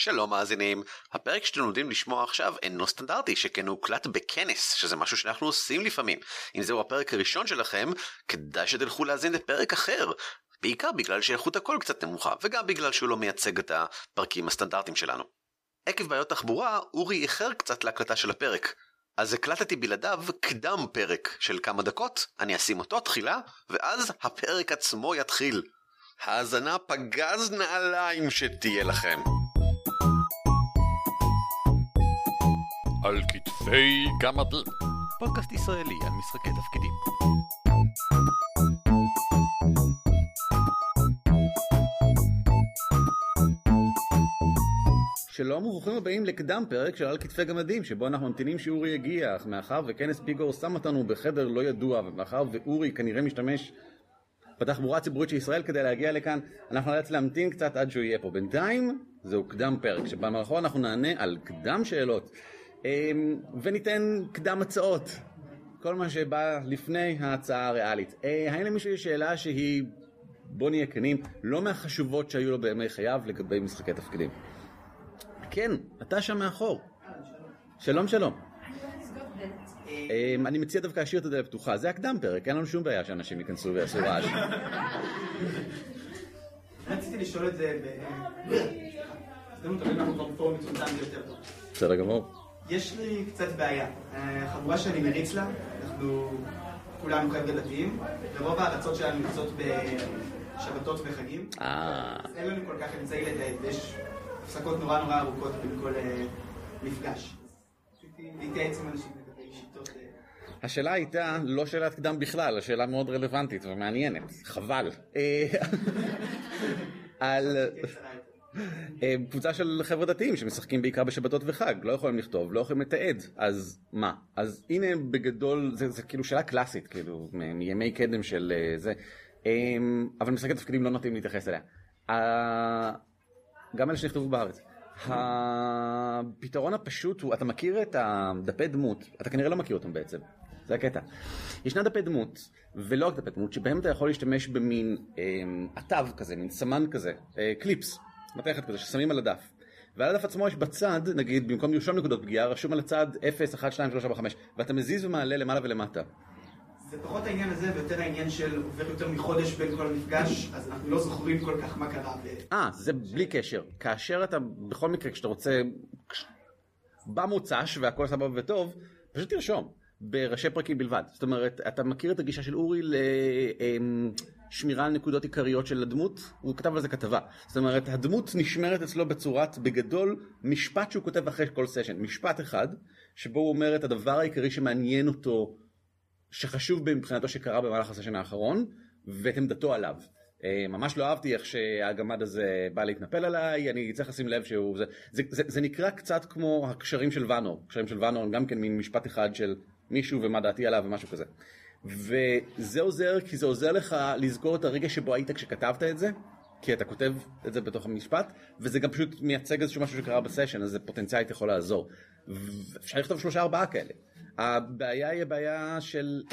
שלום מאזינים, הפרק שאתם לומדים לשמוע עכשיו אינו סטנדרטי, שכן הוא הוקלט בכנס, שזה משהו שאנחנו עושים לפעמים. אם זהו הפרק הראשון שלכם, כדאי שתלכו להאזין לפרק אחר, בעיקר בגלל שאיכות הקול קצת נמוכה, וגם בגלל שהוא לא מייצג את הפרקים הסטנדרטיים שלנו. עקב בעיות תחבורה, אורי איחר קצת להקלטה של הפרק. אז הקלטתי בלעדיו קדם פרק של כמה דקות, אני אשים אותו תחילה, ואז הפרק עצמו יתחיל. האזנה פגז נעליים שתהיה לכם. על כתפי גמדים. פודקאסט ישראלי על משחקי תפקידים. שלום וברוכים הבאים לקדם פרק של על כתפי גמדים, שבו אנחנו ממתינים שאורי יגיע, מאחר וכנס פיגור שם אותנו בחדר לא ידוע, ומאחר ואורי כנראה משתמש בתחבורה הציבורית של ישראל כדי להגיע לכאן, אנחנו נאלץ להמתין קצת עד שהוא יהיה פה. בינתיים זהו קדם פרק, שבמהלכו אנחנו נענה על קדם שאלות, וניתן קדם הצעות, כל מה שבא לפני ההצעה הריאלית. האם למישהו יש שאלה שהיא, בוא נהיה כנים, לא מהחשובות שהיו לו בימי חייו לגבי משחקי תפקידים? כן, אתה שם מאחור. שלום שלום. אני מציע דווקא להשאיר את הדלת פתוחה, זה הקדם פרק, אין לנו שום בעיה שאנשים ייכנסו ויעשו רעש. רציתי לשאול את זה אנחנו כבר בפורום מצומצם יותר טוב. בסדר גמור. יש לי קצת בעיה. החבורה שאני מריץ לה, אנחנו כולנו חבר'ה דתיים, ורוב הארצות שלנו נמצאות בשבתות וחגים. אז אין לנו כל כך אמצעי לתעד, ויש הפסקות נורא ארוכות בין כל מפגש. רציתי להתייעץ עם אנשים לגבי שיטות. השאלה הייתה לא שאלת קדם בכלל, השאלה מאוד רלוונטית ומעניינת, חבל. על קבוצה של חבר'ה דתיים שמשחקים בעיקר בשבתות וחג, לא יכולים לכתוב, לא יכולים לתעד, אז מה? אז הנה בגדול, זה כאילו שאלה קלאסית, כאילו, מימי קדם של זה, אבל משחקי תפקידים לא נוטים להתייחס אליה. גם אלה שנכתבו בארץ. הפתרון הפשוט הוא, אתה מכיר את הדפי דמות, אתה כנראה לא מכיר אותם בעצם, זה הקטע. ישנה דפי דמות, ולא רק דפי דמות, שבהם אתה יכול להשתמש במין עטב כזה, מין סמן כזה, קליפס, מתכת כזה, ששמים על הדף. ועל הדף עצמו יש בצד, נגיד, במקום לרשום נקודות פגיעה, רשום על הצד 0, 1, 2, 3, 4, 5, ואתה מזיז ומעלה למעלה ולמטה. זה פחות העניין הזה, ויותר העניין של עובר יותר מחודש בין כל המפגש, אז אנחנו לא זוכרים כל כך מה קרה. זה בלי קשר. כאשר אתה, בכל מקרה, כשאתה רוצה, במוצ"ש והכל סבבה וטוב, פשוט תרשום, בראשי פרקים בלבד. זאת אומרת, אתה מכיר את הגישה של אורי לשמירה על נקודות עיקריות של הדמות? הוא כתב על זה כתבה. זאת אומרת, הדמות נשמרת אצלו בצורת, בגדול, משפט שהוא כותב אחרי כל סשן. משפט אחד, שבו הוא אומר את הדבר העיקרי שמעניין אותו, שחשוב מבחינתו שקרה במהלך הסשן האחרון, ואת עמדתו עליו. ממש לא אהבתי איך שהגמד הזה בא להתנפל עליי, אני צריך לשים לב שהוא... זה נקרא קצת כמו הקשרים של ואנור. הקשרים של ואנור גם כן מין משפט אחד של מישהו ומה דעתי עליו ומשהו כזה. וזה עוזר, כי זה עוזר לך לזכור את הרגע שבו היית כשכתבת את זה, כי אתה כותב את זה בתוך המשפט, וזה גם פשוט מייצג איזשהו משהו שקרה בסשן, אז זה פוטנציאלית יכול לעזור. אפשר לכתוב 3-4 כאלה. הבעיה היא הבעיה של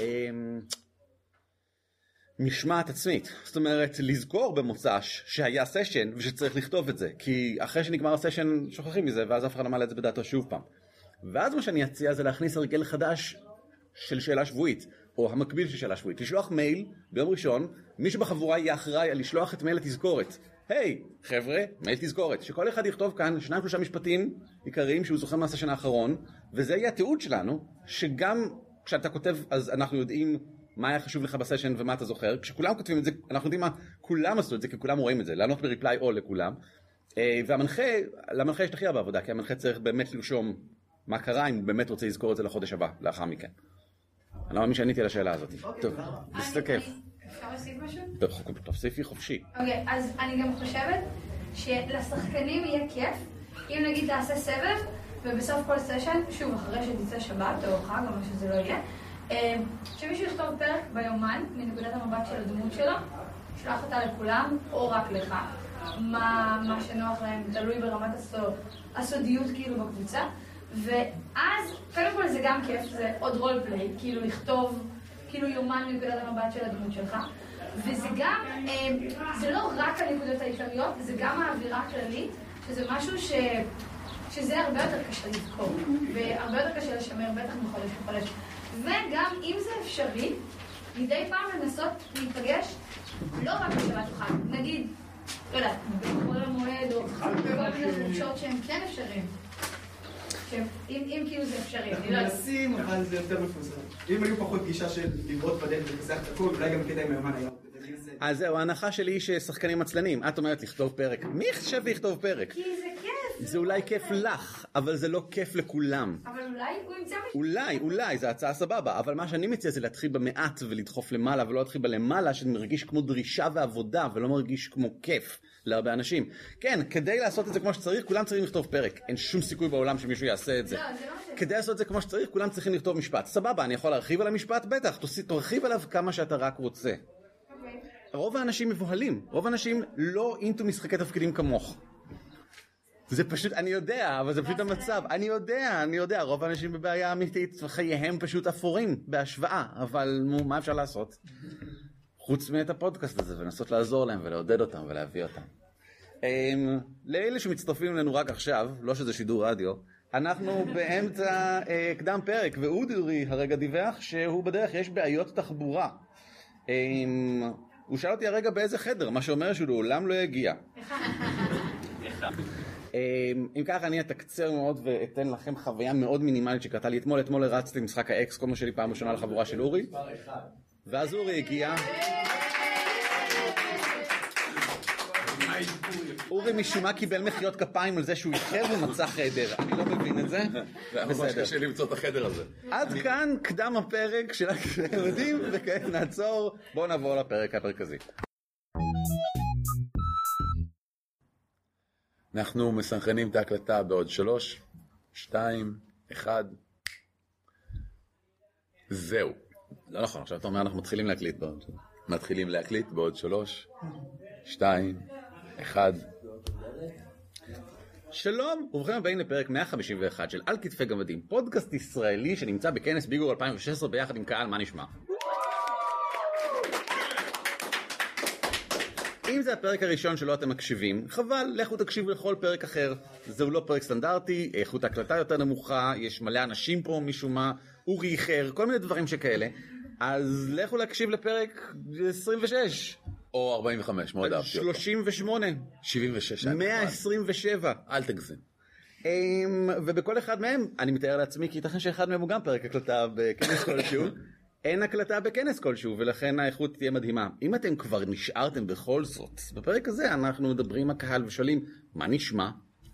משמעת עצמית. זאת אומרת, לזכור במוצ"ש שהיה סשן ושצריך לכתוב את זה. כי אחרי שנגמר הסשן שוכחים מזה, ואז אף אחד לא מעלה את זה בדעתו שוב פעם. ואז מה שאני אציע זה להכניס הרגל חדש של שאלה שבועית, או המקביל של שאלה שבועית. לשלוח מייל ביום ראשון, מישהו בחבורה יהיה אחראי על לשלוח את מייל התזכורת. היי, חבר'ה, מייל תזכורת. שכל אחד יכתוב כאן 2-3 משפטים עיקריים שהוא זוכר מהסשן האחרון, וזה יהיה התיעוד שלנו, שגם כשאתה כותב, אז אנחנו יודעים מה היה חשוב לך בסשן ומה אתה זוכר. כשכולם כותבים את זה, אנחנו יודעים מה, כולם עשו את זה, כי כולם רואים את זה, לענות בריפליי או לכולם. למנחה יש הכי הרבה עבודה, כי המנחה צריך באמת לרשום מה קרה, אם הוא באמת רוצה לזכור את זה לחודש הבא, לאחר מכן. אני לא מאמין שעניתי על השאלה הזאת. טוב, זה כיף. אפשר להוסיף משהו? תוסיפי חופשי. אוקיי, אז אני גם חושבת שלשחקנים יהיה כיף, אם נגיד תעשה סבב, ובסוף כל סשן, שוב, אחרי שתצא שבת או חג או מה שזה לא יהיה, שמישהו יכתוב פרק ביומן, מנקודת המבט של הדמות שלו, שלח אותה לכולם, או רק לך, מה שנוח להם, תלוי ברמת הסודיות כאילו בקבוצה, ואז, קודם כל זה גם כיף, זה עוד רולפליי, כאילו לכתוב, כאילו יומן מנקודת המבט של הדמות שלך, וזה גם, זה לא רק הנקודות העיקריות, זה גם האווירה הכללית, שזה משהו שזה הרבה יותר קשה לזכור, והרבה יותר קשה לשמר, בטח מחודש לחודש. וגם אם זה אפשרי, מדי פעם לנסות להיפגש, לא רק בשבת וחג, נגיד, לא יודעת, בחול המועד או בכל מיני חופשות שהם כן אפשריים. אם כאילו זה אפשרי, אני לא יודעת. מנסים, אבל זה יותר מפוזר. אם היו פחות גישה של לראות בדרך ולפסח את הכל, אולי גם קטע עם היומן היום. אז זהו, ההנחה שלי היא ששחקנים עצלנים. את אומרת לכתוב פרק. מי חשב לכתוב פרק? כי זה כיף. זה אולי כיף לך, אבל זה לא כיף לכולם. אבל אולי הוא ימצא משהו. אולי, זה הצעה סבבה, אבל מה שאני מציע זה להתחיל במעט ולדחוף למעלה, ולא להתחיל בלמעלה, שמרגיש כמו דרישה ועבודה, ולא מרגיש כמו כיף להרבה אנשים. כן, כדי לעשות את זה כמו שצריך, כולם צריכים לכתוב פרק. אין שום סיכוי בעולם שמישהו יעשה את זה. לא, זה לא זה. כדי לעשות את זה כמו שצריך, כולם צריכים לכתוב משפט. סבבה, אני יכול להרחיב על המשפט? בטח, תרחיב עליו כמה שאתה רק רוצה. אוקיי. רוב האנשים מבוהלים, רוב האנשים לא אינטו משחקי תפקידים כמוך. זה פשוט, אני יודע, אבל זה פשוט המצב. אני יודע, רוב האנשים בבעיה אמיתית, וחייהם פשוט אפורים בהשוואה, אבל מה אפשר לעשות? חוץ מאת הפודקאסט הזה, ולנסות לעזור להם ולעודד אותם ולהביא אותם. לאלה שמצטרפים לנו רק עכשיו, לא שזה שידור רדיו, אנחנו באמצע קדם פרק, ואורי הרגע דיווח שהוא בדרך יש בעיות תחבורה. הוא שאל אותי הרגע באיזה חדר, מה שאומר שהוא לעולם לא יגיע. אם כך אני אתקצר מאוד ואתן לכם חוויה מאוד מינימלית שקרתה לי אתמול הרצתי משחק האקס קומו שלי פעם ראשונה לחבורה של אורי, ואז אורי הגיע. אורי משום מה קיבל מחיאות כפיים על זה שהוא איחר ומצא חדר, אני לא מבין את זה. זה ממש קשה למצוא את החדר הזה. עד כאן קדם הפרק של הילדים, וכעת נעצור, בואו נעבור לפרק המרכזי. אנחנו מסנכרנים את ההקלטה בעוד 3, 2, 1. זהו. לא נכון, עכשיו אתה אומר אנחנו מתחילים להקליט בעוד. מתחילים להקליט בעוד 3, 2, 1. שלום, וברוכים הבאים לפרק 151 של על כתפי גמדים, פודקאסט ישראלי שנמצא בכנס ביגור 2016 ביחד עם קהל, מה נשמע? אם זה הפרק הראשון שלו אתם מקשיבים, חבל, לכו תקשיבו לכל פרק אחר. זהו לא פרק סטנדרטי, איכות ההקלטה יותר נמוכה, יש מלא אנשים פה משום מה, אורי איחר, כל מיני דברים שכאלה. אז לכו להקשיב לפרק 26. או 45, מאוד אהבתי אותו. 38. 76. 127. אל תגזים. ובכל אחד מהם, אני מתאר לעצמי, כי ייתכן שאחד מהם הוא גם פרק הקלטה בכנס כלשהו. אין הקלטה בכנס כלשהו, ולכן האיכות תהיה מדהימה. אם אתם כבר נשארתם בכל זאת, בפרק הזה אנחנו מדברים עם הקהל ושואלים, מה נשמע?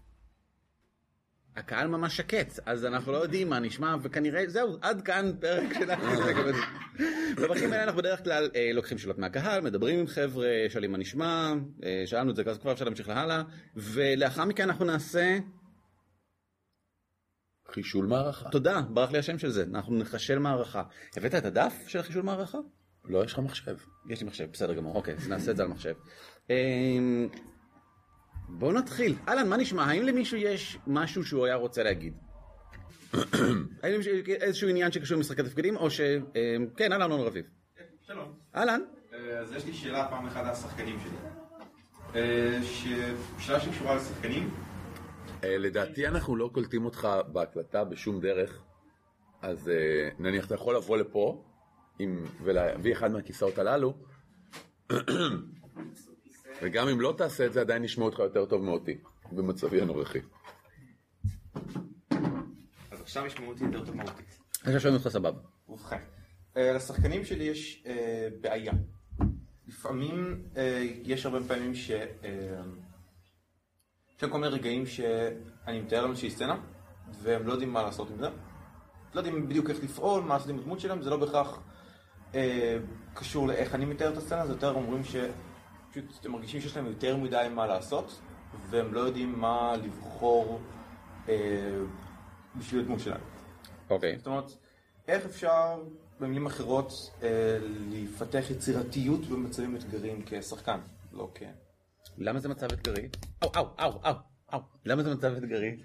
הקהל ממש שקט, אז אנחנו לא יודעים מה נשמע, וכנראה, זהו, עד כאן פרק שלנו. בפרקים האלה אנחנו בדרך כלל לוקחים שאלות מהקהל, מדברים עם חבר'ה, שואלים מה נשמע, שאלנו את זה, אז כבר אפשר להמשיך להלאה, ולאחר מכן אנחנו נעשה... חישול מערכה. תודה, ברח לי השם של זה. אנחנו נחשל מערכה. הבאת את הדף של החישול מערכה? לא, יש לך מחשב. יש לי מחשב, בסדר גמור. אוקיי, אז נעשה את זה על מחשב. בואו נתחיל. אלן, מה נשמע? האם למישהו יש משהו שהוא היה רוצה להגיד? האם למישהו איזשהו עניין שקשור למשחקי תפקידים, או ש... כן, אלן או רביב. שלום. אלן? אז יש לי שאלה פעם אחת על השחקנים שלי. שאלה שקשורה לשחקנים. לדעתי אנחנו לא קולטים אותך בהקלטה בשום דרך, אז נניח אתה יכול לבוא לפה ולהביא אחד מהכיסאות הללו, וגם אם לא תעשה את זה עדיין נשמע אותך יותר טוב מאותי במצבי הנוכחי. אז עכשיו ישמעו אותי יותר טוב מאותי. אני שואלים אותך סבבה. ובכן, לשחקנים שלי יש בעיה. לפעמים יש הרבה פעמים ש... יש כל מיני רגעים שאני מתאר לנו שהיא סצנה, והם לא יודעים מה לעשות עם זה. לא יודעים בדיוק איך לפעול, מה לעשות עם הדמות שלהם, זה לא בהכרח קשור לאיך אני מתאר את הסצנה, זה יותר אומרים שפשוט אתם מרגישים שיש להם יותר מדי מה לעשות, והם לא יודעים מה לבחור בשביל הדמות שלהם. אוקיי. זאת אומרת, איך אפשר במילים אחרות לפתח יצירתיות במצבים אתגרים כשחקן, לא כ... למה זה מצב אתגרי? אau. למה זה מצב אתגרי?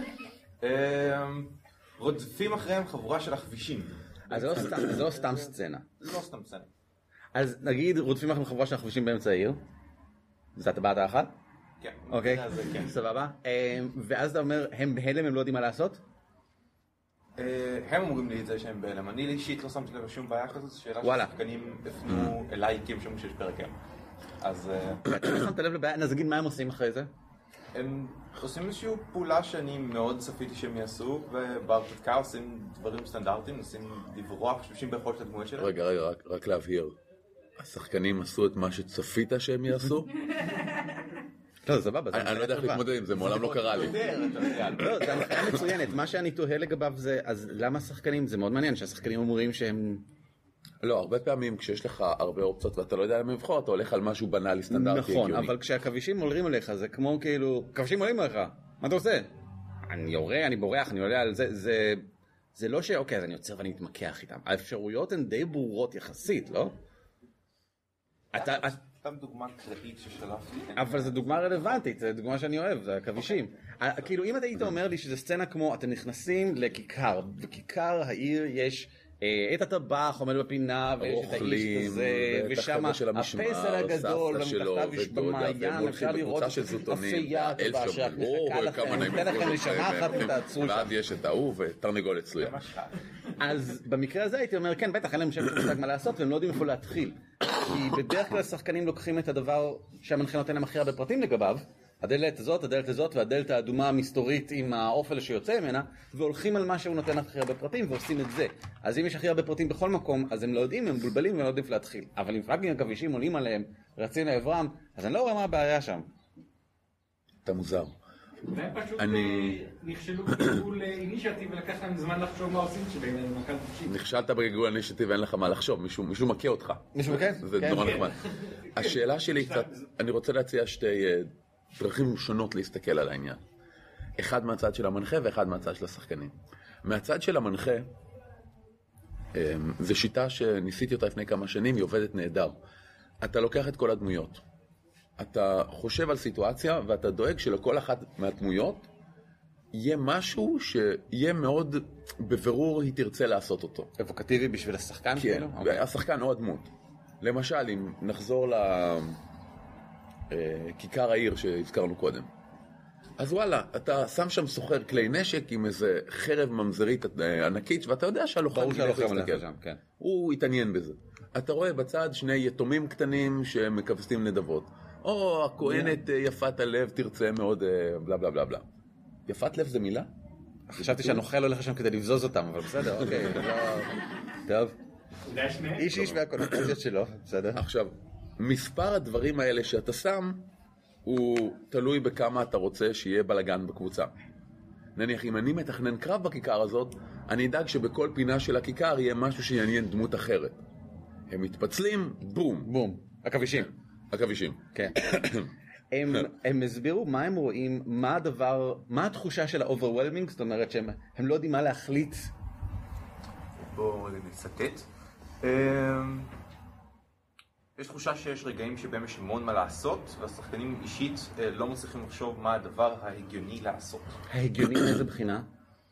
רודפים אחריהם חבורה של החבישים. אז זה לא סתם סצנה. זה לא סתם סצנה. אז נגיד רודפים אחריהם חבורה של החבישים באמצע העיר. זאת הטבעת האחת? כן. אוקיי, סבבה. ואז אתה אומר, הם בהלם, הם לא יודעים מה לעשות? הם אומרים לי את זה שהם בהלם. אני אישית לא שמתי לב לשום בעיה כזאת, זו שאלה ששחקנים הפנו אליי כי הם שמעו שיש פרק הם. אז... אתה לא שמת לב לבעיה, אז נגיד מה הם עושים אחרי זה? הם עושים איזושהי פעולה שאני מאוד צפיתי שהם יעשו, ובהרפתקה עושים דברים סטנדרטיים, עושים לברוח, משתמשים ביכולת של הדמויות שלהם. רגע, רק להבהיר. השחקנים עשו את מה שצפית שהם יעשו? לא, סבבה. אני לא יודע איך להתמודד עם זה, מעולם לא קרה לי. לא, זה הנחיה מצוינת. מה שאני תוהה לגביו זה, אז למה השחקנים? זה מאוד מעניין שהשחקנים אומרים שהם... לא, הרבה פעמים כשיש לך הרבה אופציות ואתה לא יודע למה לבחור, אתה הולך על משהו בנאלי סטנדרטי. נכון, אבל כשהכבישים עולים עליך, זה כמו כאילו, כבישים עולים עליך, מה אתה עושה? אני יורה, אני בורח, אני עולה על זה, זה לא אוקיי, אז אני יוצר ואני מתמקח איתם. האפשרויות הן די ברורות יחסית, לא? סתם דוגמה קראית ששלפתי. אבל זו דוגמה רלוונטית, זו דוגמה שאני אוהב, זה הכבישים. כאילו, אם אתה היית אומר לי שזו סצנה כמו, אתם נכנסים לכיכר, בכיכר העיר יש... את הטבח עומד בפינה ויש את האיש הזה ושם הפסל הגדול ומתחתיו יש במעיין אפשר לראות את אפייה טובה שרק מחכה לכם נותן לכם לשנה אחת ותעצרו שם ועד יש את ההוא ותרנגולת צלויה. אז במקרה הזה הייתי אומר כן בטח אין להם שם מושג מה לעשות והם לא יודעים איפה להתחיל כי בדרך כלל השחקנים לוקחים את הדבר שהמנחה נותן להם הכי הרבה פרטים לגביו הדלת הזאת והדלת האדומה המסתורית עם האופל שיוצא ממנה והולכים על מה שהוא נותן הכי הרבה פרטים ועושים את זה. אז אם יש הכי הרבה פרטים בכל מקום אז הם לא יודעים, הם מבולבלים והם לא יודעים להתחיל. אבל אם פאקינג הכבישים עולים עליהם, רצים לעברם, אז אני לא רואה מה הבעיה שם. אתה מוזר. והם פשוט נכשלו בגלגול אינישטיב ולקח להם זמן לחשוב מה עושים שבהם מנכ"ל תקשיב. נכשלת בגלגול אינישטיב ואין לך מה לחשוב, מישהו מכה אותך. מישהו מכה? זה נורא נחמד. השאלה שלי קצת, אני רוצה להציע שתי דרכים שונות להסתכל על העניין. אחד מהצד של המנחה ואחד מהצד של השחקנים. מהצד של המנחה, זו שיטה שניסיתי אותה לפני כמה שנים, היא עובדת נהדר. אתה לוקח את כל הדמויות. אתה חושב על סיטואציה ואתה דואג שלכל אחת מהדמויות יהיה משהו שיהיה מאוד בבירור היא תרצה לעשות אותו. אבוקטיבי בשביל השחקן? כן, השחקן או הדמות. למשל, אם נחזור כיכר העיר שהזכרנו קודם. אז וואלה, אתה שם שם סוחר כלי נשק עם איזה חרב ממזרית ענקית, ואתה יודע שהלוחם כן. הוא התעניין בזה. אתה רואה בצד שני יתומים קטנים שמקבסים נדבות. או הכהנת יפת הלב תרצה מאוד בלה בלה בלה בלה. יפת לב זה מילה? חשבתי שהנוכל הולך שם כדי לבזוז אותם, אבל בסדר, אוקיי. טוב. איש והקונוטציות שלו, בסדר. עכשיו, מספר הדברים האלה שאתה שם הוא תלוי בכמה אתה רוצה שיהיה בלגן בקבוצה. נניח, אם אני מתכנן קרב בכיכר הזאת, אני אדאג שבכל פינה של הכיכר יהיה משהו שיעניין דמות אחרת. הם מתפצלים, בום. בום. הכבישים. כן. הם הסבירו מה הם רואים, מה התחושה של ה-overwhelming, זאת אומרת שהם לא יודעים מה להחליט. בואו נסתת. יש תחושה שיש רגעים שבהם יש המון מה לעשות, והשחקנים אישית לא מצליחים לחשוב מה הדבר ההגיוני לעשות. ההגיוני מאיזה בחינה?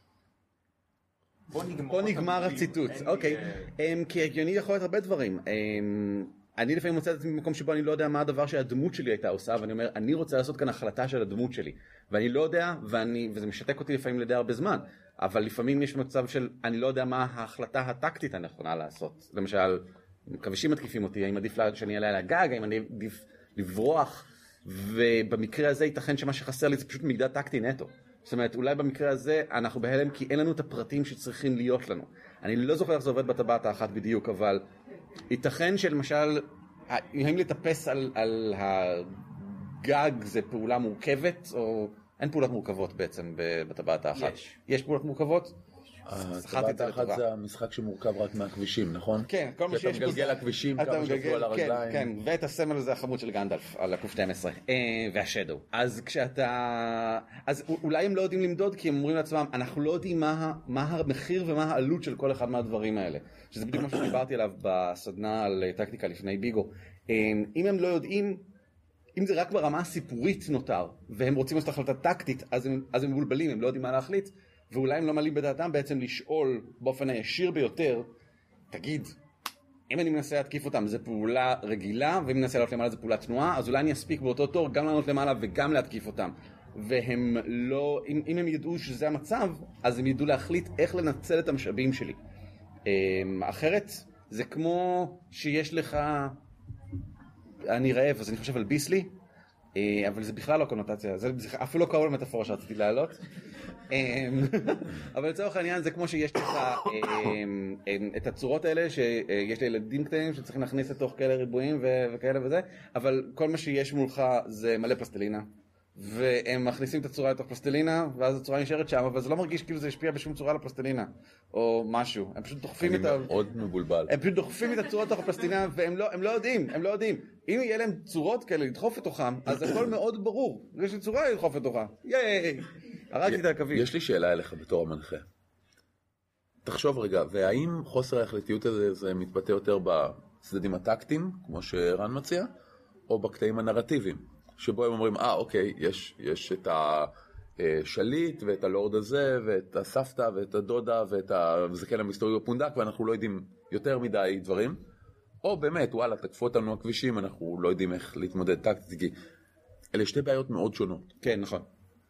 פה נגמר הציטוט, אוקיי. כי הגיוני יכול להיות הרבה דברים. אני לפעמים מוצא את עצמי במקום שבו אני לא יודע מה הדבר שהדמות שלי הייתה עושה, ואני אומר, אני רוצה לעשות כאן החלטה של הדמות שלי. ואני לא יודע, וזה משתק אותי לפעמים לידי הרבה זמן, אבל לפעמים יש מצב של, אני לא יודע מה ההחלטה הטקטית הנכונה לעשות. למשל, כבישים מתקיפים אותי, האם עדיף שאני אעלה על הגג, האם אני עדיף לברוח, ובמקרה הזה ייתכן שמה שחסר לי זה פשוט מגדל טקטי נטו. זאת אומרת, אולי במקרה הזה אנחנו בהלם כי אין לנו את הפרטים שצריכים להיות לנו. אני לא זוכר איך זה עובד בטבעת האחת בדיוק, אבל ייתכן שלמשל, האם לטפס על הגג זה פעולה מורכבת, או אין פעולות מורכבות בעצם בטבעת האחת? יש פעולות מורכבות? הטבעת האחת זה המשחק שמורכב רק מהכבישים, נכון? כן, כל מה שיש אתה מגלגל הכבישים, כמה שבוע על הרגליים. כן, ואת הסמל הזה החמוד של גנדלף, על הקוף 12, והשדו. אז כשאתה... אז אולי הם לא יודעים למדוד, כי הם אומרים לעצמם, אנחנו לא יודעים מה המחיר ומה העלות של כל אחד מהדברים האלה. שזה בדיוק מה שדיברתי עליו בסדנה על טקטיקה לפני ביגו. אם הם לא יודעים, אם זה רק ברמה הסיפורית נותר, והם רוצים לעשות החלטה טקטית, אז הם מבולבלים, הם לא יודעים מה להחליט. ואולי הם לא מעלים בדעתם בעצם לשאול באופן הישיר ביותר, תגיד, אם אני מנסה להתקיף אותם זה פעולה רגילה, ואם מנסה לעלות למעלה זה פעולת תנועה, אז אולי אני אספיק באותו תור גם לעלות למעלה וגם להתקיף אותם. והם לא, אם הם ידעו שזה המצב, אז הם ידעו להחליט איך לנצל את המשאבים שלי. אחרת, זה כמו שיש לך, אני רעב, אז אני חושב על ביסלי, אבל זה בכלל לא קונוטציה, זה אפילו לא קרוב למטאפורה שרציתי להעלות. אבל לצורך העניין זה כמו שיש לך את הצורות האלה שיש לילדים קטנים שצריכים להכניס לתוך כאלה ריבועים וכאלה וזה, אבל כל מה שיש מולך זה מלא פלסטלינה, והם מכניסים את הצורה לתוך פלסטלינה ואז הצורה נשארת שם, אבל זה לא מרגיש כאילו זה השפיע בשום צורה לפלסטלינה או משהו. הם פשוט דוחפים את אני מאוד מבולבל. הם פשוט דוחפים את הצורה לתוך הפלסטלינה והם לא יודעים. אם יהיה להם צורות כאלה לדחוף לתוכם, אז הכל מאוד ברור. יש לי צורה לדחוף לתוכה. ייי! הרגתי את הקווים. יש לי שאלה אליך בתור המנחה. תחשוב רגע, והאם חוסר ההחלטיות הזה זה מתבטא יותר בצדדים הטקטיים, כמו שרן מציע, או בקטעים הנרטיביים? שבו הם אומרים, אוקיי, יש את השליט ואת הלורד הזה ואת הסבתא ואת הדודה ואת הזקן המסתורי בפונדק, ואנחנו לא יודעים יותר מדי דברים, או באמת, וואלה, תקפו אותנו הכבישים, אנחנו לא יודעים איך להתמודד טקטית, כי אלה שתי בעיות מאוד שונות. כן, נכון.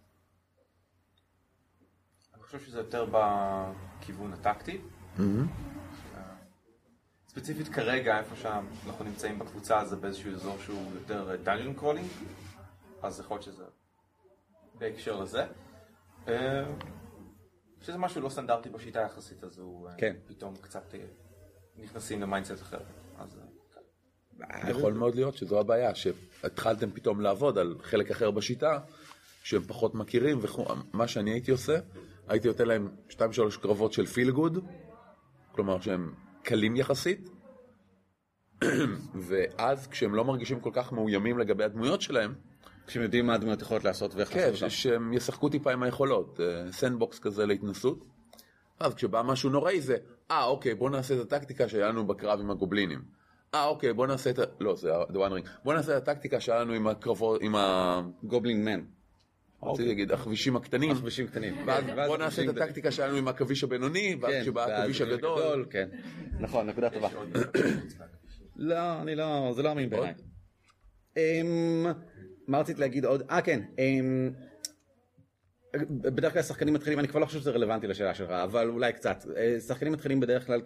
אני חושב שזה יותר בכיוון הטקטי. ספציפית כרגע, איפה שאנחנו נמצאים בקבוצה, זה באיזשהו אזור שהוא יותר dungeon crawling, אז יכול להיות שזה בהקשר לזה. שזה משהו לא סטנדרטי בשיטה יחסית, אז הוא פתאום קצת נכנסים למיינדסט אחר. יכול מאוד להיות שזו הבעיה, שהתחלתם פתאום לעבוד על חלק אחר בשיטה, שהם פחות מכירים, ומה שאני הייתי עושה, הייתי נותן להם 2-3 קרבות של פיל גוד, כלומר שהם קלים יחסית, ואז כשהם לא מרגישים כל כך מאוימים לגבי הדמויות שלהם, כשהם יודעים מה הדמויות יכולות לעשות ואיך לעשות אותם. כן, שהם ישחקו טיפה עם היכולות, סנדבוקס כזה להתנסות. אז כשבא משהו נוראי זה, אוקיי, בוא נעשה את הטקטיקה שהיה לנו בקרב עם הגובלינים. אוקיי, בוא נעשה את לא, זה The One Ring. בוא נעשה את הטקטיקה שהיה לנו עם הקרבות, עם הגובלין מן. רציתי להגיד, החבישים הקטנים. החבישים קטנים. בוא נעשה את הטקטיקה שלנו עם הכביש הבינוני, ואז כשבא הכביש הגדול. כן, נכון, נקודה טובה. לא, אני לא, זה לא אמין בעיניי. מה רציתי להגיד עוד? כן. בדרך כלל שחקנים מתחילים, אני כבר לא חושב שזה רלוונטי לשאלה שלך, אבל אולי קצת. שחקנים מתחילים בדרך כלל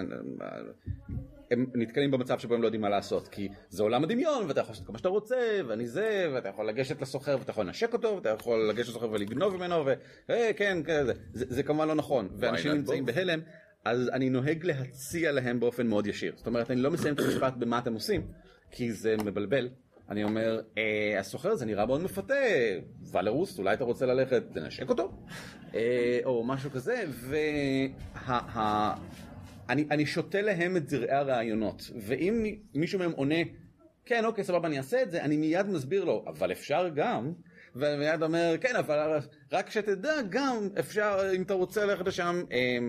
הם נתקלים במצב שבו הם לא יודעים מה לעשות, כי זה עולם הדמיון, ואתה יכול לעשות כל מה שאתה רוצה, ואני זה, ואתה יכול לגשת לסוחר, ואתה יכול לנשק אותו, ואתה יכול לגשת לסוחר ולגנוב ממנו, כן, זה כמובן לא נכון, ואנשים נמצאים בהלם, אז אני נוהג להציע להם באופן מאוד ישיר. זאת אומרת, אני לא מסיים את המשפט במה אתם עושים, כי זה מבלבל. אני אומר, הסוחר זה נראה מאוד מפתה, ולרוס, אולי אתה רוצה ללכת לנשק אותו? או משהו כזה, אני שותה להם את זרעי הרעיונות, ואם מישהו מהם עונה, כן, אוקיי, סבבה, אני אעשה את זה, אני מיד מסביר לו, אבל אפשר גם, ומיד אומר, כן, אבל רק שתדע גם, אפשר, אם אתה רוצה ללכת לשם,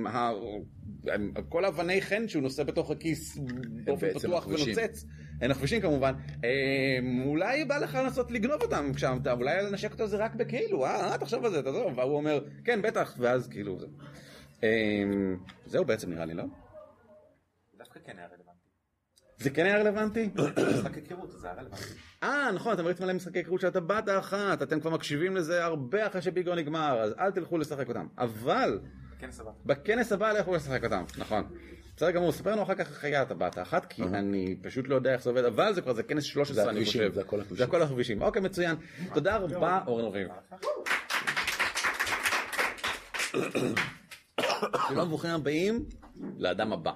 כל אבני חן שהוא נושא בתוך הכיס, באופן פתוח ונוצץ, הם החבישים כמובן, אולי בא לך לנסות לגנוב אותם, אולי לנשק אותו זה רק בכאילו, תחשוב על זה, תעזוב, והוא אומר, כן, בטח, ואז כאילו זה. זהו בעצם נראה לי, לא? דווקא כן היה רלוונטי. זה כן היה רלוונטי? משחק היכרות, זה היה רלוונטי. נכון, אתם ראיתם עליהם משחקי היכרות שאתה באת אחת, אתם כבר מקשיבים לזה הרבה אחרי שביגו נגמר, אז אל תלכו לשחק אותם. אבל בכנס הבא לכו לשחק אותם, נכון. בסדר גמור, ספר לנו אחר כך איך היה אתה באת אחת, כי אני פשוט לא יודע איך זה עובד, אבל זה כבר זה כנס 13 אני חושב. זה הכל הכבישים. אוקיי, מצוין. תודה רבה, אורן רביב. שלום, ברוכים הבאים לאדם הבא.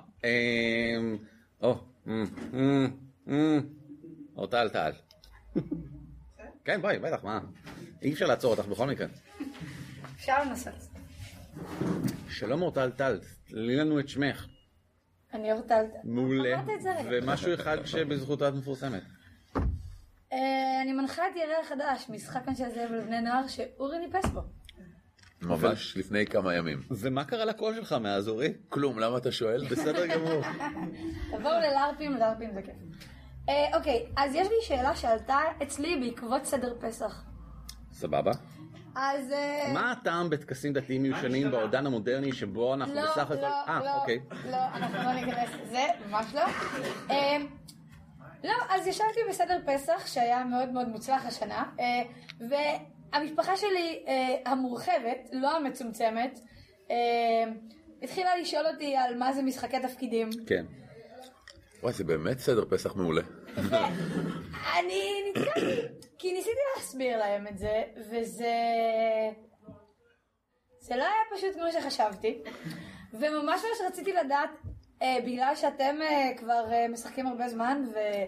אורטל טל. כן, ביי, בטח, מה? אי אפשר לעצור אותך בכל מקרה. אפשר לנסות. שלום אורטל טל, תלי לנו את שמך. אני אורטל טל. מעולה. ומשהו אחד שבזכותו את מפורסמת. אני מנחה את ירח חדש, משחק אנשי הזאב לבני נוער שאורי ניפס בו. ממש לפני כמה ימים. ומה קרה לקול שלך מאז, אורי? כלום, למה אתה שואל? בסדר גמור. תבואו ללארפים זה כיף. אוקיי, אז יש לי שאלה שעלתה אצלי בעקבות סדר פסח. סבבה. אז... מה הטעם בטקסים דתיים מיושנים בעידן המודרני שבו אנחנו בסך הכל... אוקיי. לא, אנחנו לא ניכנס לזה, ממש לא. לא, אז ישבתי בסדר פסח שהיה מאוד מאוד מוצלח השנה, והמשפחה שלי המורחבת, לא המצומצמת, התחילה לשאול אותי על מה זה משחקי תפקידים. כן. וואי, זה באמת סדר פסח מעולה. אני נתקעתי, כי ניסיתי להסביר להם את זה, וזה... זה לא היה פשוט כמו שחשבתי, וממש ממש רציתי לדעת, בגלל שאתם כבר משחקים הרבה זמן,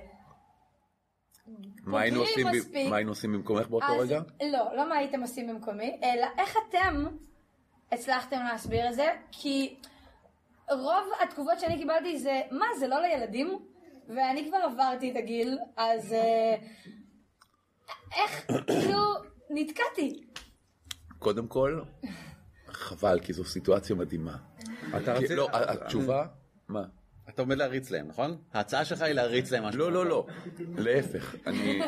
מה היינו עושים במקומך באותו רגע? לא מה הייתם עושים במקומי, אלא איך אתם הצלחתם להסביר את זה, כי רוב התגובות שאני קיבלתי זה, מה, זה לא לילדים? ואני כבר עברתי את הגיל, אז איך, כאילו, נתקעתי. קודם כל, חבל, כי זו סיטואציה מדהימה. לא, התשובה, מה? אתה עומד להריץ להם, נכון? ההצעה שלך היא להריץ להם משהו. לא, להפך. אני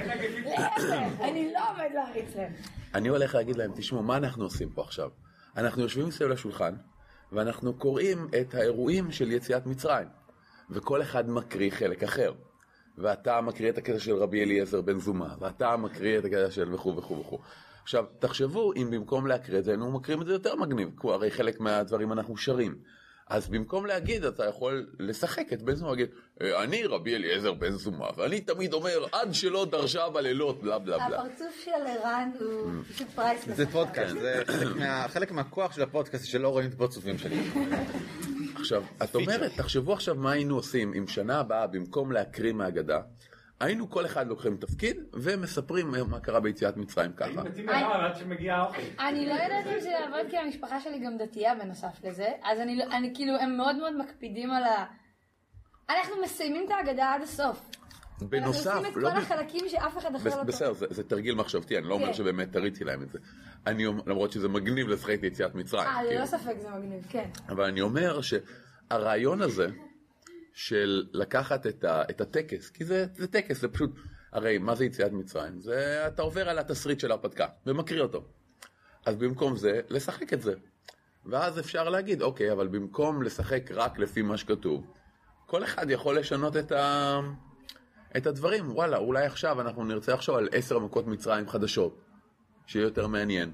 לא עומד להריץ להם. אני הולך להגיד להם, תשמעו, מה אנחנו עושים פה עכשיו? אנחנו יושבים מסביב לשולחן, ואנחנו קוראים את האירועים של יציאת מצרים. וכל אחד מקריא חלק אחר. ואתה מקריא את הקטע של רבי אליעזר בן זומא, ואתה מקריא את הקטע של וכו' וכו' וכו'. עכשיו, תחשבו אם במקום להקריא את זה, אנחנו מקריאים את זה יותר מגניב, כי הרי חלק מהדברים אנחנו שרים. אז במקום להגיד, אתה יכול לשחק את בן זומא, להגיד, אני רבי אליעזר בן זומא, ואני תמיד אומר, עד שלא דרשה בלילות, בלה בלה בלה. הפרצוף של ערן הוא פשוט פרייסלס. זה פודקאסט, זה חלק מהכוח של הפודקאסט, שלא רואים את הפרצופים שלי. עכשיו, את אומרת, תחשבו עכשיו מה היינו עושים אם שנה הבאה, במקום להקריא מהאגדה, היינו כל אחד לוקחים תפקיד ומספרים מה קרה ביציאת מצרים ככה. אני לא יודעת אם זה יעבוד כי המשפחה שלי גם דתייה בנוסף לזה, אז אני כאילו, הם מאוד מאוד מקפידים על אנחנו מסיימים את האגדה עד הסוף. בנוסף, אנחנו עושים את כל החלקים שאף אחד אחר לא... בסדר, זה תרגיל מחשבתי, אני לא אומר שבאמת תריתי להם את זה. למרות שזה מגניב לשחק את יציאת מצרים. ללא ספק זה מגניב, כן. אבל אני אומר שהרעיון הזה של לקחת את הטקס, כי זה טקס, זה פשוט, הרי מה זה יציאת מצרים? זה אתה עובר על התסריט של ההרפתקה ומקריא אותו. אז במקום זה, לשחק את זה. ואז אפשר להגיד, אוקיי, אבל במקום לשחק רק לפי מה שכתוב, כל אחד יכול לשנות את הדברים. וואלה, אולי עכשיו אנחנו נרצה עכשיו על 10 מכות מצרים חדשות, שיהיה יותר מעניין.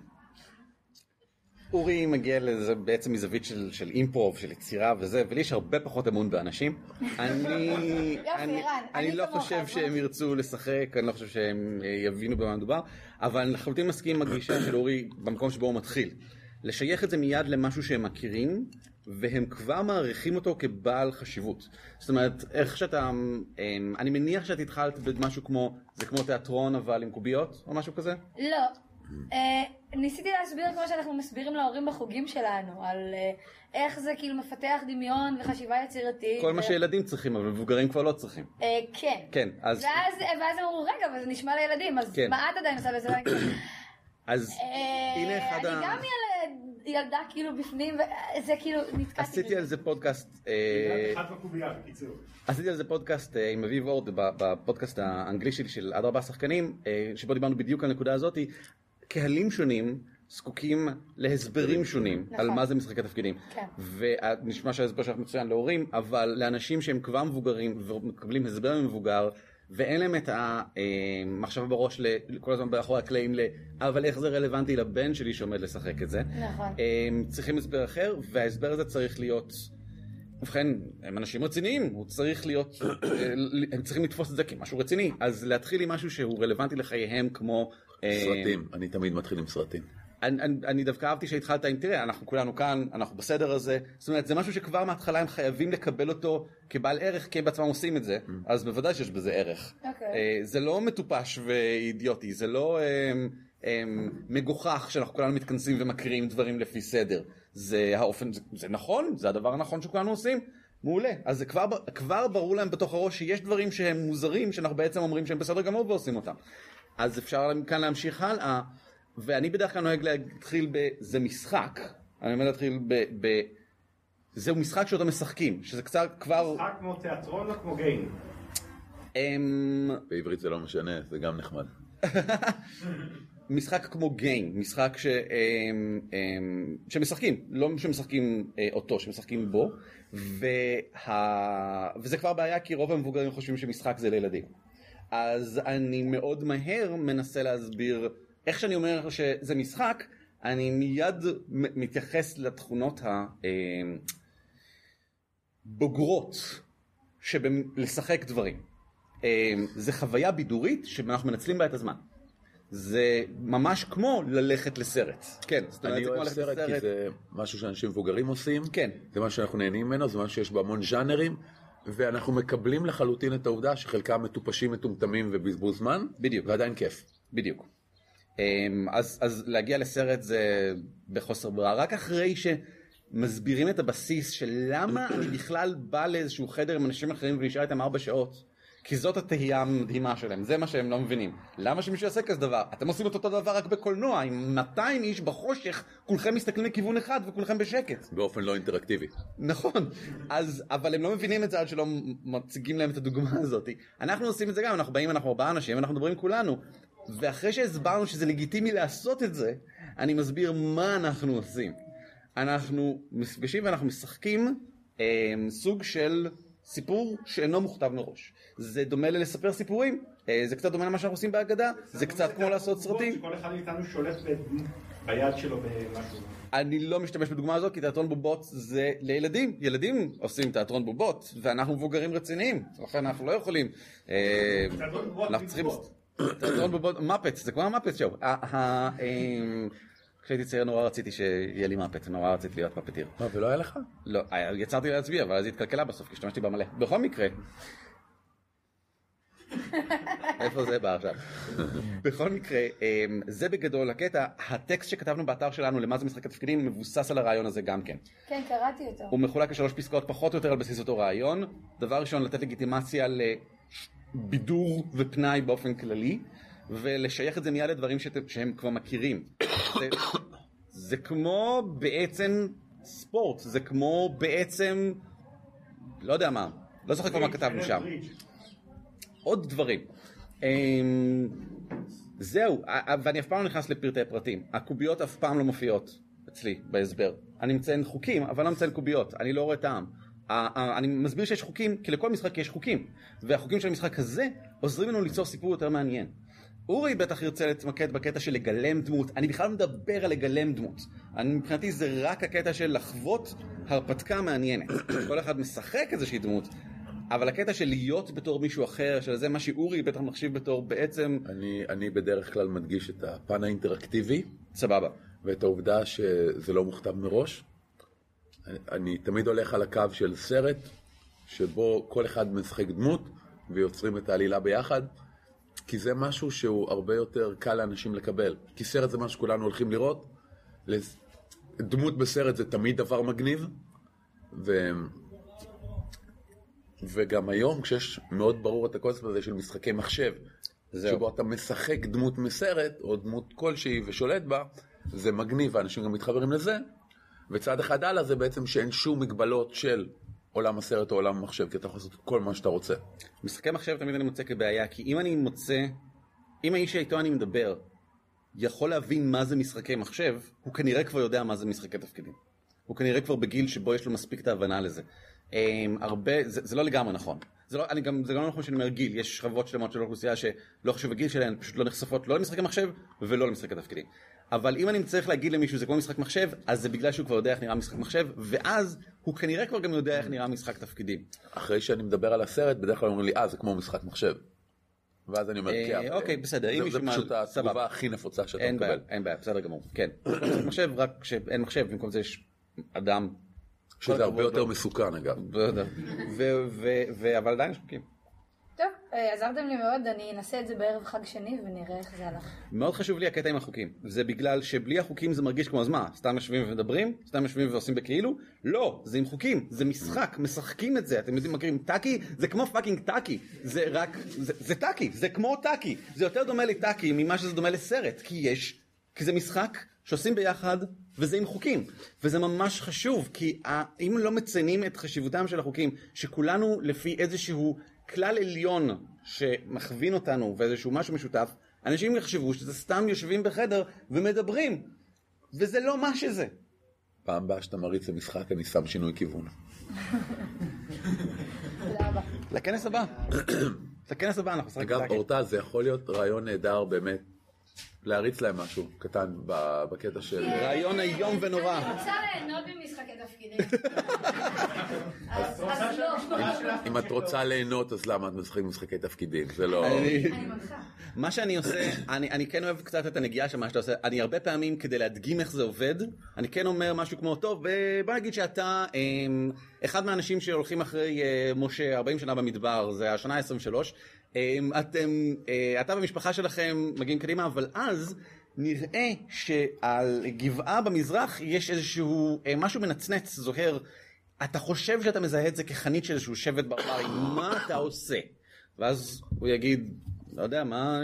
אורי מגיע לזה בעצם מזווית של אימפרוב, של יצירה וזה, ולי יש הרבה פחות אמון באנשים. אני לא חושב שהם ירצו לשחק, אני לא חושב שהם יבינו במה מדובר, אבל אני לחלוטין מסכים עם הגישה של אורי במקום שבו הוא מתחיל. לשייך את זה מיד למשהו שהם מכירים, והם כבר מעריכים אותו כבעל חשיבות. זאת אומרת, איך שאתה, אני מניח שאת התחלת במשהו כמו, זה כמו תיאטרון אבל עם קוביות, או משהו כזה? לא. ניסיתי להסביר כמו שאנחנו מסבירים להורים בחוגים שלנו, על איך זה כאילו מפתח דמיון וחשיבה יצירתית. כל מה שילדים צריכים, אבל מבוגרים כבר לא צריכים. כן. כן, אז... ואז הם אמרו, רגע, אבל זה נשמע לילדים, אז מה את עדיין עושה בזה? אז הנה אחד אני גם ילדה כאילו בפנים, וזה כאילו נתקעתי. עשיתי על זה פודקאסט... עשיתי על זה פודקאסט עם אביב אורד, בפודקאסט האנגלי שלי של עד 4 שחקנים, שבו דיברנו בדיוק על הנקודה הזאת. קהלים שונים זקוקים להסברים שונים על מה זה משחקי תפקידים. ונשמע שההסבר שלך מצוין להורים, אבל לאנשים שהם כבר מבוגרים ומקבלים הסבר ממבוגר, ואין להם את המחשבה בראש כל הזמן באחורי הקלעים אבל איך זה רלוונטי לבן שלי שעומד לשחק את זה. נכון. צריכים הסבר אחר, וההסבר הזה צריך להיות, ובכן, הם אנשים רציניים, הוא צריך להיות, הם צריכים לתפוס את זה כמשהו רציני, אז להתחיל עם משהו שהוא רלוונטי לחייהם כמו... סרטים, אני תמיד מתחיל עם סרטים. אני דווקא אהבתי שהתחלת עם, תראה, אנחנו כולנו כאן, אנחנו בסדר הזה, זאת אומרת, זה משהו שכבר מההתחלה הם חייבים לקבל אותו כבעל ערך, כי הם בעצמם עושים את זה, אז בוודאי שיש בזה ערך. זה לא מטופש ואידיוטי, זה לא מגוחך שאנחנו כולנו מתכנסים ומקריאים דברים לפי סדר. זה האופן, זה נכון, זה הדבר הנכון שכולנו עושים, מעולה. אז זה כבר ברור להם בתוך הראש שיש דברים שהם מוזרים, שאנחנו בעצם אומרים שהם בסדר גמור ועושים אותם. אז אפשר כאן להמשיך הלאה, ואני בדרך כלל נוהג להתחיל זה משחק. אני אומר להתחיל זהו משחק שאותו משחקים, שזה קצת כבר... משחק כמו תיאטרון או כמו גיים? בעברית זה לא משנה, זה גם נחמד. משחק כמו גיים, משחק שמשחקים, לא שמשחקים אותו, שמשחקים בו, וזה כבר בעיה כי רוב המבוגרים חושבים שמשחק זה לילדים. אז אני מאוד מהר מנסה להסביר, איך שאני אומר שזה משחק, אני מיד מתייחס לתכונות הבוגרות שבלשחק דברים. זה חוויה בידורית שאנחנו מנצלים בה את הזמן. זה ממש כמו ללכת לסרט. כן, אני אוהב סרט כי זה משהו שאנשים מבוגרים עושים. כן. זה משהו שאנחנו נהנים ממנו, זה משהו שיש בו המון ז'אנרים, ואנחנו מקבלים לחלוטין את העובדה שחלקם מטופשים, מטומטמים ובזבוז זמן. בדיוק. ועדיין כיף. בדיוק. אז להגיע לסרט זה בחוסר ברירה. רק אחרי שמסבירים את הבסיס של למה אני בכלל בא לאיזשהו חדר עם אנשים אחרים ונשאר איתם 4 שעות, כי זאת התהייה המדהימה שלהם, זה מה שהם לא מבינים. למה שמישהו יעשה כזה דבר? אתם עושים את אותו דבר רק בקולנוע, עם 200 איש בחושך, כולכם מסתכלים לכיוון אחד וכולכם בשקט. באופן לא אינטראקטיבי. נכון, אבל הם לא מבינים את זה עד שלא מציגים להם את הדוגמה הזאת. אנחנו עושים את זה גם, אנחנו באים, אנחנו 4 אנשים, אנחנו מדברים כולנו, ואחרי שהסברנו שזה לגיטימי לעשות את זה, אני מסביר מה אנחנו עושים. אנחנו מפגשים ואנחנו משחקים סוג של סיפור שאינו מוכתב מראש. זה דומה לספר סיפורים, זה קצת דומה למה שאנחנו עושים בהגדה, זה קצת כמו לעשות סרטים. שכל אחד מאיתנו שולט ביד שלו במשהו. אני לא משתמש בדוגמה הזאת, כי תיאטרון בובות זה לילדים. ילדים עושים תיאטרון בובות, ואנחנו מבוגרים רציניים, לכן אנחנו לא יכולים. אנחנו צריכים... תיאטרון בובות, מפץ, זה כמו המפץ שואו. כשהייתי צעיר נורא רציתי שיהיה לי מפץ, נורא רציתי להיות מפטיר. מה, ולא היה לך? לא, יצרתי להצביע, אבל אז היא התקלקלה בסוף, כי השתמשתי במלא. בכל מקרה, איפה זה בא עכשיו? בכל מקרה, זה בגדול הקטע, הטקסט שכתבנו באתר שלנו למה זה משחק התפקידים מבוסס על הרעיון הזה גם כן. כן, קראתי אותו. הוא מחולק ל3 פסקאות פחות או יותר על בסיס אותו רעיון. דבר ראשון, לתת לגיטימציה לבידור ופנאי באופן כללי, ולשייך את זה מיד לדברים שהם כבר מכירים. זה כמו בעצם ספורט, זה כמו בעצם, לא יודע מה, לא זוכר כבר מה כתבנו שם. עוד דברים. זהו, ואני אף פעם לא נכנס לפרטי פרטים. הקוביות אף פעם לא מופיעות אצלי בהסבר. אני מציין חוקים, אבל לא מציין קוביות. אני לא רואה טעם. אני מסביר שיש חוקים, כי לכל משחק יש חוקים. והחוקים של המשחק הזה עוזרים לנו ליצור סיפור יותר מעניין. אורי בטח ירצה להתמקד בקטע של לגלם דמות. אני בכלל מדבר על לגלם דמות. מבחינתי זה רק הקטע של לחוות הרפתקה מעניינת. כל אחד משחק איזושהי דמות. אבל הקטע של להיות בתור מישהו אחר, של זה מה שאורי בטח מחשיב בתור בעצם... אני בדרך כלל מדגיש את הפן האינטראקטיבי. סבבה. ואת העובדה שזה לא מוכתב מראש. אני תמיד הולך על הקו של סרט, שבו כל אחד משחק דמות, ויוצרים את העלילה ביחד, כי זה משהו שהוא הרבה יותר קל לאנשים לקבל. כי סרט זה מה שכולנו הולכים לראות. דמות בסרט זה תמיד דבר מגניב, וגם היום כשיש מאוד ברור את הקונספט הזה של משחקי מחשב, שבו אתה משחק דמות מסרט או דמות כלשהי ושולט בה, זה מגניב ואנשים גם מתחברים לזה. וצד אחד הלאה זה בעצם שאין שום מגבלות של עולם הסרט או עולם המחשב, כי אתה יכול לעשות כל מה שאתה רוצה. משחקי מחשב תמיד אני מוצא כבעיה, כי אם אני מוצא, אם האיש שאיתו אני מדבר יכול להבין מה זה משחקי מחשב, הוא כנראה כבר יודע מה זה משחקי תפקידים. הוא כנראה כבר בגיל שבו יש לו מספיק את ההבנה לזה. זה לא לגמרי נכון. זה גם לא נכון שאני אומר גיל. יש שכבות שלמות של אוכלוסייה שלא חשוב הגיל שלהן, פשוט לא נחשפות לא למשחקי מחשב ולא למשחקי תפקידים. אבל אם אני צריך להגיד למישהו זה כמו משחק מחשב, אז זה בגלל שהוא כבר יודע איך נראה משחק מחשב, ואז הוא כנראה כבר גם יודע איך נראה משחק תפקידים. אחרי שאני מדבר על הסרט, בדרך כלל אומרים לי, זה כמו משחק מחשב. ואז אני אומר, אוקיי, בסדר. זה פשוט התגובה הכי נפוצה שאתה מקבל. אין בעיה, בסדר גמור. כן. משחק מחשב, רק שאין מחשב, במקום זה יש אדם. שזה הרבה יותר מסוכן, אגב. אבל עדיין יש חוקים. טוב, עזרתם לי מאוד, אני אנסה את זה בערב חג שני ונראה איך זה הלך. מאוד חשוב לי הקטע עם החוקים. זה בגלל שבלי החוקים זה מרגיש כמו, אז מה? סתם יושבים ומדברים? סתם יושבים ועושים בכאילו? לא, זה עם חוקים, זה משחק, משחקים את זה. אתם יודעים, מכירים טאקי? זה כמו פאקינג טאקי. זה רק, זה טאקי, זה כמו טאקי. זה יותר דומה לטאקי ממה שזה דומה לסרט, כי זה משחק שעושים ביחד, וזה עם חוקים. וזה ממש חשוב, כי אם לא מציינים את חשיבותם של החוקים, שכולנו לפי איזשהו כלל עליון שמכווין אותנו ואיזשהו משהו משותף, אנשים יחשבו שזה סתם יושבים בחדר ומדברים, וזה לא מה שזה. פעם הבאה שאתה מריץ למשחק, אני שם שינוי כיוון. לכנס הבא. לכנס הבא אנחנו שחק. אגב, אורטל, זה יכול להיות רעיון נהדר באמת, להריץ להם משהו קטן בקטע של... רעיון היום ונורא. אני רוצה ליהנות במשחקי תפקידים. אז לא. אם את רוצה ליהנות, אז למה את משחקים משחקי תפקידים? זה לא... אני מנחה. מה שאני עושה, אני כן אוהב קצת את הנגיעה של מה שאתה עושה. אני הרבה פעמים כדי להדגים איך זה עובד, אני כן אומר משהו כמו, טוב, בוא נגיד שאתה אחד מהאנשים שהולכים אחרי משה 40 שנה במדבר, זה השנה 23, אתה והמשפחה שלכם מגיעים קדימה, אבל אז נראה שעל גבעה במזרח יש איזשהו משהו מנצנץ, זוהר. אתה חושב שאתה מזהה את זה כחנית של איזשהו שבט ברברי, מה אתה עושה? ואז הוא יגיד, לא יודע מה,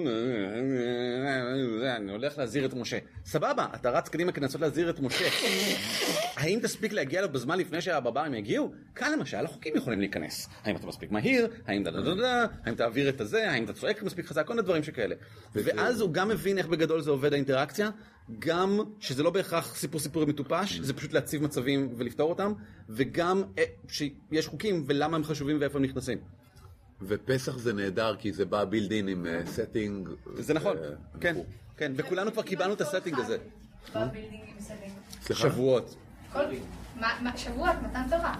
אני הולך להזהיר את משה. סבבה, אתה רץ קדימה כנסות להזהיר את משה. האם תספיק להגיע לו בזמן לפני שהברברים יגיעו? כאן למשל, החוקים יכולים להיכנס. האם אתה מספיק מהיר? האם האם תעביר את הזה? האם אתה צועק מספיק חזק? כל הדברים שכאלה. ואז הוא גם מבין איך בגדול זה עובד האינטראקציה, גם שזה לא בהכרח סיפור מטופש, זה פשוט להציב מצבים ולפתור אותם, וגם שיש חוקים ולמה הם חשובים ואיפה הם נכנסים. ופסח זה נהדר, כי זה בא בילדין עם סטינג. זה נכון, כן, כן, וכולנו כבר קיבלנו את הסטינג הזה. בא בילדינג עם סטינג. שבועות. שבועות, מתן תורה.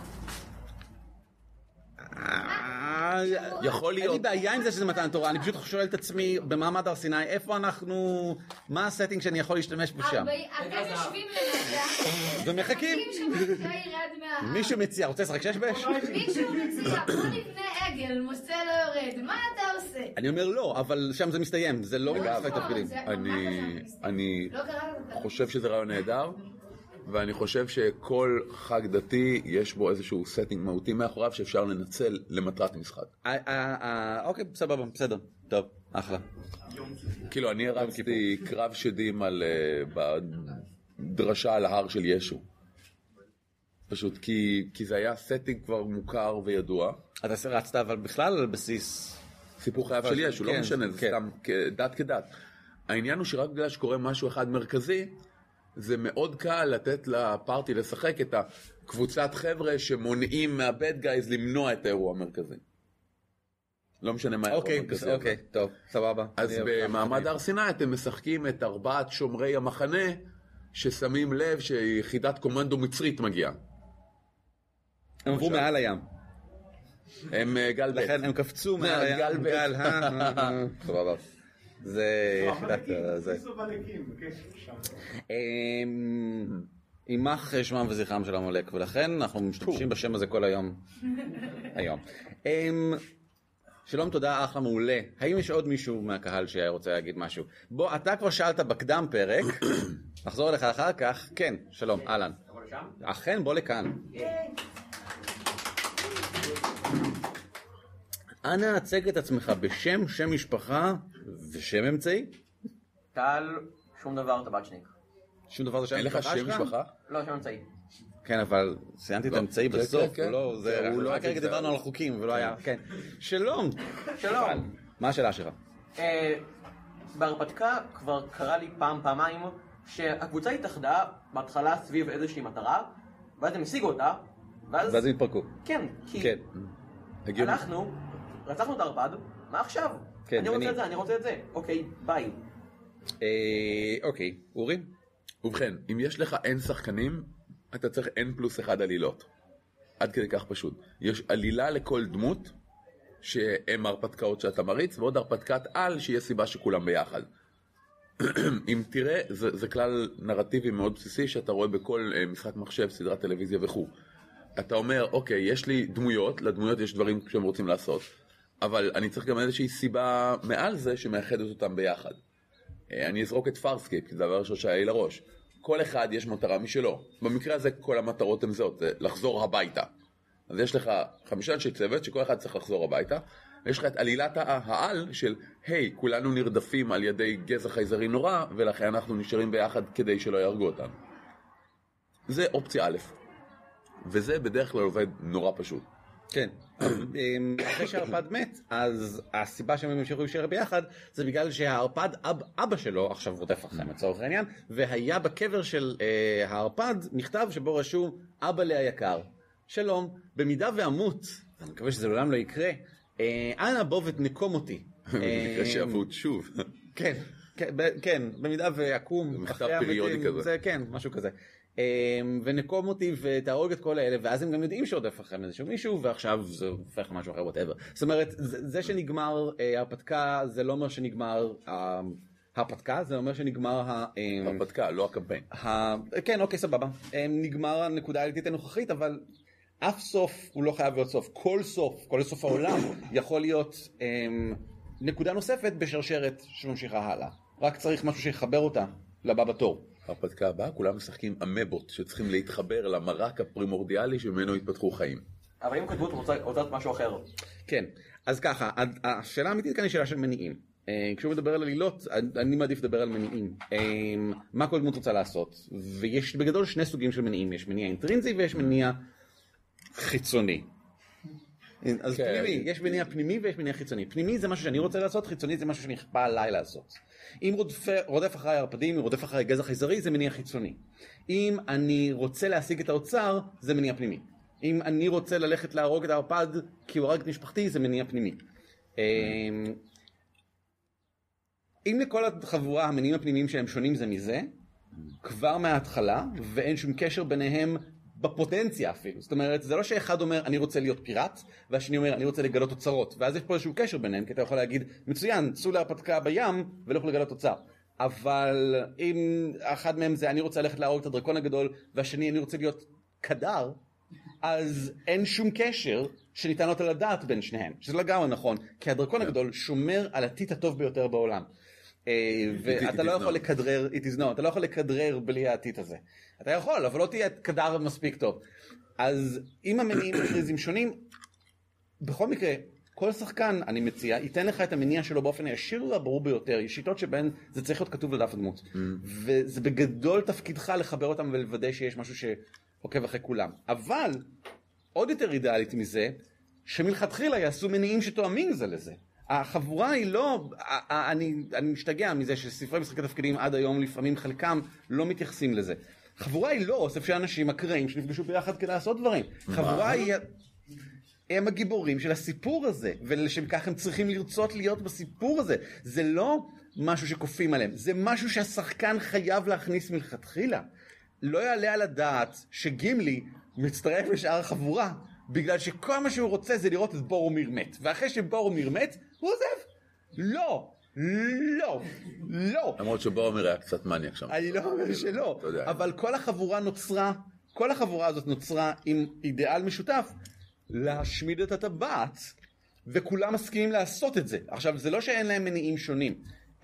יכול להיות. אין לי בעיה עם זה שזה מתן תורה, אני פשוט שואל את עצמי במעמד הר סיני, איפה אנחנו, מה הסטינג שאני יכול להשתמש בו שם? אתם יושבים לנצח. ומחכים. מישהו מציע, רוצה לשחק שש בש? מישהו מציע, בוא נבנה עגל, מוסה לא יורד, מה אתה עושה? אני אומר לא, אבל שם זה מסתיים, זה לא משחק תפקידים. אני חושב שזה רעיון נהדר, ואני חושב שכל חג דתי יש בו איזשהו סטינג מהותי מאחוריו שאפשר לנצל למטרת משחק. אוקיי, סבבה, בסדר, טוב, אחלה. כאילו אני הרצתי קרב שדים בדרשה על ההר של ישו. פשוט כי זה היה סטינג כבר מוכר וידוע. אתה רצת אבל בכלל על בסיס... סיפור חייו של ישו, לא משנה, זה סתם דת כדת. העניין הוא שרק בגלל שקורה משהו אחד מרכזי, זה מאוד קל לתת לפארטי לשחק את הקבוצת חבר'ה שמונעים מהבד גייז למנוע את האירוע המרכזי. לא משנה מה האירוע המרכזי. אוקיי, טוב, סבבה. אז במעמד הר סיני אתם משחקים את 4 שומרי המחנה ששמים לב שיחידת קומנדו מצרית מגיעה. הם עברו מעל הים. הם גל ב'. לכן הם קפצו מעל הים. גל ב'. סבבה. זה יחידת זה. יימח שמם וזכרם של עמלק, ולכן אנחנו משתמשים בשם הזה כל היום. שלום, תודה, אחלה, מעולה. האם יש עוד מישהו מהקהל שרוצה להגיד משהו? בוא, אתה כבר שאלת בקדם פרק, נחזור אליך אחר כך. כן, שלום, אהלן. אכן, בוא לכאן. אנא הצג את עצמך בשם, שם משפחה ושם אמצעי. טל, שום דבר, טבצ'ניק. שום דבר זה שם אין לך שם משפחה? לא, שם אמצעי. כן, אבל ציינתי את האמצעי בסוף, כן. הוא לא כרגע דיברנו על החוקים, ולא היה, כן. שלום. שלום. מה השאלה שלך? בהרפתקה כבר קרה לי פעמיים שהקבוצה התאחדה בהתחלה סביב איזושהי מטרה, ואז הם השיגו אותה, ואז הם התפרקו. כן, כי כן. אנחנו רצחנו את הערפד, מה עכשיו? אני רוצה את זה, אני רוצה את זה. אוקיי, ביי. אוקיי, אורי? ובכן, אם יש לך N שחקנים, אתה צריך N+1 עלילות. עד כדי כך פשוט. יש עלילה לכל דמות, שהם הרפתקאות שאתה מריץ, ועוד הרפתקת על, שיהיה סיבה שכולם ביחד. אם תראה, זה כלל נרטיבי מאוד בסיסי, שאתה רואה בכל משחק מחשב, סדרת טלוויזיה וכו'. אתה אומר, אוקיי, יש לי דמויות, לדמויות יש דברים שהם רוצים לעשות, אבל אני צריך גם איזושהי סיבה מעל זה שמאחדת אותם ביחד. אני אזרוק את פארסקייפ, כי זה דבר שהיה לי לראש. כל אחד יש מטרה משלו. במקרה הזה כל המטרות הן זאת, זה לחזור הביתה. אז יש לך 5 אנשי צוות שכל אחד צריך לחזור הביתה, ויש לך את עלילת העל של, היי, כולנו נרדפים על ידי גזע חייזרי נורא, ולכן אנחנו נשארים ביחד כדי שלא יהרגו אותנו. זה אופציה א', וזה בדרך כלל עובד נורא פשוט. כן. אחרי שהערפד מת, אז הסיבה שהם המשיכו להישאר ביחד, זה בגלל שהערפד, אבא שלו, עכשיו רודף אחריהם לצורך העניין, והיה בקבר של הערפד מכתב שבו רשום, אבא לי היקר, שלום, במידה ואמות, אני מקווה שזה לעולם לא יקרה, אנא בוא ותנקום אותי. במקרה שאמות שוב. כן, כן, במידה ואקום. מכתב פריודי כזה. כן, משהו כזה. ונקום אותי ותהרוג את כל האלה, ואז הם גם יודעים שעודף אחריהם איזשהו מישהו, ועכשיו זה הופך משהו אחר, whatever. זאת אומרת, זה שנגמר ההרפתקה, זה לא אומר שנגמר ההרפתקה, זה אומר שנגמר ההרפתקה, לא הקמפיין. כן, אוקיי, סבבה. נגמר הנקודה האליטית הנוכחית, אבל אף סוף הוא לא חייב להיות סוף. כל סוף העולם יכול להיות נקודה נוספת בשרשרת שממשיכה הלאה. רק צריך משהו שיחבר אותה לבא בתור. ההרפתקה הבאה, כולם משחקים אמבות שצריכים להתחבר למרק הפרימורדיאלי שממנו התפתחו חיים. אבל אם כתבות רוצה משהו אחר. כן, אז ככה, השאלה האמיתית כאן היא שאלה של מניעים. כשהוא מדבר על עלילות, אני מעדיף לדבר על מניעים. מה כל דמות רוצה לעשות? ויש בגדול שני סוגים של מניעים. יש מניע אינטרינזי ויש מניע חיצוני. אז פנימי, יש מניע פנימי ויש מניע חיצוני. פנימי זה משהו שאני רוצה לעשות, חיצוני זה משהו שנכפה עליי לעשות. אם רודף אחרי הרפדים, אם רודף אחרי גזע חייזרי, זה מניע חיצוני. אם אני רוצה להשיג את האוצר, זה מניע פנימי. אם אני רוצה ללכת להרוג את הרפד כי הוא הרג את משפחתי, זה מניע פנימי. אם לכל החבורה המניעים הפנימיים שהם שונים זה מזה, כבר מההתחלה, ואין שום קשר ביניהם בפוטנציה אפילו. זאת אומרת, זה לא שאחד אומר אני רוצה להיות פיראט, והשני אומר אני רוצה לגלות אוצרות, ואז יש פה איזשהו קשר ביניהם, כי אתה יכול להגיד מצוין, צאו להרפתקה בים ולא יכול לגלות אוצר. אבל אם אחד מהם זה אני רוצה ללכת להרוג את הדרקון הגדול, והשני אני רוצה להיות קדר, אז אין שום קשר שניתן אותה לדעת בין שניהם, שזה לגמרי נכון, כי הדרקון הגדול שומר על הטיט הטוב ביותר בעולם. ואתה לא יכול לכדרר, אתה לא יכול לכדרר בלי הטיט הזה. אתה יכול, אבל לא תהיה קדר מספיק טוב. אז אם המניעים אינטרינזיים שונים, בכל מקרה, כל שחקן, אני מציע, ייתן לך את המניע שלו באופן הישיר והברור ביותר. יש שיטות שבהן זה צריך להיות כתוב לדף הדמות. וזה בגדול תפקידך לחבר אותם ולוודא שיש משהו שעוקב אחרי כולם. אבל, עוד יותר אידיאלית מזה, שמלכתחילה יעשו מניעים שתואמים זה לזה. החבורה היא לא, אני משתגע מזה שספרי משחקי תפקידים עד היום לפעמים חלקם לא מתייחסים לזה. חבורה היא לא אוסף של אנשים אקראיים שנפגשו ביחד כדי לעשות דברים. חבורה היא, הם הגיבורים של הסיפור הזה, ולשם כך הם צריכים לרצות להיות בסיפור הזה. זה לא משהו שקופים עליהם, זה משהו שהשחקן חייב להכניס מלכתחילה. לא יעלה על הדעת שגימלי מצטרף לשאר החבורה, בגלל שכל מה שהוא רוצה זה לראות את בורומיר מת. ואחרי שבורומיר מת, הוא עוזב. לא, לא, לא. למרות שבורומיר היה קצת מניאק שם. אני לא אומר שלא. אבל כל החבורה הזאת נוצרה עם אידיאל משותף, להשמיד את הטבעת, וכולם מסכימים לעשות את זה. עכשיו, זה לא שאין להם מניעים שונים.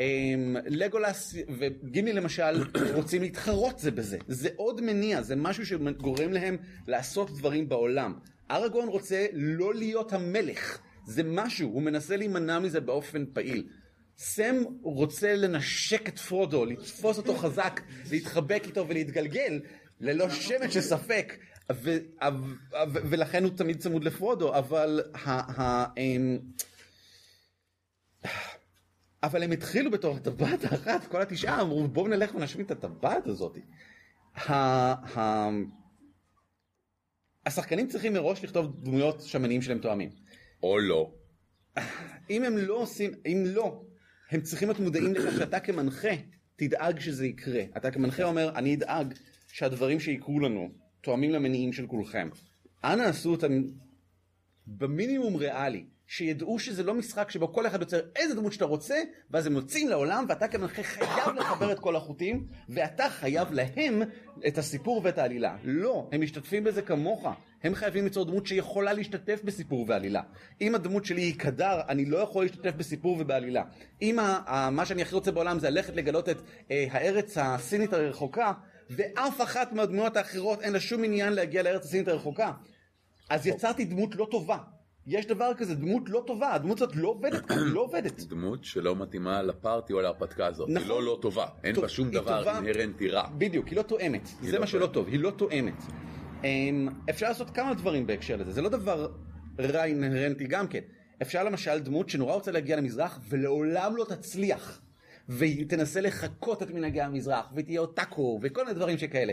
לגולס וגימלי למשל רוצים להתחרות זה בזה. זה עוד מניע, זה משהו שגורם להם לעשות דברים בעולם. ארגון רוצה לא להיות המלך, זה משהו, הוא מנסה להימנע מזה באופן פעיל. סם רוצה לנשק את פרודו, לתפוס אותו חזק, להתחבק איתו ולהתגלגל, ללא שמץ של ספק, ולכן הוא תמיד צמוד לפרודו, אבל הם התחילו בתור הטבעת האחת, כל התשעה אמרו בואו נלך ונשמיד את הטבעת הזאת. השחקנים צריכים מראש לכתוב דמויות שהמניעים שלהם תואמים. או לא. אם הם לא עושים, אם לא, הם צריכים להיות מודעים לכך שאתה כמנחה תדאג שזה יקרה. אתה כמנחה אומר, אני אדאג שהדברים שיקרו לנו תואמים למניעים של כולכם. אנא עשו אותם במינימום ריאלי, שידעו שזה לא משחק שבו כל אחד יוצר איזה דמות שאתה רוצה, ואז הם יוצאים לעולם, ואתה כמנחה חייב לחבר את כל החוטים, ואתה חייב להם את הסיפור ואת העלילה. לא, הם משתתפים בזה כמוך. הם חייבים ליצור דמות שיכולה להשתתף בסיפור ועלילה. אם הדמות שלי היא קדר, אני לא יכול להשתתף בסיפור ובעלילה. אם מה שאני הכי רוצה בעולם זה ללכת לגלות את הארץ הסינית הרחוקה, ואף אחת מהדמויות האחרות אין לה שום עניין להגיע לארץ הסינית הרחוקה, אז יצרתי דמות לא טובה. יש דבר כזה, דמות לא טובה, הדמות הזאת לא עובדת, לא עובדת. דמות שלא מתאימה לפארטי או להרפתקה הזאת, היא לא טובה, אין בה שום דבר אינהרנטי רע. בדיוק, היא לא תואמת, זה מה שלא טוב, היא לא תואמת. אפשר לעשות כמה דברים בהקשר לזה, זה לא דבר רע אינהרנטי גם כן. אפשר למשל דמות שנורא רוצה להגיע למזרח ולעולם לא תצליח. והיא תנסה לחקות את מנהגי המזרח, ותהיה אוטאקו, וכל מיני דברים שכאלה.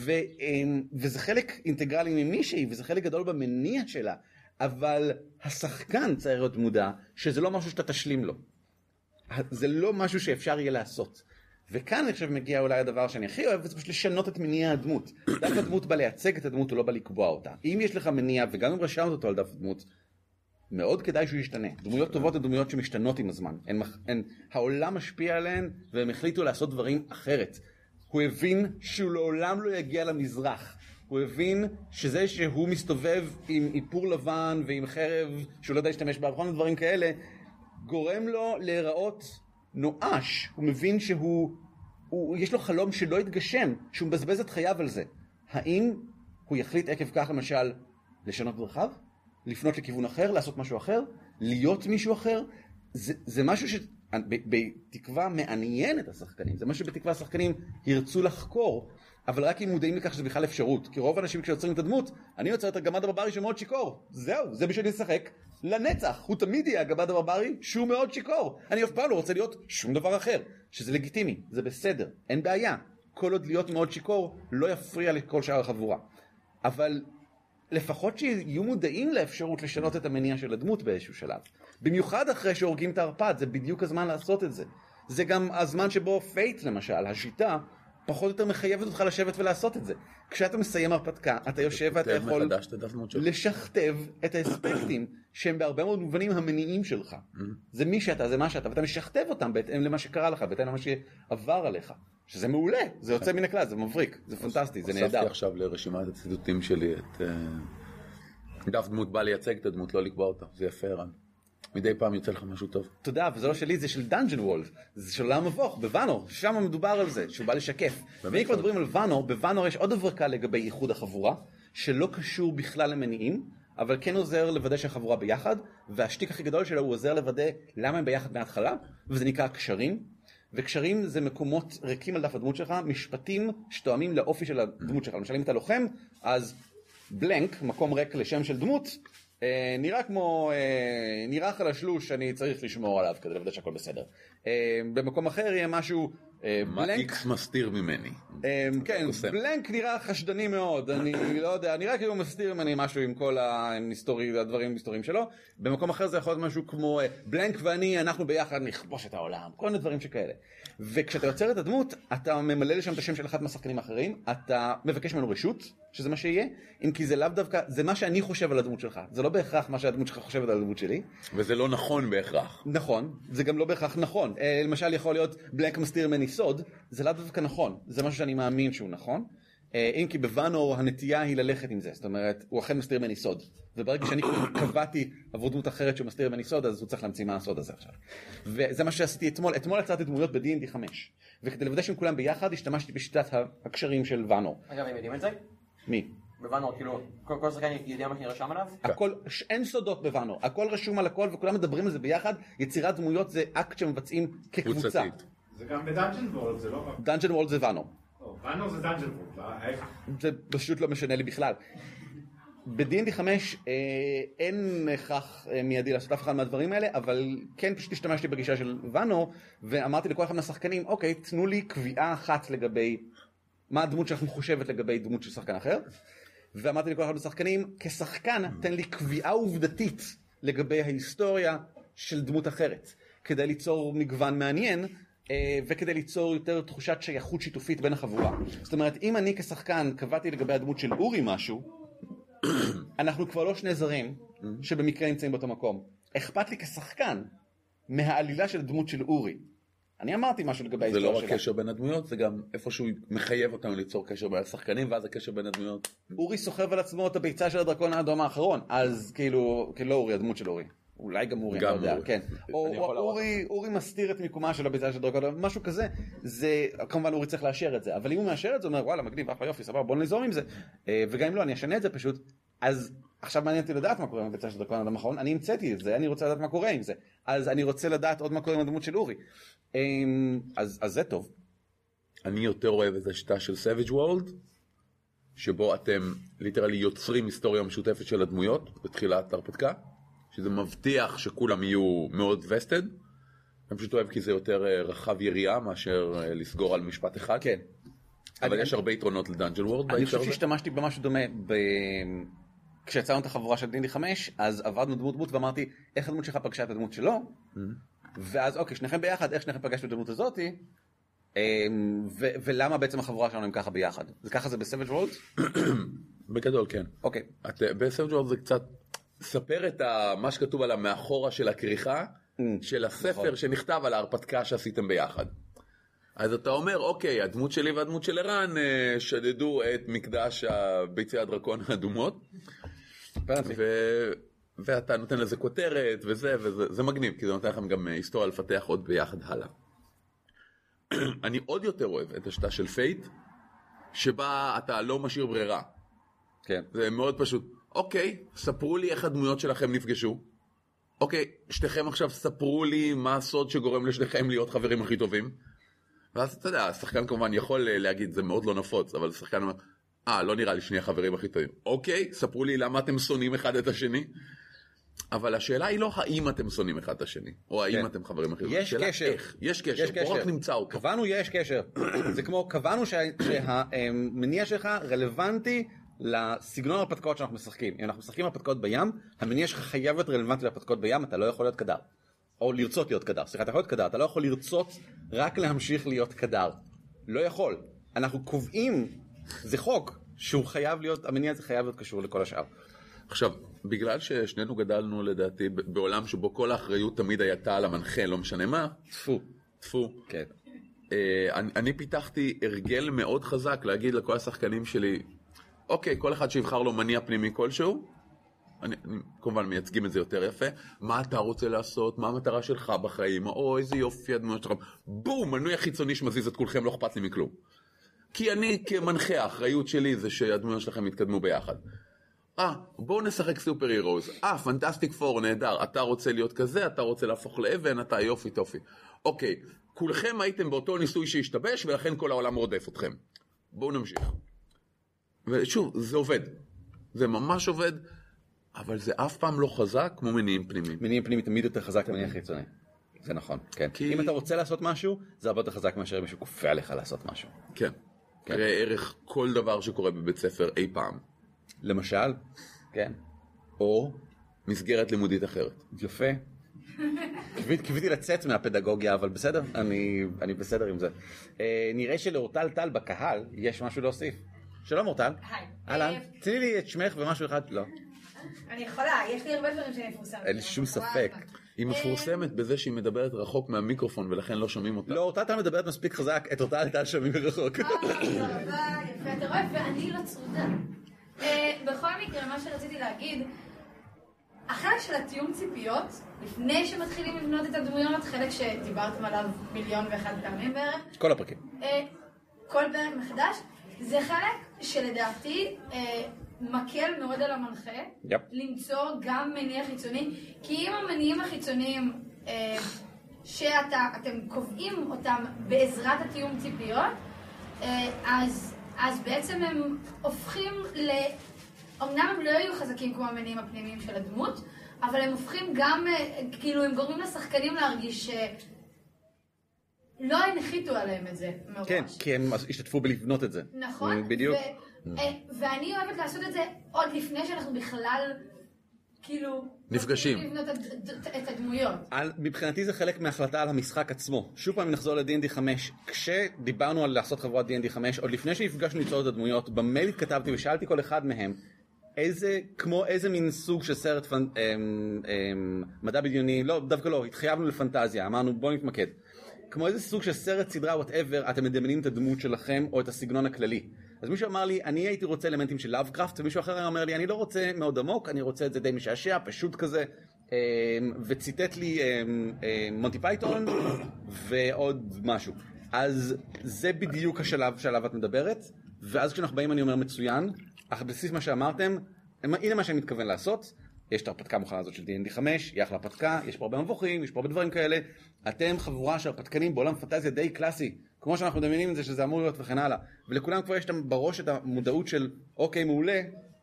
וזה חלק אינטגרלי ממישהי, וזה חלק גדול במניע שלה. אבל השחקן צריך להיות מודע שזה לא משהו שאתה תשלים לו. זה לא משהו שאפשר יהיה לעשות. וכאן אני חושב מגיע אולי הדבר שאני הכי אוהב, זה פשוט לשנות את מניע הדמות. דף הדמות בא לייצג את הדמות, הוא לא בא לקבוע אותה. אם יש לך מניע, וגם אם רשמת אותו על דף הדמות, מאוד כדאי שהוא ישתנה. דמויות טובות הן דמויות שמשתנות עם הזמן. העולם משפיע עליהן, והם החליטו לעשות דברים אחרת. הוא הבין שהוא לעולם לא יגיע למזרח. הוא הבין שזה שהוא מסתובב עם איפור לבן ועם חרב, שהוא לא יודע להשתמש בארכון ודברים כאלה, גורם לו להיראות נואש. הוא מבין יש לו חלום שלא יתגשם, שהוא מבזבז את חייו על זה. האם הוא יחליט עקב כך למשל לשנות דרכיו? לפנות לכיוון אחר, לעשות משהו אחר? להיות מישהו אחר? זה משהו שבתקווה מעניין את השחקנים. זה משהו שבתקווה השחקנים ירצו לחקור, אבל רק אם מודעים לכך שזה בכלל אפשרות. כי רוב האנשים כשיוצרים את הדמות, אני יוצר את הגמד הברברי שמאוד שיקור. זהו, זה בשביל לשחק לנצח. הוא תמיד יהיה הגמד הברברי שהוא מאוד שיקור. אני אף פעם לא רוצה להיות שום דבר אחר. שזה לגיטימי, זה בסדר, אין בעיה. כל עוד להיות מאוד שיקור לא יפריע לכל שאר החבורה. אבל לפחות שיהיו מודעים לאפשרות לשנות את המניע של הדמות באיזשהו שלב. במיוחד אחרי שהורגים את הערפד, זה בדיוק הזמן לעשות את זה. זה גם הזמן שבו פייט למשל, השיטה, פחות או יותר מחייבת אותך לשבת ולעשות את זה. כשאתה מסיים הרפתקה, אתה יושב ואתה יכול לשכתב את האספקטים שהם בהרבה מאוד מובנים המניעים שלך. זה מי שאתה, זה מה שאתה, ואתה משכתב אותם בהתאם למה שקרה לך, בהתאם למה שעבר עליך. שזה מעולה, זה יוצא מן הכלל, זה מבריק, זה פנטסטי, זה נהדר. הוספתי עכשיו לרשימת הציטוטים שלי את דף דמות בא לייצג את הדמות, לא לקבוע אותה, זה יפה ערן. מדי פעם יוצא לך משהו טוב. תודה, וזה לא שלי, זה של דאנג'ן וולף, זה של עולם מבוך, בוואנור, שם מדובר על זה, שהוא בא לשקף. ואם כבר מדברים על וואנור, בוואנור יש עוד דברקה לגבי ייחוד החבורה, שלא קשור בכלל למניעים, אבל כן עוזר לוודא שהחבורה ביחד, והשתיק הכי גדול שלו הוא עוזר לוודא למה הם ביחד מההתחלה, וזה נקרא קשרים. וקשרים זה מקומות ריקים על דף הדמות שלך, משפטים שתואמים לאופי של הדמות שלך. למשל אם אתה לוחם, אז בלנק, מקום ריק לשם של דמות, נראה חלשלוש שאני צריך לשמור עליו כדי לוודא שהכל בסדר. במקום אחר יהיה משהו מה איקס מסתיר ממני? כן, בלנק נראה חשדני מאוד, אני לא יודע, נראה כאילו מסתיר ממני משהו עם כל הדברים המסתורים שלו. במקום אחר זה יכול להיות משהו כמו בלנק ואני, אנחנו ביחד נכבוש את העולם, כל מיני דברים שכאלה. וכשאתה יוצר את הדמות, אתה ממלא לשם את השם של אחד מהשחקנים האחרים, אתה מבקש ממנו רשות, שזה מה שיהיה, אם כי זה לאו דווקא, זה מה שאני חושב על הדמות שלך, זה לא בהכרח מה שהדמות שלך חושבת על הדמות שלי. וזה לא נכון בהכרח. נכון, זה גם לא בהכרח נכון. למשל יכול להיות בלנק מסתיר ממני סוד, זה לאו דווקא נכון, זה משהו שאני מאמין שהוא נכון. אם כי בוואנור הנטייה היא ללכת עם זה, זאת אומרת, הוא אכן מסתיר ממני סוד. וברגע שאני קבעתי עבור דמות אחרת שהוא מסתיר ממני סוד, אז הוא צריך להמציא מה הסוד הזה עכשיו. וזה מה שעשיתי אתמול. אתמול יצרתי דמויות ב-D&D 5. וכדי לוודא שהם כולם ביחד, השתמשתי בשיטת הקשרים של וואנור. אגב, הם יודעים את זה? מי? בוואנור, כאילו, כל שחקן יודע מה שנרשם עליו? הכל, אין סודות בוואנור. הכל רשום על הכל וכולם מדברים על זה ביחד. יצירת דמויות זה אקט שמבצעים כקבוצה. זה גם בדאנג'ן וולד, זה לא רק... דאנג'ן וולד זה וואנור. וואנור זה דאנג'ן וולד, ההפך. זה פשוט לא משנה לי בכלל. ב-D&D 5 אין הכרח מיידי לעשות אף אחד מהדברים האלה, אבל כן פשוט השתמשתי בגישה של וואנור, ואמרתי לכל אחד מהשחקנים, אוקיי, תנו לי קביעה אחת לגבי מה הדמות שלכם חושבת לגבי דמות של שחקן אחר, ואמרתי לכל אחד מהשחקנים, כשחקן תן לי קביעה עובדתית לגבי ההיסטוריה של דמות אחרת, כדי ליצור מגוון מעניין, וכדי ליצור יותר תחושת שייכות שיתופית בין החבורה. זאת אומרת, אם אני כשחקן קבעתי לגבי הדמות של אורי משהו, אנחנו כבר לא שני זרים שבמקרה נמצאים באותו מקום. אכפת לי כשחקן מהעלילה של הדמות של אורי. אני אמרתי משהו לגבי ההיסטוריה שלה. זה לא רק קשר בין הדמויות, זה גם איפשהו מחייב אותנו ליצור קשר בין השחקנים, ואז הקשר בין הדמויות. אורי סוחב על עצמו את הביצה של הדרקון האדום האחרון, אז כאילו לא אורי, הדמות של אורי. אולי גם אורי, אני לא יודע, כן. או אורי מסתיר את מיקומה של הביצה של הדרקון האדום, משהו כזה, זה, כמובן אורי צריך לאשר את זה, אבל אם הוא מאשר את זה, הוא אומר, וואלה, מגניב, אחלה יופי, סבבה, בוא נזור עם זה. וגם אם לא, אני אשנה את זה פשוט, אז עכשיו מעניין אותי לדעת מה קורה עם הביצה של הדרקון האדום האחרון, אני המצאתי את זה, אני רוצה לדעת מה קורה עם זה, אז אני רוצה לדעת עוד מה קורה עם הדמות של אורי. אז זה טוב. אני יותר אוהב את השיטה של Savage World, שבו אתם ליטרלי יוצרים היסטוריה משותפת של הדמויות בתחילת הרפתקה, שזה מבטיח שכולם יהיו מאוד וסטד. אני פשוט אוהב כי זה יותר רחב יריעה מאשר לסגור על משפט אחד. כן. אבל יש הרבה יתרונות לדאנג'ן וורד. אני חושב שהשתמשתי במשהו דומה כשיצרנו את החבורה של D&D 5, אז עברנו דמות ואמרתי, איך הדמות שלך פגשה את הדמות שלו? ואז אוקיי, שניכם ביחד, איך שניכם פגשתם את הדמות הזאת? ולמה בעצם החבורה שלנו הם ככה ביחד? זה ככה זה בסייבג' וורלדס? בגדול, כן. אוקיי. בסייבג' וורלדס זה קצת ספר את מה שכתוב על המאחורה של הכריכה, של הספר שנכתב על ההרפתקה שעשיתם ביחד. אז אתה אומר, אוקיי, הדמות שלי והדמות של ערן שדדו את מקדש ביצי הדרקון האדומות, ואתה נותן לזה כותרת, וזה מגניב, כי זה נותן לכם גם היסטוריה לפתח עוד ביחד הלאה. אני עוד יותר אוהב את השיטה של פייט, שבה אתה לא משאיר ברירה. כן. זה מאוד פשוט. אוקיי, ספרו לי איך הדמויות שלכם נפגשו. אוקיי, שתיכם עכשיו ספרו לי מה הסוד שגורם לשניכם להיות חברים הכי טובים. ואז אתה יודע, השחקן כמובן יכול להגיד, זה מאוד לא נפוץ, אבל השחקן אומר, לא נראה לי שני החברים הכי טובים. אוקיי, ספרו לי למה אתם שונאים אחד את השני. אבל השאלה היא לא האם אתם שונאים אחד את השני, או האם אתם חברים הכי טובים. יש קשר. יש קשר, בוא רק נמצא אותו. קבענו יש קשר. זה כמו, קבענו שהמניע שלך רלוונטי לסגנון הרפתקאות שאנחנו משחקים. אם אנחנו משחקים הרפתקאות בים, המניע שלך חייב להיות רלוונטי להרפתקאות בים, אתה לא יכול להיות קדר. או לרצות להיות קדר. סליחה, אתה יכול להיות קדר, אתה לא יכול לרצות רק להמשיך להיות קדר. לא יכול. אנחנו קובעים, זה חוק, שהוא חייב להיות, המניע הזה חייב להיות קשור לכל השאר. עכשיו, בגלל ששנינו גדלנו לדעתי בעולם שבו כל האחריות תמיד הייתה על המנחה, לא משנה מה. טפו. כן. אני פיתחתי הרגל מאוד חזק להגיד לכל השחקנים שלי, אוקיי, כל אחד שיבחר לו מניע פנימי כלשהו, אני כמובן מייצגים את זה יותר יפה, מה אתה רוצה לעשות, מה המטרה שלך בחיים, או איזה יופי הדמויות שלכם, בום, מנוי החיצוני שמזיז את כולכם, לא אכפת לי מכלום. כי אני כמנחה, האחריות שלי זה שהדמויות שלכם יתקדמו ביחד. בואו נשחק סופר הירוז, פנטסטיק פור, נהדר, אתה רוצה להיות כזה, אתה רוצה להפוך לאבן, אתה יופי טופי. אוקיי, כולכם הייתם באותו ניסוי שהשתבש, ולכן כל העולם רודף אתכם. בואו נמשיך. ושוב, זה עובד. זה ממש עובד, אבל זה אף פעם לא חזק כמו מניעים פנימיים. מניעים פנימיים תמיד יותר חזק ממניע חיצוני. זה נכון, כן. אם אתה רוצה לעשות משהו, זה הרבה יותר חזק מאשר מישהו כופה עליך לעשות משהו. כן. ראה ערך כל דבר שקורה בבית ספר אי פעם. למשל, כן. או מסגרת לימודית אחרת. יפה. קיוויתי לצאת מהפדגוגיה, אבל בסדר, אני בסדר עם זה. נראה שלאורטל טל בקהל יש משהו להוסיף. שלום אורטל. היי. אהלן, תני לי את שמך ומשהו אחד, לא. אני יכולה, יש לי הרבה דברים שאני מפורסמת. אין לי שום ספק. היא מפורסמת בזה שהיא מדברת רחוק מהמיקרופון ולכן לא שומעים אותה. לא, אורטל טל מדברת מספיק חזק, את אורטל טל שומעים מרחוק. יפה, אתה רואה, ואני לא צרודה. בכל מקרה, מה שרציתי להגיד, החלק של התיאום ציפיות, לפני שמתחילים לבנות את הדמויות, חלק שדיברתם עליו 1,000,001 פעמים בערך. כל הפרקים. כל פרק מחדש, זה חלק שלדעתי מקל מאוד על המנחה, למצוא גם מניע חיצוני, כי אם המניעים החיצוניים שאתם קובעים אותם בעזרת התיאום ציפיות, אז בעצם הם הופכים אמנם הם לא יהיו חזקים כמו המניעים הפנימיים של הדמות, אבל הם הופכים גם, כאילו הם גורמים לשחקנים להרגיש לא הנחיתו עליהם את זה מראש. כן, כי הם השתתפו בלבנות את זה. נכון. בדיוק. ואני אוהבת לעשות את זה עוד לפני שאנחנו בכלל, כאילו, נפגשים. לבנות את הדמויות. מבחינתי זה חלק מההחלטה על המשחק עצמו. שוב פעם נחזור ל-D&D 5. כשדיברנו על לעשות חברת D&D 5, עוד לפני שהפגשנו ליצור את הדמויות, במייל כתבתי ושאלתי כל אחד מהם, כמו איזה מין סוג של סרט מדע בדיוני, לא, דווקא לא, התחייבנו לפנטזיה, אמרנו בוא נתמקד. כמו איזה סוג של סרט, סדרה, whatever, אתם מדמיינים את הדמות שלכם או את הסגנון הכללי. אז מישהו אמר לי, אני הייתי רוצה אלמנטים של לאבקראפט, ומישהו אחר אומר לי, אני לא רוצה מאוד עמוק, אני רוצה את זה די משעשע, פשוט כזה, וציטט לי מונטי פייתון ועוד משהו. אז זה בדיוק השלב שעליו את מדברת, ואז כשאנחנו באים אני אומר מצוין, אך בסיס מה שאמרתם, הנה מה שאני מתכוון לעשות, יש את הרפתקה מוכנה הזאת של D&D 5, היא אחלה הרפתקה, יש פה הרבה מבוכים, יש פה הרבה דברים כאלה. אתם חבורה של הרפתקנים בעולם פנטזיה די קלאסי, כמו שאנחנו מדמיינים את זה שזה אמור להיות וכן הלאה. ולכולם כבר יש בראש את המודעות של אוקיי, מעולה,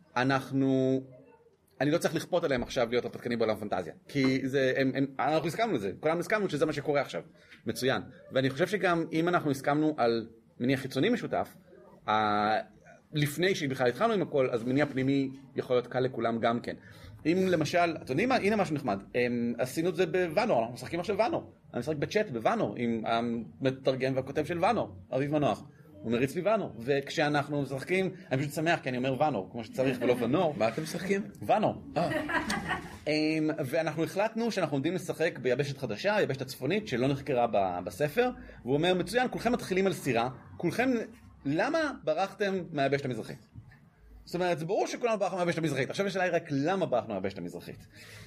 אני לא צריך לכפות עליהם עכשיו להיות הרפתקנים בעולם פנטזיה. כי אנחנו הסכמנו לזה, כולנו הסכמנו שזה מה שקורה עכשיו. מצוין. ואני חושב שגם אם אנחנו הסכמנו על מניע חיצוני משותף, לפני שבכלל התחלנו עם הכל, אז מניע פנימי יכול להיות קל לכולם גם כן. אם למשל, אתם יודעים מה? הנה משהו נחמד. עשינו את זה בוונור, אנחנו משחקים עכשיו וונור. אני משחק בצ'אט בוונור עם המתרגם והכותב של וונור, אביב מנוח. הוא מריץ לי וונור, וכשאנחנו משחקים, אני פשוט שמח כי אני אומר וונור, כמו שצריך ולא וונור. מה אתם משחקים? וונור. ואנחנו החלטנו שאנחנו עומדים לשחק ביבשת חדשה, היבשת הצפונית שלא נחקרה בספר, והוא אומר, מצוין, כולכם מתחילים על סירה, כולכם, למה ברחתם מהיבשת המזרחית? זאת אומרת, זה ברור שכולנו ברחנו מהיבשת המזרחית, עכשיו השאלה היא רק למה ברחנו מהיבשת המזרחית.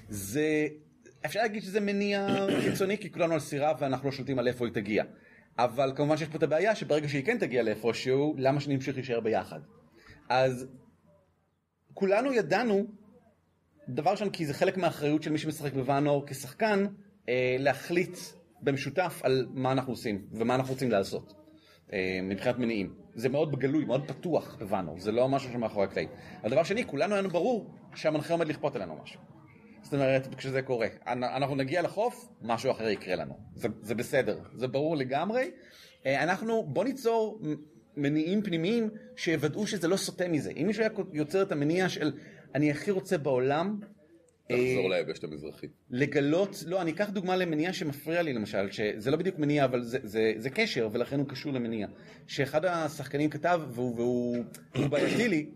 אפשר להגיד שזה מניע חיצוני, כי כולנו על סירה ואנחנו לא שולטים על איפה היא תגיע. אבל כמובן שיש פה את הבעיה שברגע שהיא כן תגיע לאיפשהו, למה שנמשיך להישאר ביחד? אז כולנו ידענו, דבר ראשון, כי זה חלק מהאחריות של מי שמשחק בוונור כשחקן, להחליט במשותף על מה אנחנו עושים ומה אנחנו רוצים לעשות. מבחינת מניעים. זה מאוד בגלוי, מאוד פתוח בוונור, זה לא משהו שמאחורי הקלעים. הדבר שני, כולנו היינו ברור שהמנחה עומד לכפות עלינו משהו. זאת אומרת, כשזה קורה, אנחנו נגיע לחוף, משהו אחר יקרה לנו. זה בסדר, זה ברור לגמרי. בוא ניצור מניעים פנימיים שיוודאו שזה לא סוטה מזה. אם מישהו היה יוצר את המניע של אני הכי רוצה בעולם, תחזור ליבשת המזרחית. לגלות, לא, אני אקח דוגמה למניע שמפריע לי למשל, שזה לא בדיוק מניע, אבל זה קשר, ולכן הוא קשור למניע. שאחד השחקנים כתב, והוא בעייתי לי,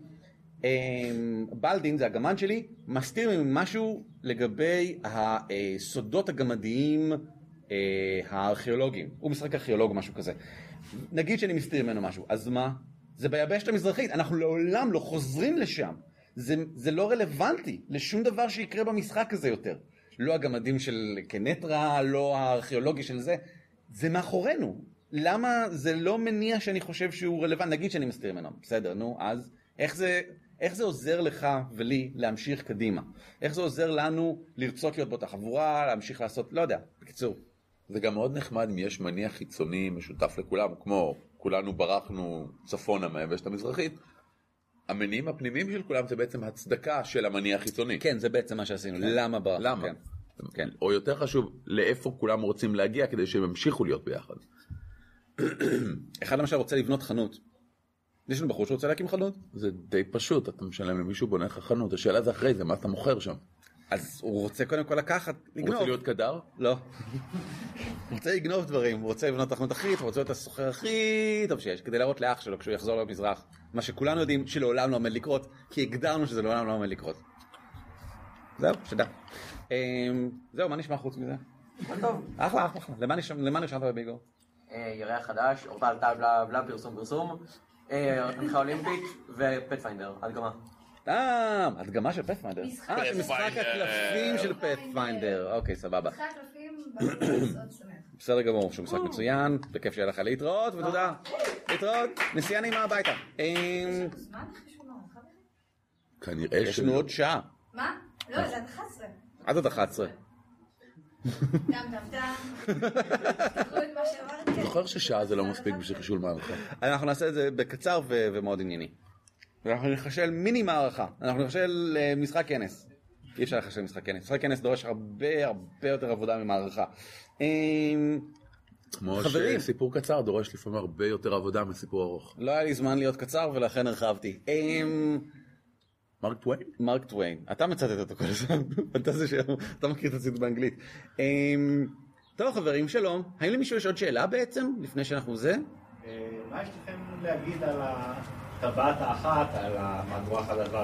בלדין, זה הגמד שלי, מסתיר ממנו משהו לגבי הסודות הגמדיים הארכיאולוגיים. הוא משחק ארכיאולוג, משהו כזה. נגיד שאני מסתיר ממנו משהו, אז מה? זה ביבשת המזרחית, אנחנו לעולם לא חוזרים לשם. זה לא רלוונטי לשום דבר שיקרה במשחק הזה יותר. לא הגמדים של קנטרה, לא הארכיאולוגי של זה. זה מאחורינו. למה זה לא מניע שאני חושב שהוא רלוונטי? נגיד שאני מסתיר ממנו. בסדר, נו, אז איך זה עוזר לך ולי להמשיך קדימה? איך זה עוזר לנו לרצות להיות באותה חבורה, להמשיך לעשות, לא יודע, בקיצור. זה גם מאוד נחמד אם יש מניע חיצוני משותף לכולם, כמו כולנו ברחנו צפונה מהיבשת המזרחית, המניעים הפנימיים של כולם זה בעצם הצדקה של המניע החיצוני. כן, זה בעצם מה שעשינו. למה ברחנו? למה? כן. או יותר חשוב, לאיפה כולם רוצים להגיע כדי שהם ימשיכו להיות ביחד. אחד למשל רוצה לבנות חנות. יש לנו בחור שרוצה להקים חנות? זה די פשוט, אתה משלם למישהו בונה לך חנות, השאלה זה אחרי זה, מה אתה מוכר שם? אז הוא רוצה קודם כל לקחת, לגנוב. הוא רוצה להיות קדר? לא. הוא רוצה לגנוב דברים, הוא רוצה לבנות תחנות הכי, הוא רוצה להיות הסוחר הכי טוב שיש, כדי להראות לאח שלו כשהוא יחזור למזרח. מה שכולנו יודעים שלעולם לא עומד לקרות, כי הגדרנו שזה לעולם לא עומד לקרות. זהו, שדע. זהו, מה נשמע חוץ מזה? טוב. אחלה. למה נשמעת בביגו? ירח חדש, אורפל בלה פרסום. הנחה אולימפית ופטפיינדר, הדגמה. הדגמה של פטפיינדר. משחק הקלפים של פטפיינדר. אוקיי, סבבה. משחק הקלפים מאוד שמח. בסדר גמור, שהוא משחק מצוין, בכיף שיהיה לך להתראות, ותודה. להתראות, נסיעה נעימה הביתה. מה חשוב מאוד? כנראה יש לנו עוד שעה. מה? לא, זה עד 11. עד עוד 11. דם. תקחו את מה שאמרתי. אני זוכר ששעה זה לא מספיק בשביל חישול מערכה. אנחנו נעשה את זה בקצר ומאוד ענייני. ואנחנו נחשל מיני מערכה. אנחנו נחשל משחק כנס. אי אפשר לחשל משחק כנס. משחק כנס דורש הרבה יותר עבודה ממערכה. כמו שסיפור קצר דורש לפעמים הרבה יותר עבודה מסיפור ארוך. לא היה לי זמן להיות קצר ולכן הרחבתי. מרק טוויין? מרק טוויין. אתה מצטט אותו כל הזמן. אתה מכיר את הציטוט באנגלית. טוב חברים, שלום. האם למישהו יש עוד שאלה בעצם לפני שאנחנו זה? מה יש לכם להגיד על הטבעת האחת, על המהדורה החדשה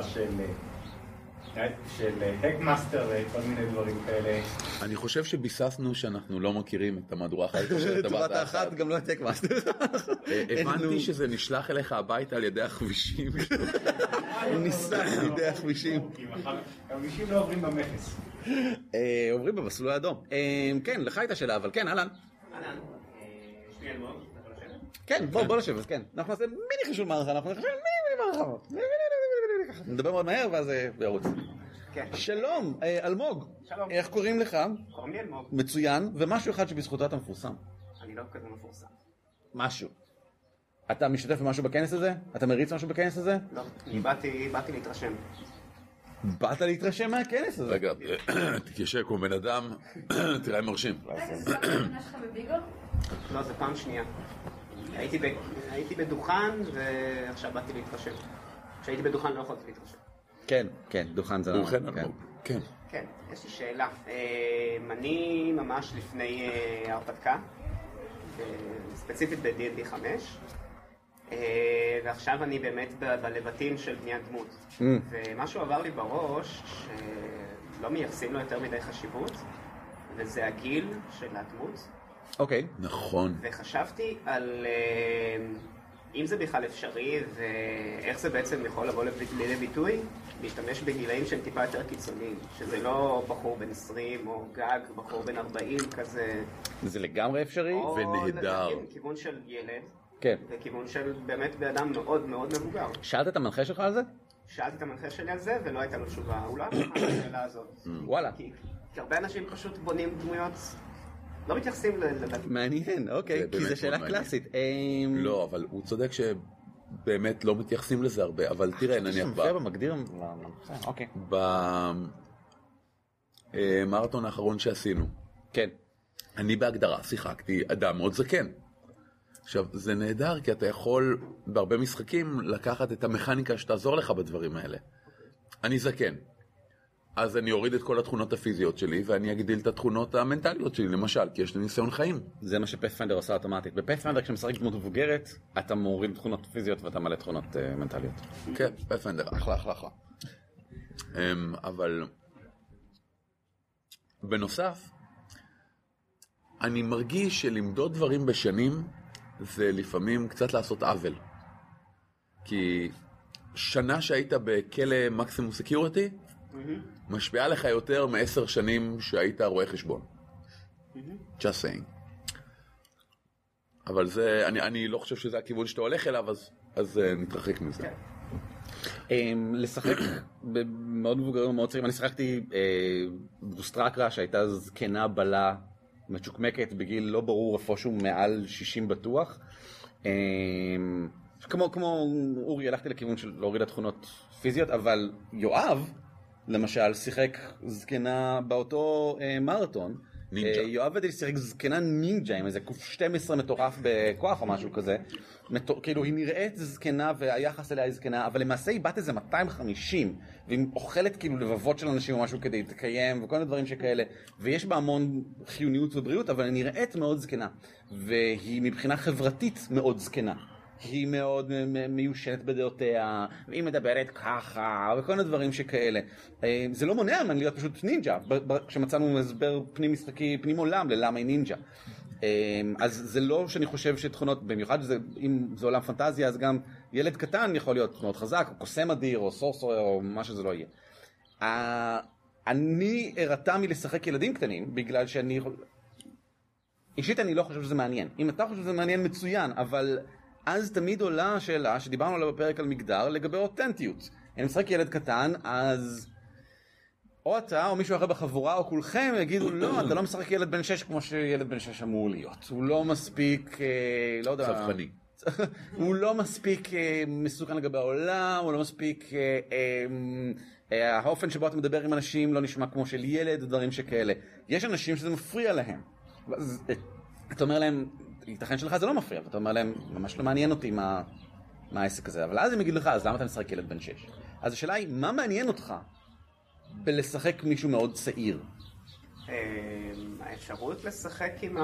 של הקמאסטר וכל מיני דברים כאלה? אני חושב שביססנו שאנחנו לא מכירים את המהדורה החדשה של הטבעת האחת, גם לא את הקמאסטר. הבנתי שזה נשלח אליך הביתה על ידי הכבישים. הוא ניסה על ידי הכבישים. הכבישים לא עוברים במכס. עוברים במסלול האדום. כן, לך הייתה שאלה, אבל כן, אהלן. שנייה אלמוג, אתה יכול לשבת? כן, בוא לשבת, כן. אנחנו נעשה מיני חישול מערכה, אנחנו נחשב מיני מערכה. נדבר מאוד מהר ואז ירוץ. כן. שלום, אלמוג. שלום. איך קוראים לך? קוראים לי אלמוג. מצוין, ומשהו אחד שבזכותו אתה מפורסם. אני לא כזה מפורסם. משהו. אתה משתתף במשהו בכנס הזה? אתה מריץ משהו בכנס הזה? לא, אני באתי להתרשם. באת להתרשם מהכנס הזה. רגע, תתיישב כמו בן אדם, תראה מרשים. רגע, זה פעם ראשונה שלך בביגו? לא, זה פעם שנייה. הייתי בדוכן ועכשיו באתי להתרשם. כשהייתי בדוכן לא יכולתי להתרשם. כן, כן, דוכן זה... ובכן אלמוג, כן. כן, יש לי שאלה. אני ממש לפני הרפתקה, ספציפית ב-D&D 5, ועכשיו אני באמת בלבטים של בניית דמות. ומשהו עבר לי בראש שלא מייחסים לו יותר מדי חשיבות, וזה הגיל של הדמות. אוקיי. נכון. וחשבתי על אם זה בכלל אפשרי ואיך זה בעצם יכול לבוא לידי ביטוי, להשתמש בגילאים שהם טיפה יותר קיצוניים, שזה לא בחור בן 20 או גג בחור בן 40 כזה. זה לגמרי אפשרי ונהדר. או לכיוון של ילד, כן. וכיוון של באמת באדם מאוד מאוד מבוגר. שאלת את המנחה שלך על זה? שאלתי את המנחה שלי על זה ולא הייתה לו תשובה, הוא לא היה לך השאלה הזאת. וואלה. כי הרבה אנשים פשוט בונים דמויות, לא מתייחסים מעניין, אוקיי, זה כי זו באמת שאלה מאוד קלאסית. לא, אבל הוא צודק שבאמת לא מתייחסים לזה הרבה, אבל תראה, נניח מופיע במגדיר... אוקיי. במרתון האחרון שעשינו, כן. אני בהגדרה שיחקתי אדם מאוד זקן. עכשיו, זה נהדר כי אתה יכול בהרבה משחקים לקחת את המכניקה שתעזור לך בדברים האלה. אני זקן. אז אני אוריד את כל התכונות הפיזיות שלי, ואני אגדיל את התכונות המנטליות שלי, למשל, כי יש לי ניסיון חיים. זה מה שפאת'פיינדר עושה אוטומטית. בפאת'פיינדר כשמשחק דמות מבוגרת, אתה מוריד תכונות פיזיות ואתה מלא תכונות מנטליות. כן, פאת'פיינדר, אחלה, אחלה, אחלה. אבל בנוסף, אני מרגיש שלמדוד דברים בשנים, זה לפעמים קצת לעשות עוול. כי שנה שהיית בכלא מקסימום סקיוריטי, משפיעה לך יותר מ10 שנים שהיית רואה חשבון. Just saying. אבל זה, אני לא חושב שזה הכיוון שאתה הולך אליו, אז נתרחק מזה. לשחק במאוד מבוגרים, מאוד צעירים. אני שחקתי בוסטרקרה שהייתה זקנה בלה מצ'וקמקת בגיל לא ברור איפשהו מעל 60 בטוח. כמו אורי, הלכתי לכיוון של להוריד התכונות פיזיות, אבל יואב למשל שיחק זקנה באותו מרתון. נינג'ה. יואב ודיל שיחק זקנה נינג'ה עם איזה קוף 12 מטורף בכוח או משהו כזה. כאילו היא נראית זקנה והיחס אליה היא זקנה, אבל למעשה היא בת איזה 250 והיא אוכלת כאילו לבבות של אנשים או משהו כדי להתקיים וכל מיני דברים שכאלה, ויש בה המון חיוניות ובריאות, אבל היא נראית מאוד זקנה והיא מבחינה חברתית מאוד זקנה. היא מאוד מיושנת בדעותיה, והיא מדברת ככה, וכל מיני דברים שכאלה. זה לא מונע מן להיות פשוט נינג'ה, כשמצאנו הסבר פנים משחקי, פנים עולם ללמה היא נינג'ה. אז זה לא שאני חושב שתכונות, במיוחד אם זה עולם פנטזיה, אז גם ילד קטן יכול להיות מאוד חזק, או קוסם אדיר, או סורסורר, או מה שזה לא יהיה. אני הרתה מלשחק ילדים קטנים, בגלל שאני... אישית אני לא חושב שזה מעניין. אם אתה חושב שזה מעניין, מצוין, אבל... אז תמיד עולה השאלה שדיברנו עליה בפרק על מגדר לגבי אותנטיות. אם משחק ילד קטן, אז או אתה או מישהו אחר בחבורה או כולכם יגידו לא, אתה לא משחק ילד בן 6 כמו שילד בן 6 אמור להיות. הוא לא מספיק, לא יודע... צווחני. הוא לא מספיק מסוכן לגבי העולם, הוא לא מספיק... האופן שבו אתה מדבר עם אנשים לא נשמע כמו של ילד, דברים שכאלה. יש אנשים שזה מפריע להם. אתה אומר להם... ייתכן שלך זה לא מפריע, ואתה אומר להם, ממש לא מעניין אותי מה העסק הזה, אבל אז הם יגידו לך, אז למה אתה משחק ילד בן 6? אז השאלה היא, מה מעניין אותך בלשחק מישהו מאוד צעיר? האפשרות לשחק עם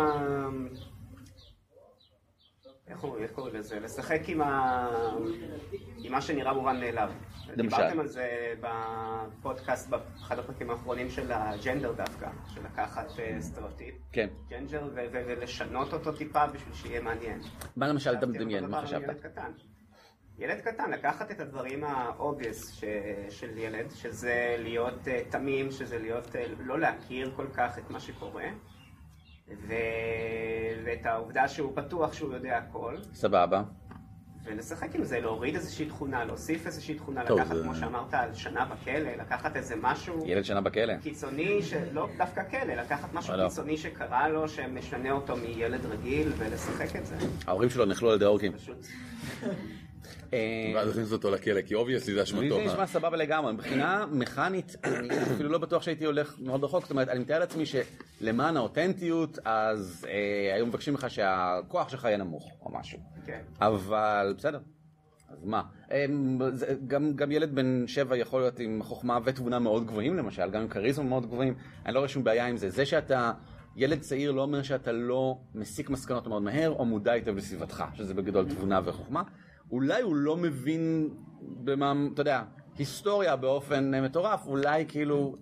איך קוראים לזה? לשחק עם מה שנראה מובן מאליו. דיברתם על זה בפודקאסט, באחד הפרקים האחרונים של הג'נדר דווקא, של לקחת סטריאוטיפ, ג'נדר, ולשנות אותו טיפה בשביל שיהיה מעניין. מה למשל אתה מדמיין, מה חשבת? ילד קטן, לקחת את הדברים האובייס של ילד, שזה להיות תמים, שזה להיות לא להכיר כל כך את מה שקורה, ואת העובדה שהוא בטוח שהוא יודע הכל. סבבה. ולשחק עם זה, להוריד איזושהי תכונה, להוסיף איזושהי תכונה, לקחת, כמו שאמרת, על שנה בכלא, לקחת איזה משהו... ילד שנה בכלא. קיצוני, לא דווקא כלא, לקחת משהו קיצוני שקרה לו, שמשנה אותו מילד רגיל, ולשחק את זה. ההורים שלו נחלו על ידי אורקים. פשוט. ואז הכניסו אותו לכלא, כי אובייסלי זה אשמתו. זה נשמע סבבה לגמרי. מבחינה מכנית, אני אפילו לא בטוח שהייתי הולך מאוד רחוק. זאת אומרת, אני מתאר לעצמי שלמען האותנטיות, אז היו מבקשים לך שהכוח שלך יהיה נמוך או משהו. אבל בסדר. אז מה? גם ילד בן 7 יכול להיות עם חוכמה ותבונה מאוד גבוהים, למשל, גם עם קריזמה מאוד גבוהים. אני לא רואה שום בעיה עם זה. זה שאתה ילד צעיר לא אומר שאתה לא מסיק מסקנות מאוד מהר, או מודע היטב לסביבתך, שזה בגדול תבונה וחוכמה. אולי הוא לא מבין במה, אתה יודע, היסטוריה באופן מטורף, אולי כאילו...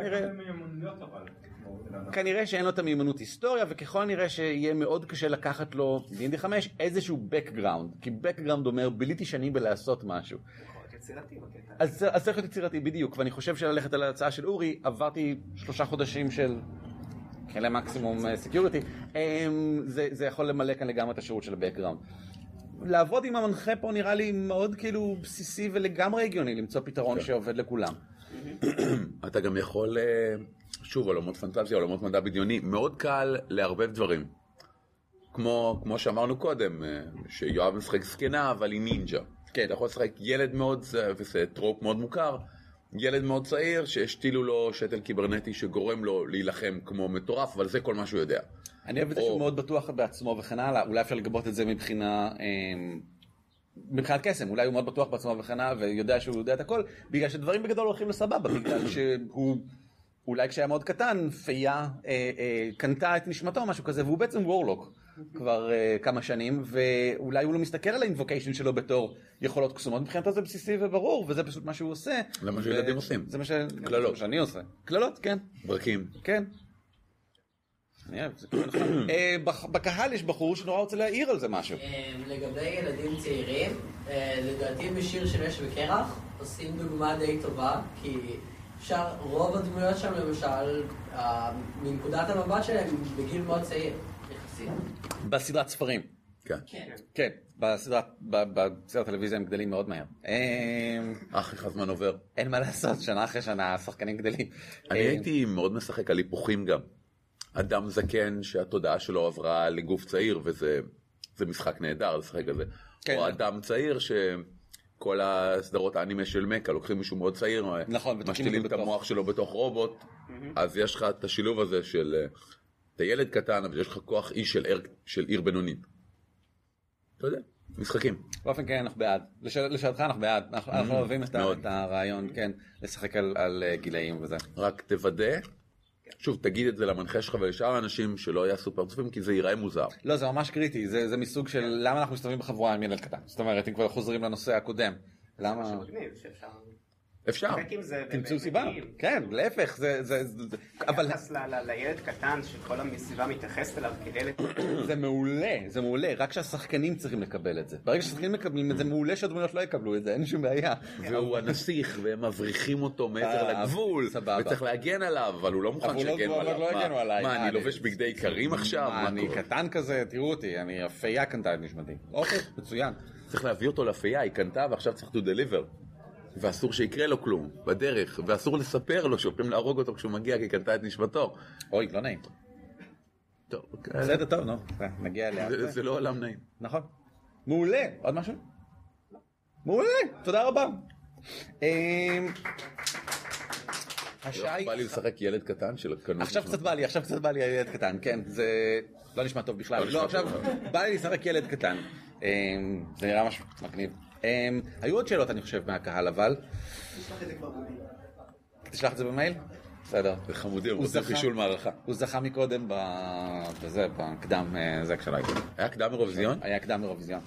כנראה שאין לו את המיומנות היסטוריה, וככל נראה שיהיה מאוד קשה לקחת לו D&D 5 איזשהו background, כי background אומר ביליתי שנים בלעשות משהו. אז צריך להיות יצירתי בדיוק, ואני חושב שללכת על ההצעה של אורי, עברתי 3 חודשים של כאלה מקסימום סקיוריטי, זה יכול למלא כאן לגמרי את השירות של ה-background. לעבוד עם המנחה פה נראה לי מאוד כאילו בסיסי ולגמרי הגיוני, למצוא פתרון שעובד לכולם. אתה גם יכול, שוב, עולמות פנטזיה, עולמות מדע בדיוני, מאוד קל לערבב דברים. כמו שאמרנו קודם, שיואב משחק זקנה, אבל היא נינג'ה. כן. אתה יכול לשחק ילד מאוד, וזה טרופ מאוד מוכר, ילד מאוד צעיר שהשתילו לו שתל קיברנטי שגורם לו להילחם כמו מטורף, אבל זה כל מה שהוא יודע. אני אוהב את זה שהוא מאוד בטוח בעצמו וכן הלאה, אולי אפשר לגבות את זה מבחינת קסם, אולי הוא מאוד בטוח בעצמו וכן הלאה, ויודע שהוא יודע את הכל, בגלל שדברים בגדול הולכים לסבבה, בגלל שהוא, אולי כשהיה מאוד קטן, פיה קנתה את נשמתו או משהו כזה, והוא בעצם וורלוק כבר כמה שנים, ואולי הוא לא מסתכל על האינבוקיישן שלו בתור יכולות קסומות, מבחינתו זה בסיסי וברור, וזה פשוט מה שהוא עושה. זה מה שילדים עושים. זה מה שאני עושה. כללות, כן. ברקים. כן. בקהל יש בחור שנורא רוצה להעיר על זה משהו. לגבי ילדים צעירים, לדעתי בשיר של אש וקרח עושים דוגמה די טובה, כי אפשר, רוב הדמויות שם למשל, מנקודת המבט שלהם בגיל מאוד צעיר יחסית. בסדרת ספרים. כן, בסדרת טלוויזיה הם גדלים מאוד מהר. איך הזמן עובר. אין מה לעשות, שנה אחרי שנה השחקנים גדלים. אני הייתי מאוד משחק על היפוכים גם. אדם זקן שהתודעה שלו עברה לגוף צעיר, וזה משחק נהדר לשחק על זה. או אדם צעיר שכל הסדרות האנימה של מקה לוקחים מישהו מאוד צעיר, משתילים את המוח שלו בתוך רובוט, אז יש לך את השילוב הזה של אתה ילד קטן, אבל יש לך כוח איש של עיר בינונית. אתה יודע, משחקים. באופן כן, אנחנו בעד. לשאלתך אנחנו בעד. אנחנו אוהבים את הרעיון, כן, לשחק על גילאים וזה. רק תוודא. שוב, תגיד את זה למנחה שלך ולשאר האנשים שלא יעשו פרצופים, כי זה ייראה מוזר. לא, זה ממש קריטי. זה מסוג של למה אנחנו מסתובבים בחבורה עם ילד קטן. זאת אומרת, אם כבר חוזרים לנושא הקודם. למה? אפשר. תמצאו סיבה. כן, להפך. יחס לילד קטן שכל המסביבה מתייחסת אליו כילד. זה מעולה, זה מעולה. רק שהשחקנים צריכים לקבל את זה. ברגע שהשחקנים מקבלים את זה, מעולה שהדמויות לא יקבלו את זה. אין שום בעיה. והוא הנסיך, והם מבריחים אותו מעבר לגבול. וצריך להגן עליו, אבל הוא לא מוכן שיגנו עליו. מה, אני לובש בגדי קרים עכשיו? אני קטן כזה, תראו אותי. אני הפייה קנתה את נשמתי. אוקיי, מצוין. צריך להביא אותו לפייה, היא קנתה ועכשיו צריך to deliver. ואסור שיקרה לו כלום, בדרך, ואסור לספר לו שהולכים להרוג אותו כשהוא מגיע, כי קנתה את נשמתו. אוי, לא נעים. טוב, בסדר, טוב, נו, נגיע אליה. זה לא עולם נעים. נכון. מעולה. עוד משהו? מעולה, תודה רבה. בא לי לשחק ילד קטן של קנות. עכשיו קצת בא לי ילד קטן, כן, זה לא נשמע טוב בכלל. לא, עכשיו בא לי לשחק ילד קטן. זה נראה משהו מגניב. היו עוד שאלות אני חושב מהקהל, אבל תשלח את זה במייל? בסדר. זה חמודי, הוא רוצה חישול מערכה. הוא זכה מקודם בקדם זה כשלא הייתי. היה קדם אירוויזיון? היה קדם אירוויזיון.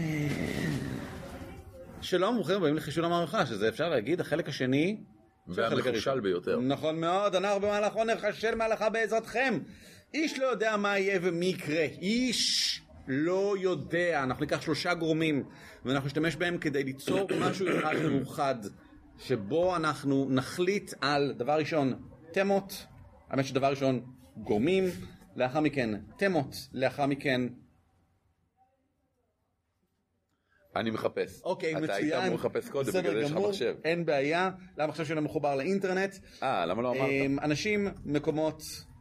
שלום, ברוכים הבאים לחישול המערכה, שזה אפשר להגיד החלק השני והמחושל ביותר. נכון מאוד, אנחנו במהלך נחשל מהלכה בעזרתכם. איש לא יודע מה יהיה ומי יקרה. איש לא יודע. אנחנו ניקח 3 גורמים ואנחנו נשתמש בהם כדי ליצור משהו אחד מאוחד, שבו אנחנו נחליט על דבר ראשון תמות, האמת שדבר ראשון גורמים, לאחר מכן תמות, לאחר מכן אני מחפש. אוקיי, מצוין. אתה היית אמור לחפש קודם, בגלל זה יש לך מחשב. אין בעיה. למחשב שלנו מחובר לאינטרנט. למה לא אמרת? אנשים, מקומות,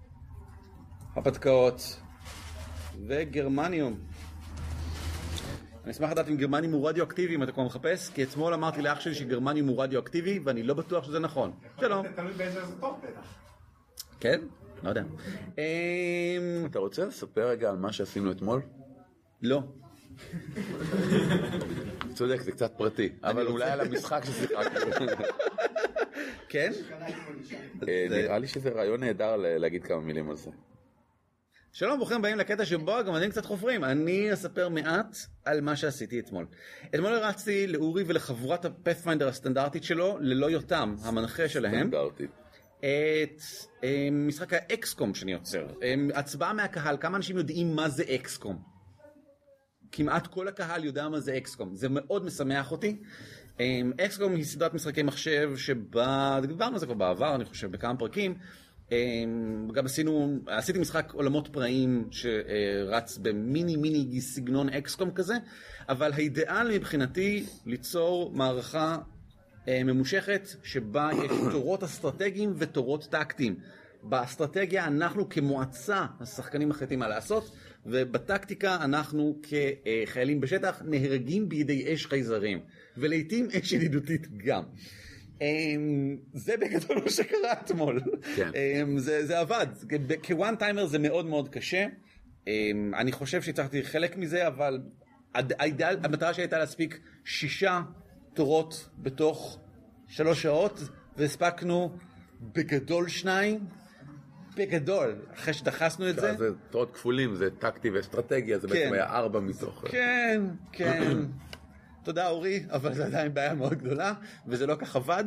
הפתקאות וגרמניום. אני אשמח לדעת אם גרמניום הוא רדיואקטיבי, אם אתה כבר מחפש, כי אתמול אמרתי לאח שלי שגרמניום הוא רדיואקטיבי, ואני לא בטוח שזה נכון. שלום. תלוי באיזה איזוטופ בטח. כן? לא יודע. אתה רוצה לספר רגע על מה שעשינו אתמול? לא. צודק, זה קצת פרטי, אבל אולי על המשחק ששיחקנו. כן? נראה לי שזה רעיון נהדר להגיד כמה מילים על זה. שלום, ברוכים באים לקטע שבו הגמדים קצת חופרים. אני אספר מעט על מה שעשיתי אתמול. אתמול הרצתי לאורי ולחבורת הפאת'פיינדר הסטנדרטית שלו, ללא יותם, המנחה שלהם. סטנדרטית. את משחק האקסקום שאני יוצר. הצבעה מהקהל, כמה אנשים יודעים מה זה אקסקום? כמעט כל הקהל יודע מה זה אקסקום. זה מאוד משמח אותי. אקסקום היא סדרת משחקי מחשב שבה, דיברנו על זה כבר בעבר, אני חושב, בכמה פרקים. גם עשיתי משחק עולמות פראיים שרץ במיני סגנון אקסקום כזה, אבל האידאל מבחינתי ליצור מערכה ממושכת שבה יש תורות אסטרטגיים ותורות טקטיים. באסטרטגיה אנחנו כמועצה השחקנים מחליטים מה לעשות, ובטקטיקה אנחנו כחיילים בשטח נהרגים בידי אש חייזרים, ולעיתים אש ידידותית גם. זה בגדול מה שקרה אתמול. זה עבד. כוואן טיימר זה מאוד מאוד קשה. אני חושב שהצלחתי חלק מזה, אבל המטרה שהייתה להספיק 6 תורות בתוך 3 שעות, והספקנו בגדול 2. בגדול, אחרי שדחסנו את זה. זה תורות כפולים, זה טקטי ואסטרטגיה, זה בעצם היה 4 מתוך. כן, כן. תודה אורי, אבל זה עדיין בעיה מאוד גדולה, וזה לא כך עבד.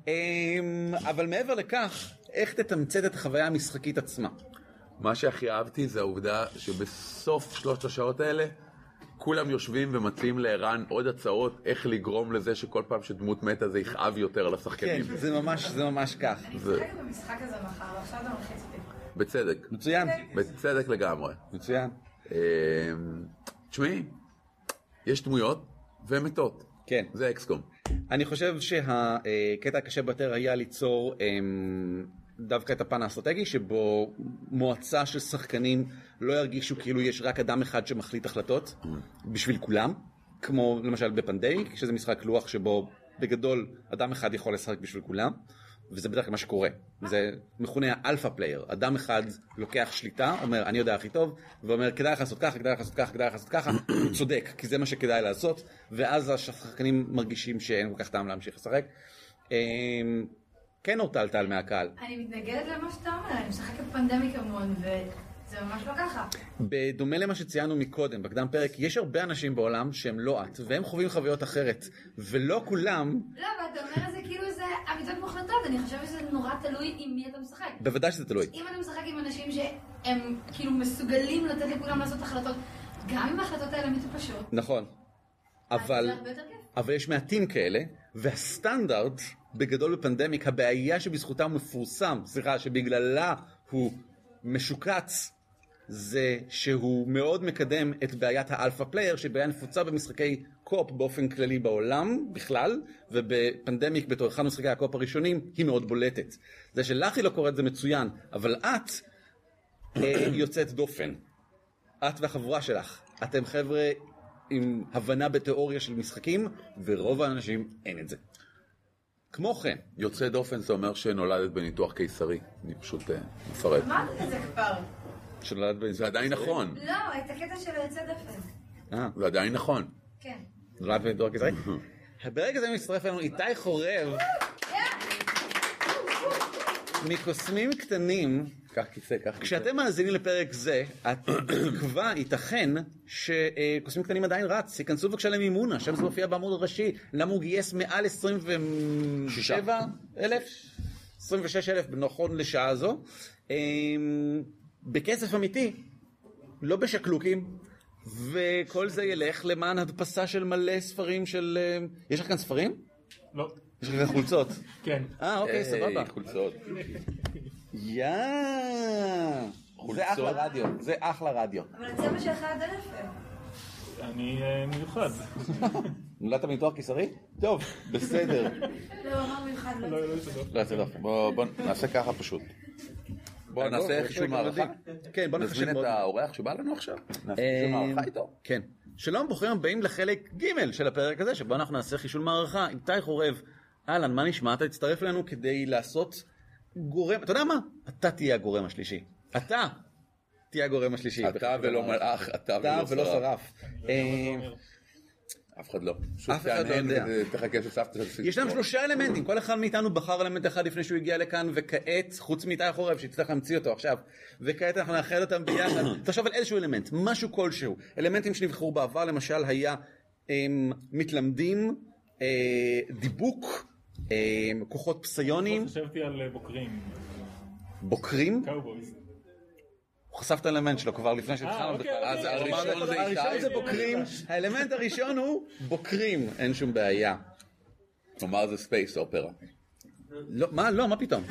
אבל מעבר לכך, איך תתמצת את החוויה המשחקית עצמה? מה שהכי אהבתי זה העובדה שבסוף 3 השעות האלה, כולם יושבים ומציעים לערן עוד הצעות איך לגרום לזה שכל פעם שדמות מתה זה יכאב יותר לשחקנים. כן, זה ממש כך. אני משחקת במשחק הזה מחר, ועכשיו אתה מלחיץ אותי. בצדק. מצוין. בצדק לגמרי. מצוין. תשמעי, יש דמויות ומתות. כן. זה אקסקום. אני חושב שהקטע הקשה ביותר היה ליצור דווקא את הפן האסטרטגי, שבו מועצה של שחקנים לא ירגישו כאילו יש רק אדם אחד שמחליט החלטות בשביל כולם, כמו למשל בפנדמיק, שזה משחק לוח שבו בגדול אדם אחד יכול לשחק בשביל כולם, וזה בדרך כלל מה שקורה. זה מכונה האלפא פלייר. אדם אחד לוקח שליטה, אומר אני יודע הכי טוב, ואומר כדאי לך לעשות ככה, כדאי לך לעשות ככה, כדאי לך לעשות ככה, הוא צודק, כי זה מה שכדאי לעשות, ואז השחקנים מרגישים שאין כל כך טעם להמשיך לשחק. כן הורטלת מהקהל. אני מתנגדת למה שאתה אומר, אני משחקת פנדמיק המון, וזה ממש לא ככה. בדומה למה שציינו מקודם, בקדם פרק, יש הרבה אנשים בעולם שהם לא את, והם חווים חוויות אחרת, ולא כולם... לא, אבל אתה אומר את זה כאילו זה אמיתות מוחלטות, אני חושבת שזה נורא תלוי עם מי אתה משחק. בוודאי שזה תלוי. אם אתה משחק עם אנשים שהם כאילו מסוגלים לתת לכולם לעשות החלטות, גם אם ההחלטות האלה מטופשות. נכון. אבל יש מעטים כאלה, והסטנדרט בגדול בפנדמיק, הבעיה שבזכותה הוא מפורסם, שבגללה הוא משוקץ, זה שהוא מאוד מקדם את בעיית האלפא פלייר, שבעיה נפוצה במשחקי קופ באופן כללי בעולם בכלל, ובפנדמיק בתור אחד משחקי הקופ הראשונים היא מאוד בולטת. זה שלך היא לא קוראת זה מצוין, אבל את יוצאת דופן. את והחבורה שלך. אתם חבר'ה עם הבנה בתיאוריה של משחקים, ורוב האנשים אין את זה. כמו כן, יוצא דופן זה אומר שנולדת בניתוח קיסרי. אני פשוט מפרט. אמרת את זה כבר. שנולדת בניתוח קיסרי? זה עדיין נכון. לא, את הקטע של יוצא דופן. זה עדיין נכון. כן. נולדת בניתוח קיסרי? ברגע זה מצטרף לנו איתי חורב. מקוסמים קטנים. כך כיסא, כך כיסא. כשאתם מאזינים לפרק זה, בתקווה ייתכן שקוסמים קטנים עדיין רץ, ייכנסו בבקשה למימונה, שם זה מופיע בעמוד הראשי, למה הוא גייס מעל 26,000 נכון לשעה הזו, בכסף אמיתי, לא בשקלוקים, וכל זה ילך למען הדפסה של מלא ספרים של... יש לך כאן ספרים? לא. יש לך כאן חולצות? כן. אוקיי, סבבה. חולצות. זה אחלה רדיו, זה אחלה רדיו. אבל הצבע שלך עד אלף. אני מיוחד. נולדת מניתוח קיסרי? טוב, בסדר. לא, אמר מיוחד, לא יצא דופן. בוא נעשה ככה פשוט. בוא נעשה חישוב מערכה. כן, בוא נזמין את האורח שבא לנו עכשיו. נעשה חישוב מערכה איתו. כן. שלום, ברוכים הבאים לחלק ג' של הפרק הזה, שבו אנחנו נעשה חישול מערכה. איתי חורב, אהלן, מה נשמע? אתה תצטרף אלינו כדי לעשות גורם, אתה יודע מה? אתה תהיה הגורם השלישי. אתה תהיה הגורם השלישי. אתה ולא מלאך, אתה ולא שרף. אף אחד לא. אף אחד לא יודע. תחכה שסבתא של יש להם 3 אלמנטים, כל אחד מאיתנו בחר אלמנט אחד לפני שהוא הגיע לכאן, וכעת, חוץ מאיתי חורב שיצטרך להמציא אותו עכשיו, וכעת אנחנו נאחד אותם ביחד. תחשוב על איזשהו אלמנט, משהו כלשהו. אלמנטים שנבחרו בעבר, למשל היה מתלמדים, דיבוק, כוחות פסיוניים. חשבתי על בוקרים. בוקרים? קאובויז. הוא חשף את האלמנט שלו כבר לפני שהתחלנו בכלל. אז הראשון זה בוקרים, האלמנט הראשון הוא בוקרים, אין שום בעיה. כלומר זה ספייס אופרה. לא, מה פתאום?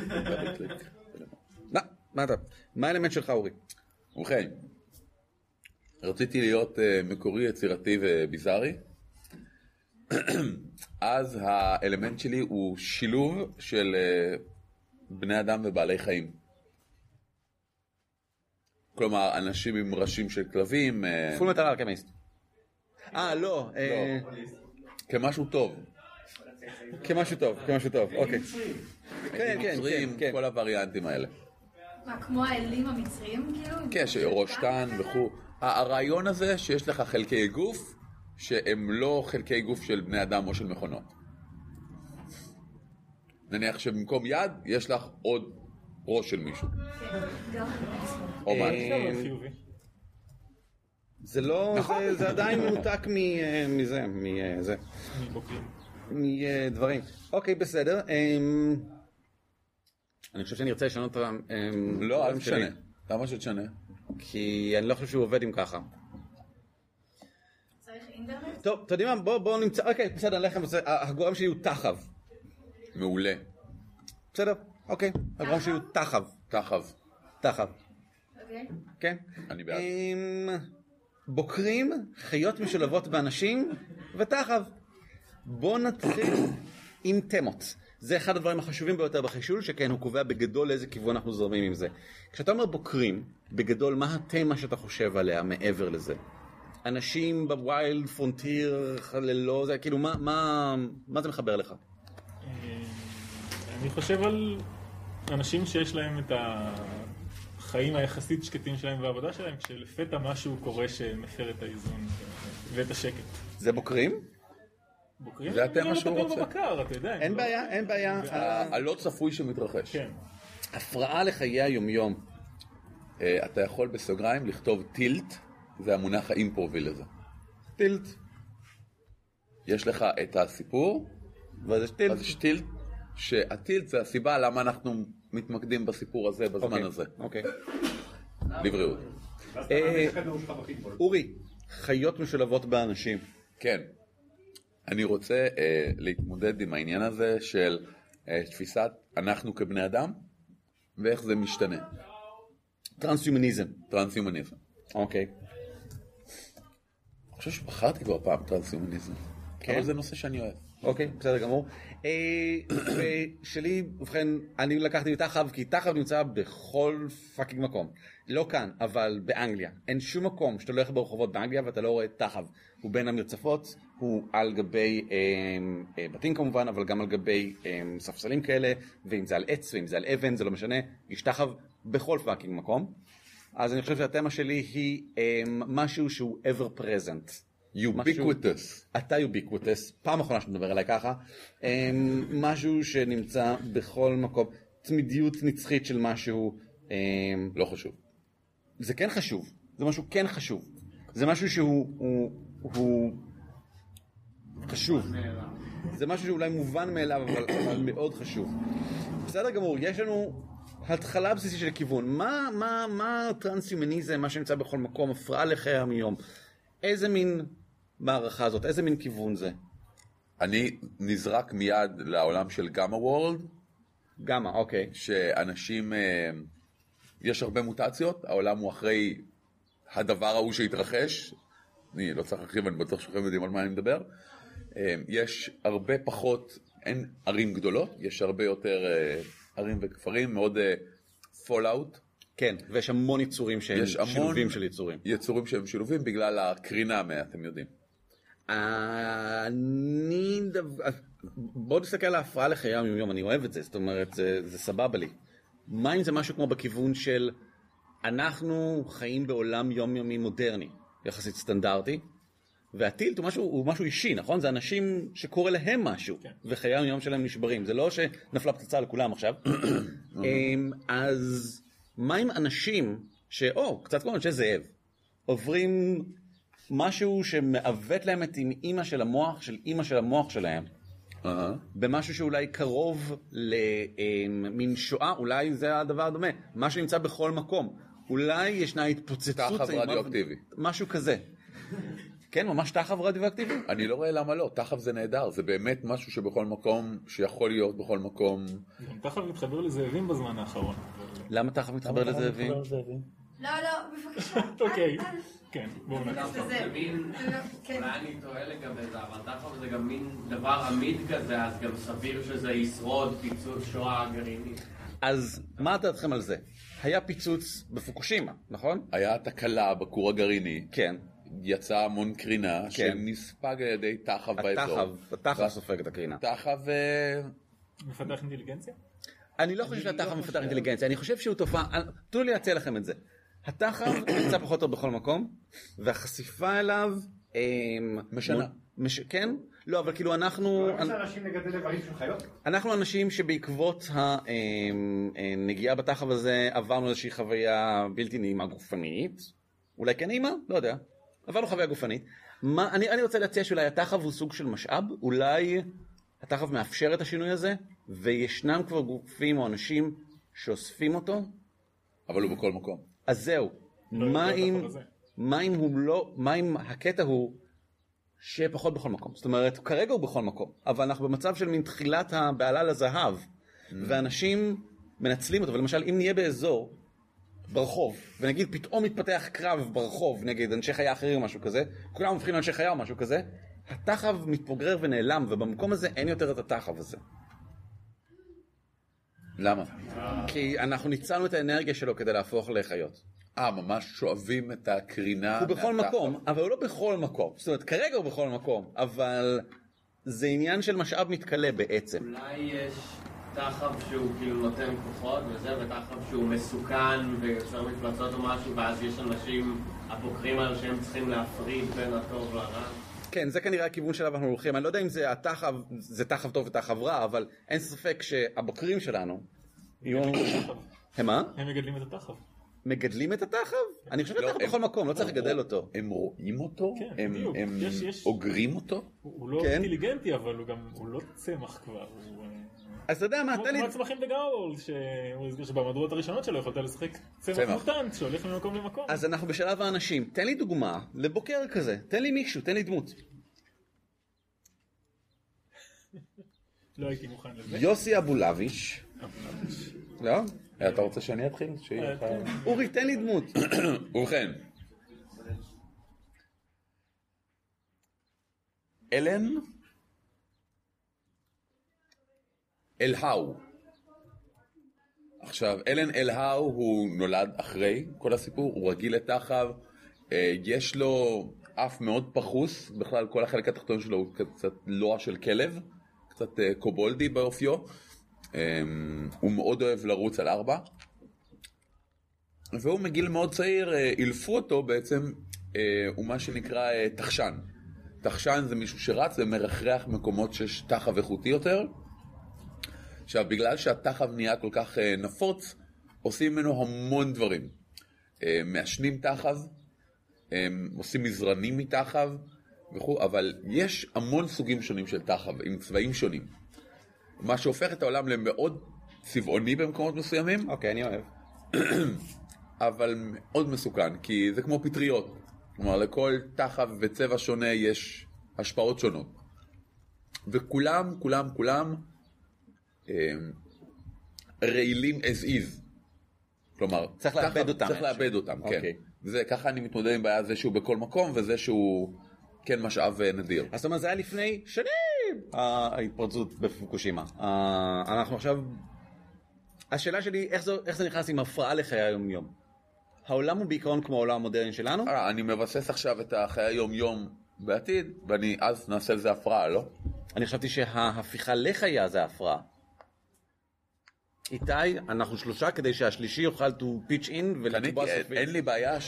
מה האלמנט שלך אורי? ובכן, רציתי להיות מקורי, יצירתי וביזארי. אז האלמנט שלי הוא שילוב של בני אדם ובעלי חיים. כלומר, אנשים עם ראשים של כלבים. פול מטר אלכמיסט. לא. כמשהו טוב. כמשהו טוב, אוקיי. כן, כל הווריאנטים האלה. מה, כמו האלים המצרים כאילו? כן, שראשתן וכו'. הרעיון הזה שיש לך חלקי גוף, שהם לא חלקי גוף של בני אדם או של מכונות. נניח שבמקום יד, יש לך עוד ראש של מישהו. או מה? זה לא, זה עדיין מנותק מזה, מדברים. אוקיי, בסדר. אני חושב שאני ארצה לשנות את לא, אל תשנה. למה שתשנה? כי אני לא חושב שהוא עובד עם ככה. צריך אינטרנט? טוב, אתה יודע מה? בואו נמצא, אוקיי, בסדר, לכם, הגורם שלי הוא תחב. מעולה. בסדר, אוקיי, הגורם שלי הוא תחב. תחב. אוקיי. כן. אני בעד. בוקרים, חיות משולבות באנשים ותחב. בואו נתחיל עם תמות. זה אחד הדברים החשובים ביותר בחישול, שכן הוא קובע בגדול לאיזה כיוון אנחנו זורמים עם זה. כשאתה אומר בוקרים, בגדול, מה התמה שאתה חושב עליה מעבר לזה? אנשים בוויילד, פרונטיר, ללא, זה כאילו, מה זה מחבר לך? אני חושב על אנשים שיש להם את החיים היחסית שקטים שלהם והעבודה שלהם, כשלפתע משהו קורה שמפר את האיזון ואת השקט. זה בוקרים? בוקרים? זה התמה שהוא רוצה. בבקר, אתה יודע. אין בעיה. הלא צפוי שמתרחש. כן. הפרעה לחיי היומיום. אתה יכול בסוגריים לכתוב טילט, זה המונח האימפרובי לזה. טילט. יש לך את הסיפור, ואז יש טילט. אז יש טילט, שהטילט זה הסיבה למה אנחנו מתמקדים בסיפור הזה בזמן הזה. אוקיי. לבריאות. אורי, חיות משולבות באנשים. כן. אני רוצה להתמודד עם העניין הזה של תפיסת אנחנו כבני אדם, ואיך זה משתנה. טרנס-יומניזם. אוקיי. אני חושב שבחרתי כבר פעם טרנס-יומניזם. אבל זה נושא שאני אוהב. אוקיי, בסדר גמור. ושלי, ובכן, אני לקחתי תחב, כי תחב נמצא בכל פאקינג מקום. לא כאן, אבל באנגליה. אין שום מקום שאתה הולך ברחובות באנגליה ואתה לא רואה תחב. הוא בין המרצפות, הוא על גבי בתים כמובן, אבל גם על גבי ספסלים כאלה, ואם זה על עץ ואם זה על אבן, זה לא משנה. יש תחב בכל פאקינג מקום. אז אני חושב שהתמה שלי היא משהו שהוא ever present. ubiquitous. אתה ubiquitous, פעם אחרונה שנדבר עליי ככה. משהו שנמצא בכל מקום, תמידיות נצחית של משהו. לא חשוב. זה כן חשוב, זה משהו כן חשוב. זה משהו שהוא חשוב. זה משהו שאולי מובן מאליו, אבל מאוד חשוב. בסדר גמור, יש לנו התחלה בסיסית של כיוון. מה טרנס-יומניזם, מה שנמצא בכל מקום, הפרעה לחיי היום? איזה מין מערכה הזאת, איזה מין כיוון זה? אני נזרק מיד לעולם של גאמה וורלד. גאמה, אוקיי. שאנשים, יש הרבה מוטציות, העולם הוא אחרי הדבר ההוא שהתרחש, אני לא צריך להרחיב, אני בטוח שכם יודעים על מה אני מדבר. יש הרבה פחות, אין ערים גדולות, יש הרבה יותר ערים וכפרים, מאוד פול-אאוט. כן, ויש המון יצורים שהם שילובים של יצורים. יצורים שהם שילובים בגלל הקרינה, אתם יודעים. בואו נסתכל על ההפרעה לחיי היום, אני אוהב את זה, זאת אומרת, זה סבבה לי. מה אם זה משהו כמו בכיוון של אנחנו חיים בעולם יומיומי מודרני, יחסית סטנדרטי, והטילט הוא משהו אישי, נכון? זה אנשים שקורה להם משהו, וחיי היום שלהם נשברים. זה לא שנפלה פצצה לכולם עכשיו. אז מה עם אנשים קצת כמו אנשי זאב, עוברים משהו שמעוות להם את אימא של המוח של אימא של המוח שלהם, במשהו שאולי קרוב למין שואה, אולי זה הדבר הדומה, מה שנמצא בכל מקום. אולי ישנה התפוצצות, תחב רדיואקטיבי. משהו כזה. כן, ממש תחב רדיואקטיבי? אני לא רואה למה לא, תחב זה נהדר, זה באמת משהו שבכל מקום, שיכול להיות בכל מקום. גם תחב מתחבר לזאבים בזמן האחרון. למה תחב מתחבר לזאבים? לא, בבקשה. אוקיי, כן, בואו נקרא. אולי אני טועה לגבי זה, אבל תחב זה גם מין דבר עמיד כזה, אז גם סביר שזה ישרוד פיצוץ שואה גרעינית. אז מה דעתכם על זה? היה פיצוץ בפוקושימה, נכון? היה תקלה בכור הגרעיני. כן. יצא המון קרינה שנספג על ידי תחב באזור. התחב סופג את הקרינה. תחב מפתח אינטליגנציה? אני לא חושב שהתחב מפתח אינטליגנציה, אני חושב שהוא תופעה, תנו לי להציע לכם את זה. התחב נמצא פחות או בכל מקום, והחשיפה אליו משנה. כן? לא, אבל כאילו אנחנו... לא יש אנשים לגדל איברים של חיות? אנחנו אנשים שבעקבות הנגיעה בתחב הזה עברנו איזושהי חוויה בלתי נעימה גופנית. אולי כן נעימה? לא יודע. עברנו חוויה גופנית. אני רוצה להציע שאולי התחב הוא סוג של משאב, אולי התחב מאפשר את השינוי הזה, וישנם כבר גופים או אנשים שאוספים אותו. אבל הוא בכל מקום. אז זהו. מה אם הקטע הוא שפחות בכל מקום? זאת אומרת, כרגע הוא בכל מקום, אבל אנחנו במצב של מין תחילת הבעלה לזהב, ואנשים מנצלים אותו. ולמשל, אם נהיה באזור ברחוב, ונגיד פתאום מתפתח קרב ברחוב נגד אנשי חיה אחרים או משהו כזה, כולם מבחינים אנשי חיה או משהו כזה, התחב מתפוגרר ונעלם, ובמקום הזה אין יותר את התחב הזה. למה? כי אנחנו ניצלנו את האנרגיה שלו כדי להפוך לחיות. ממש שואבים את הקרינה. הוא בכל מקום, אבל הוא לא בכל מקום. זאת אומרת, כרגע הוא בכל מקום, אבל זה עניין של משאב מתקלה בעצם. אולי יש תחב שהוא כאילו נותן כוחות וזה, ותחב שהוא מסוכן ויוצר מפלצות או משהו, ואז יש אנשים הבוקרים האלה שהם צריכים להפריד בין הטוב לרע. כן, זה כנראה הכיוון שלנו אנחנו הולכים. אני לא יודע אם זה התחב, זה תחב טוב ותחב רע, אבל אין ספק שהבוקרים שלנו הם מה? הם מגדלים את התחב. מגדלים את התחב? אני חושב שתחב בכל מקום, לא צריך לגדל אותו. הם רואים אותו? כן, בדיוק. הם אוגרים אותו? הוא לא אינטליגנטי, אבל הוא לא צמח כבר. אז אתה יודע מה, תן לי... כמו הצמחים בגאול, שהוא הסביר שבמדורות הראשונות שלו יכולת לשחק צמח מוטנט שהולך ממקום למקום. אז אנחנו בשלב האנשים. תן לי דוגמה לבוקר כזה. תן לי מישהו, תן לי דמות. לא הייתי מוכן לזה. יוסי אבולביץ'. לא? אתה רוצה שאני אתחיל? אורי, תן לי דמות. ובכן. אלן אלהאו. עכשיו, אלן אלהאו הוא נולד אחרי כל הסיפור, הוא רגיל לתחב, יש לו אף מאוד פחוס, בכלל כל החלק התחתון שלו הוא קצת לוע של כלב, קצת קובולדי באופיו, הוא מאוד אוהב לרוץ על 4, והוא מגיל מאוד צעיר, אילפו אותו בעצם, הוא מה שנקרא תחשן. תחשן זה מישהו שרץ ומרחרח מקומות שיש תחב איכותי יותר. עכשיו, בגלל שהתחב נהיה כל כך נפוץ, עושים ממנו המון דברים. מעשנים תחב, עושים מזרנים מתחב, וכו', אבל יש המון סוגים שונים של תחב, עם צבעים שונים. מה שהופך את העולם למאוד צבעוני במקומות מסוימים. אוקיי, אני אוהב. אבל מאוד מסוכן, כי זה כמו פטריות. כלומר, לכל תחב וצבע שונה יש השפעות שונות. וכולם, כולם, רעילים as is. כלומר, צריך לאבד אותם. צריך לאבד אותם, כן. זה, ככה אני מתמודד עם בעיה, זה שהוא בכל מקום, וזה שהוא כן משאב נדיר. אז זאת אומרת, זה היה לפני שנים, ההתפרצות בפוקושימה. אנחנו עכשיו... השאלה שלי, איך זה נכנס עם הפרעה לחיי היום-יום? העולם הוא בעיקרון כמו העולם המודרני שלנו? אני מבסס עכשיו את החיי היום-יום בעתיד, ואני אז נעשה לזה הפרעה, לא? אני חשבתי שההפיכה לחיה זה הפרעה. איתי, אנחנו 3 כדי שהשלישי יוכל to pitch in ולתבוע סופית. אין לי בעיה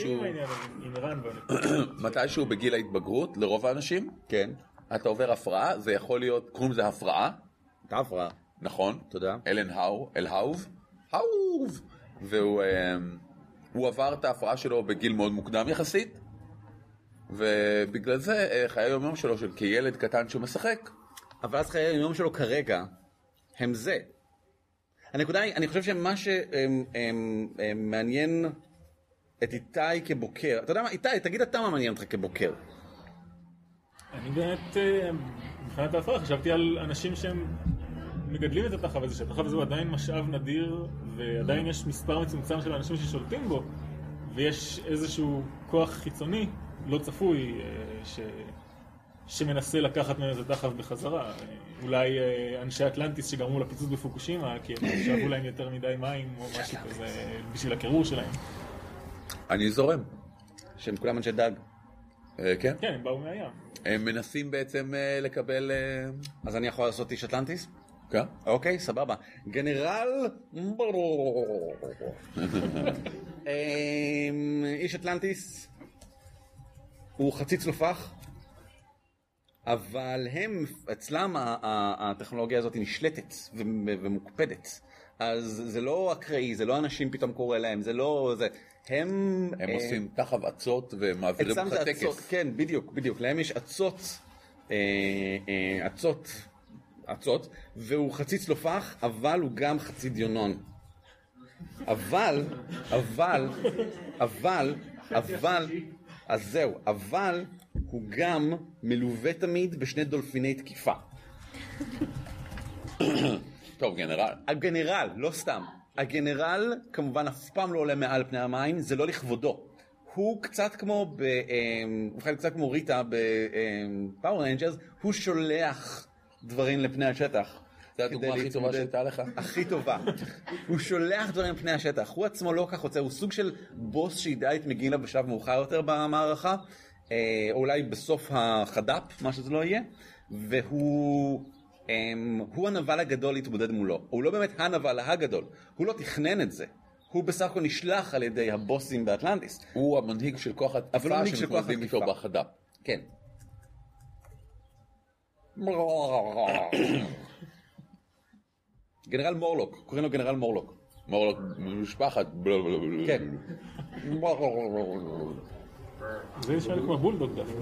מתישהו בגיל ההתבגרות, לרוב האנשים, כן, אתה עובר הפרעה, זה יכול להיות, קוראים לזה הפרעה. אתה הפרעה. נכון. תודה. אלהאוב, והוא עבר את ההפרעה שלו בגיל מאוד מוקדם יחסית, ובגלל זה חיי היום-יום שלו של כילד קטן שהוא משחק. אבל אז חיי היום-יום שלו כרגע הם זה. הנקודה היא, אני חושב שמה שמעניין את איתי כבוקר, אתה יודע מה, איתי, תגיד אתה מה מעניין אותך כבוקר. אני באמת, מבחינת ההפרעה, חשבתי על אנשים שהם מגדלים את התחב הזה, שהתחב הזה הוא עדיין משאב נדיר, ועדיין יש מספר מצומצם של אנשים ששולטים בו, ויש איזשהו כוח חיצוני, לא צפוי, שמנסה לקחת מהם את התחב בחזרה. אולי אנשי אטלנטיס שגרמו לפיצוץ בפוקושימה, כי הם שאבו להם יותר מדי מים או משהו כזה בשביל הקירור שלהם. אני זורם. שהם כולם אנשי דג. כן? כן, הם באו מהים. הם מנסים בעצם לקבל... אז אני יכול לעשות איש אטלנטיס? כן. אוקיי, סבבה. גנרל... איש אטלנטיס הוא חצי צלופח, אבל אצלם הטכנולוגיה הזאת נשלטת ומוקפדת. אז זה לא אקראי, זה לא אנשים פתאום קורא להם, זה לא... הם עושים תחב עצות ומעבירים לך טקס. כן, בדיוק. להם יש עצות, והוא חצי צלופח, אבל הוא גם חצי דיונון. אבל, אז זהו, אבל הוא גם מלווה תמיד בשני דולפיני תקיפה. טוב, גנרל. הגנרל, לא סתם. הגנרל כמובן אף פעם לא עולה מעל פני המים, זה לא לכבודו. הוא קצת כמו ריטה בפאור ריינג'רס, הוא שולח דברים לפני השטח. זו הדוגמה הכי טובה שהייתה לך? הכי טובה. הוא שולח דברים לפני השטח. הוא עצמו לא כך רוצה, הוא סוג של בוס שידע את מגילה בשלב מאוחר יותר במערכה, או אולי בסוף החד"פ, מה שזה לא יהיה, והוא הנבל הגדול להתמודד מולו. הוא לא באמת הנבל הגדול, הוא לא תכנן את זה. הוא בסך הכל נשלח על ידי הבוסים באטלנטיס. הוא המנהיג של כוח התקיפה שמתמודדים איתו בחד"פ. כן. גנרל מורלוק, קוראים לו גנרל מורלוק. מורלוק משפחת. כן. זה נשמע לי כמו בולדוג דווקא.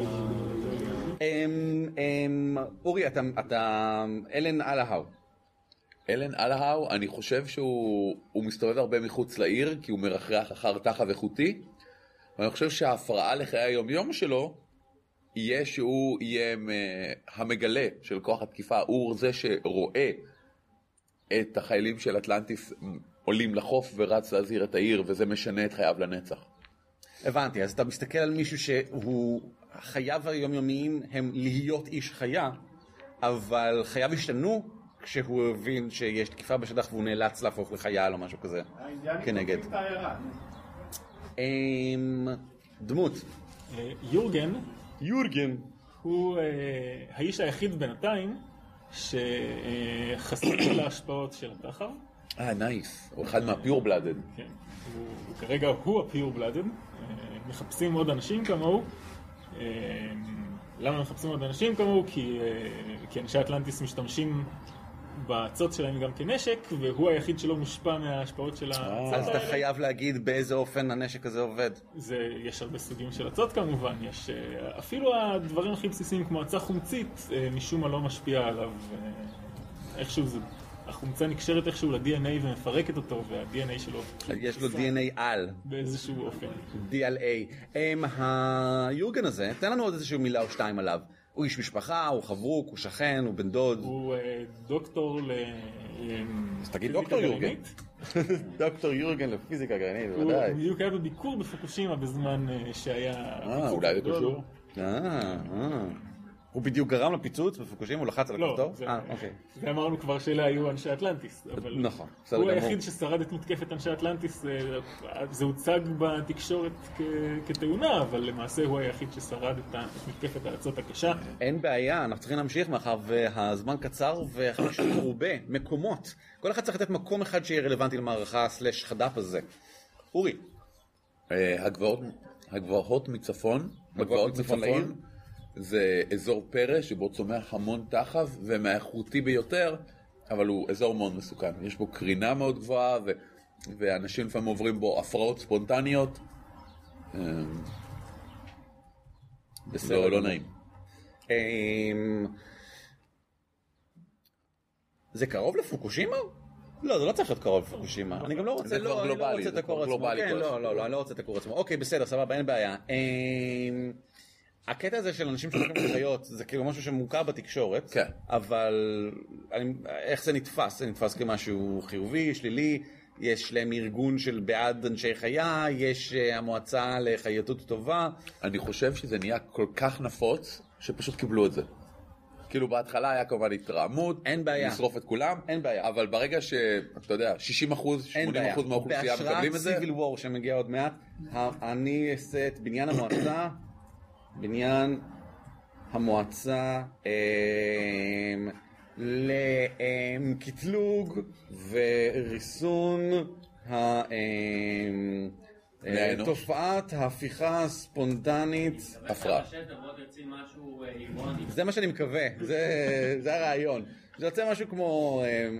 אורי, אתה אלן אלהאו. אלן אלהאו, אני חושב שהוא מסתובב הרבה מחוץ לעיר, כי הוא מרחרח אחר תחב איכותי, ואני חושב שההפרעה לחיי היום-יום שלו יהיה שהוא יהיה המגלה של כוח התקיפה, הוא זה שרואה את החיילים של אטלנטיס עולים לחוף ורץ להזהיר את העיר, וזה משנה את חייו לנצח. הבנתי, אז אתה מסתכל על מישהו שהוא, חייו היומיומיים הם להיות איש חיה, אבל חייו השתנו כשהוא הבין שיש תקיפה בשטח והוא נאלץ להפוך לחייל או משהו כזה כנגד. דמות. יורגן הוא האיש היחיד בינתיים שחשוף להשפעות של התחר. נייס, הוא אחד מהפיור בלאדד. כן, כרגע הוא הפיור בלאדד. מחפשים עוד אנשים כמוהו. למה מחפשים עוד אנשים כמוהו? כי אנשי אטלנטיס משתמשים בצות שלהם גם כנשק, והוא היחיד שלא מושפע מההשפעות של הצות האלה. אז אתה חייב להגיד באיזה אופן הנשק הזה עובד. יש הרבה סוגים של הצות כמובן, יש אפילו הדברים הכי בסיסיים כמו הצה חומצית, משום מה לא משפיע עליו. איכשהו זה, החומצה נקשרת איכשהו ל-DNA ומפרקת אותו, וה-DNA שלו... יש לו DNA על. באיזשהו אופן. DLA. היורגן הזה, תן לנו עוד איזושהי מילה או שתיים עליו. הוא איש משפחה, הוא חברוק, הוא שכן, הוא בן דוד. הוא דוקטור אז תגיד דוקטור יורגן. דוקטור יורגן לפיזיקה גרעינית, בוודאי. הוא בדיוק היה בביקור בפוקושימה בזמן שהיה... אולי זה קשור. הוא בדיוק גרם לפיצוץ בפוקושימה, הוא לחץ על הכפתור? אוקיי. זה אמרנו כבר שאלה היו אנשי אטלנטיס, אבל נכון, הוא היחיד ששרד את מתקפת אנשי אטלנטיס, זה הוצג בתקשורת כתאונה, אבל למעשה הוא היחיד ששרד את מתקפת הארצות הקשה. אין בעיה, אנחנו צריכים להמשיך מאחר והזמן קצר ויש מרובה מקומות. כל אחד צריך לתת מקום אחד שיהיה רלוונטי למערכה סלש חד"פ הזה. אורי. הגבעות מצפון, הגבעות מצפון זה אזור פרא שבו צומח המון תחב ומהאיכותי ביותר, אבל הוא אזור מאוד מסוכן. יש בו קרינה מאוד גבוהה ואנשים לפעמים עוברים בו הפרעות ספונטניות. בסדר, לא נעים. זה קרוב לפוקושימה? לא, זה לא צריך להיות קרוב לפוקושימה. אני גם לא רוצה, לא, אני לא רוצה את הקור עצמו. כן, לא, אני לא רוצה את הקור עצמו. אוקיי, בסדר, סבבה, אין בעיה. הקטע הזה של אנשים שלוקחים חיות זה כאילו משהו שמוכר בתקשורת, כן. אבל איך זה נתפס? זה נתפס כמשהו חיובי, שלילי, יש להם ארגון של בעד אנשי חיה, יש המועצה לחייתות טובה. אני חושב שזה נהיה כל כך נפוץ שפשוט קיבלו את זה. כאילו בהתחלה היה כמובן התרעמות, אין בעיה. לשרוף את כולם, אין בעיה. אבל ברגע שאתה יודע, 60%, 80% מהאוכלוסייה מקבלים את זה. בהשראת סיביל וור שמגיע עוד מעט, אני אעשה את בניין המועצה, בניין המועצה לקטלוג וריסון תופעת ההפיכה הספונטנית הפרעה. זה מה שאני מקווה, זה הרעיון. זה יוצא משהו כמו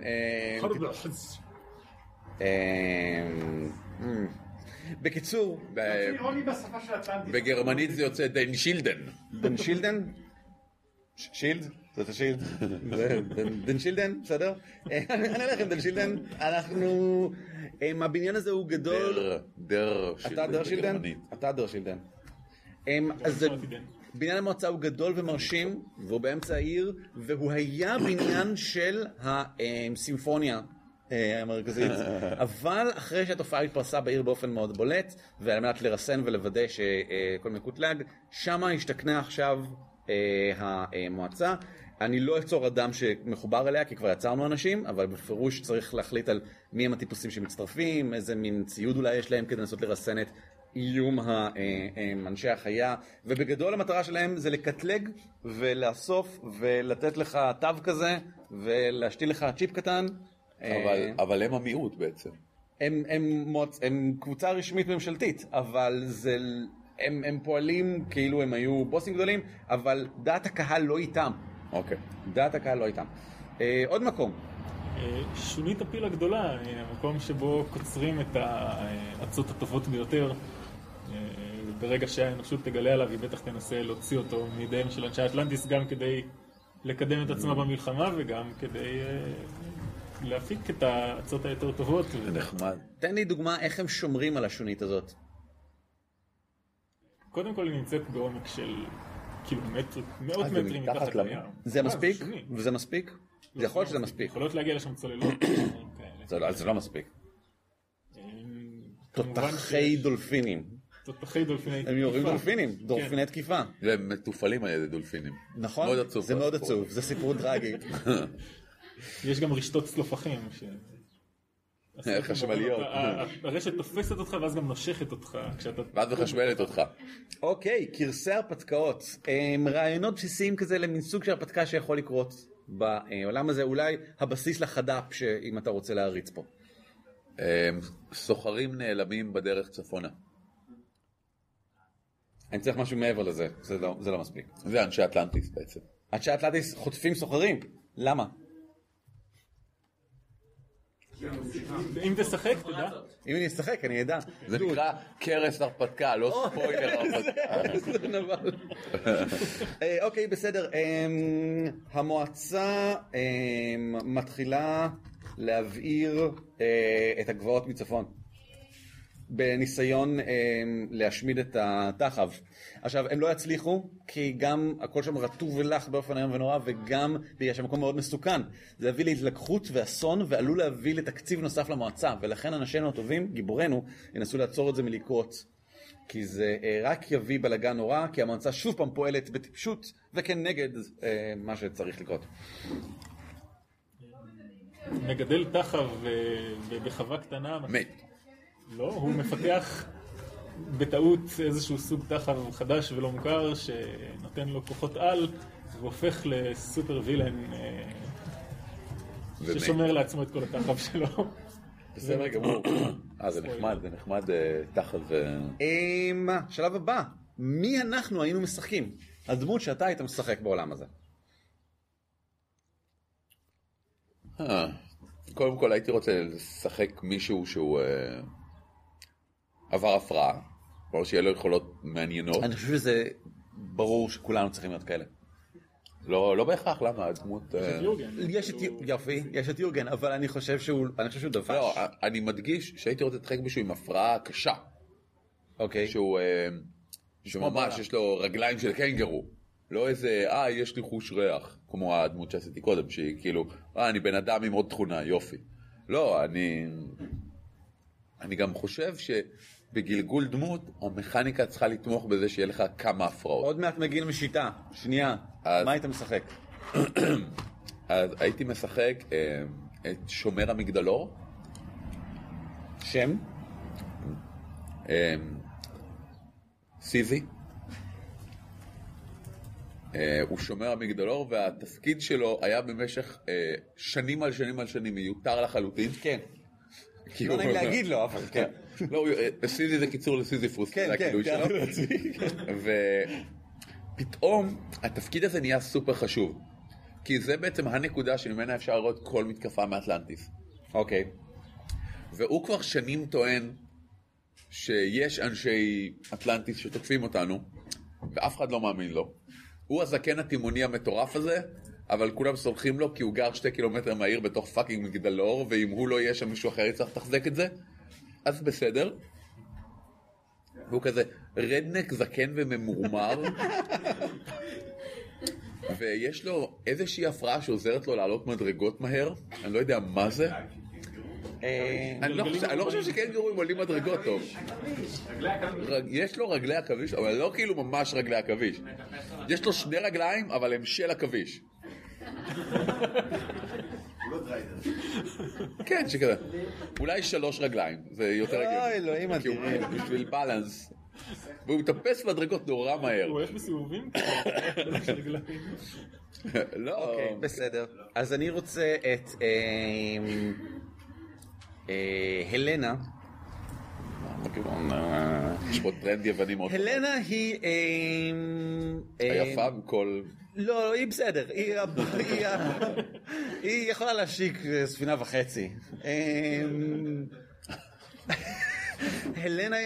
בקיצור, בגרמנית זה יוצא דן שילדן. דן שילדן? שילד? זאת השילד? דן שילדן, בסדר? אני אלך עם דן שילדן. אנחנו... הבניין הזה הוא גדול... אתה דר שילדן? אתה דר שילדן. אז בניין המועצה הוא גדול ומרשים, והוא באמצע העיר, והוא היה בניין של הסימפוניה המרכזית, אבל אחרי שהתופעה התפרסה בעיר באופן מאוד בולט, ועל מנת לרסן ולוודא שכל מקוטלג, שמה השתכנה עכשיו המועצה. אני לא אצור אדם שמחובר אליה, כי כבר יצרנו אנשים, אבל בפירוש צריך להחליט על מי הם הטיפוסים שמצטרפים, איזה מין ציוד אולי יש להם כדי לנסות לרסן את איום אנשי החיה, ובגדול המטרה שלהם זה לקטלג ולאסוף ולתת לך תו כזה ולהשתיל לך צ'יפ קטן. אבל הם המיעוט בעצם. הם קבוצה רשמית ממשלתית, אבל הם פועלים כאילו הם היו בוסים גדולים, אבל דעת הקהל לא איתם. אוקיי. דעת הקהל לא איתם. עוד מקום. שונית הפיל הגדולה, המקום שבו קוצרים את העצות הטובות ביותר. ברגע שהאנושות תגלה עליו, היא בטח תנסה להוציא אותו מידיהם של אנשי אטלנטיס, גם כדי לקדם את עצמה במלחמה וגם כדי להפיק את העצות היותר טובות. נחמד. תן לי דוגמה איך הם שומרים על השונית הזאת. קודם כל היא נמצאת בעומק של קילומטר, מאות מטרים מתחת לים. זה מספיק? וזה מספיק? זה יכול להיות שזה מספיק. יכולות להגיע לשם צוללות. זה לא מספיק. תותחי דולפינים. תותחי דולפיני תקיפה. הם יורים דולפינים, דולפיני תקיפה. הם מתופעלים על ידי דולפינים. נכון? זה מאוד עצוב, זה סיפור טרגי. יש גם רשתות צלופחים. חשמליות. הרשת תופסת אותך ואז גם נושכת אותך. ואז מחשמלת אותך. אוקיי, קרסי הרפתקאות. רעיונות בסיסיים כזה למין סוג של הרפתקה שיכול לקרות בעולם הזה. אולי הבסיס לחד"פ שאם אתה רוצה להריץ פה. סוחרים נעלמים בדרך צפונה. אני צריך משהו מעבר לזה, זה לא מספיק. זה אנשי אטלנטיס בעצם. אנשי אטלנטיס חוטפים סוחרים. למה? אם תשחק, תדע. אם אני אשחק, אני אדע. זה נקרא קרס הרפתקה, לא ספוילר הרפתקה. אוקיי, בסדר. המועצה מתחילה להבעיר את הגבעות מצפון. בניסיון להשמיד את התחב. עכשיו, הם לא יצליחו, כי גם הכל שם רטוב ולח באופן היום ונורא, וגם בגלל שהמקום מאוד מסוכן. זה הביא להתלקחות ואסון, ועלול להביא לתקציב נוסף למועצה, ולכן אנשינו הטובים, גיבורנו, ינסו לעצור את זה מלקרות. כי זה רק יביא בלגן נורא, כי המועצה שוב פעם פועלת בטיפשות, וכן נגד מה שצריך לקרות. מגדל תחב בחווה קטנה. מת. לא, הוא מפתח בטעות איזשהו סוג תחב חדש ולא מוכר, שנותן לו כוחות על, והופך לסופר וילן ששומר לעצמו את כל התחב שלו. בסדר גמור. זה נחמד תחב. שלב הבא, מי אנחנו היינו משחקים? הדמות שאתה היית משחק בעולם הזה. קודם כל הייתי רוצה לשחק מישהו שהוא עבר הפרעה, או שיהיה לו יכולות מעניינות. אני חושב שזה ברור שכולנו צריכים להיות כאלה. לא בהכרח, למה? הדמות... יש את יורגן, אבל אני חושב שהוא דבש. לא, אני מדגיש שהייתי רוצה לשחק מישהו עם הפרעה קשה. אוקיי. שהוא ממש יש לו רגליים של קנגרו. לא איזה, יש לי חוש ריח, כמו הדמות שעשיתי קודם, שהיא כאילו, אני בן אדם עם עוד תכונה, יופי. לא, אני גם חושב שבגלגול דמות, המכניקה צריכה לתמוך בזה שיהיה לך כמה הפרעות. עוד מעט מגיל משיטה, שנייה, מה היית משחק? אז הייתי משחק את שומר המגדלור. שם? סיזי. הוא שומר המגדלור, והתפקיד שלו היה במשך שנים על שנים על שנים מיותר לחלוטין. כן. לא נעים להגיד לו, אבל כן. לא, סיזי זה קיצור לסיזיפוס. כן, כן, תיארתי לעצמי. ופתאום התפקיד הזה נהיה סופר חשוב. כי זה בעצם הנקודה שממנה אפשר לראות כל מתקפה מאטלנטיס. אוקיי. והוא כבר שנים טוען שיש אנשי אטלנטיס שתוקפים אותנו, ואף אחד לא מאמין לו. הוא הזקן התימוני המטורף הזה, אבל כולם סולחים לו כי הוא גר 2 קילומטר מהעיר בתוך פאקינג מגדלור, ואם הוא לא יהיה שם מישהו אחר יצטרך לתחזק את זה, אז בסדר. והוא כזה רדנק זקן וממורמר, ויש לו איזושהי הפרעה שעוזרת לו לעלות מדרגות מהר, אני לא יודע מה זה. אני לא חושב שכן גרועים עולים מדרגות טוב. יש לו רגלי עכביש, אבל לא כאילו ממש רגלי עכביש. יש לו 2 רגליים, אבל הם של עכביש. כן, שכזה. אולי 3 רגליים, זה יותר רגיל. אוי, אלוהים אדירים. בשביל בלנס. והוא מטפס מדרגות נורא מהר. הוא הולך בסיבובים? לא. אוקיי, בסדר. אז אני רוצה את... הלנה. יש פה טרנד יווני מאוד. הלנה היא... היפה מכל... לא, היא בסדר. היא יכולה להשיק 1.5 ספינה. הלנה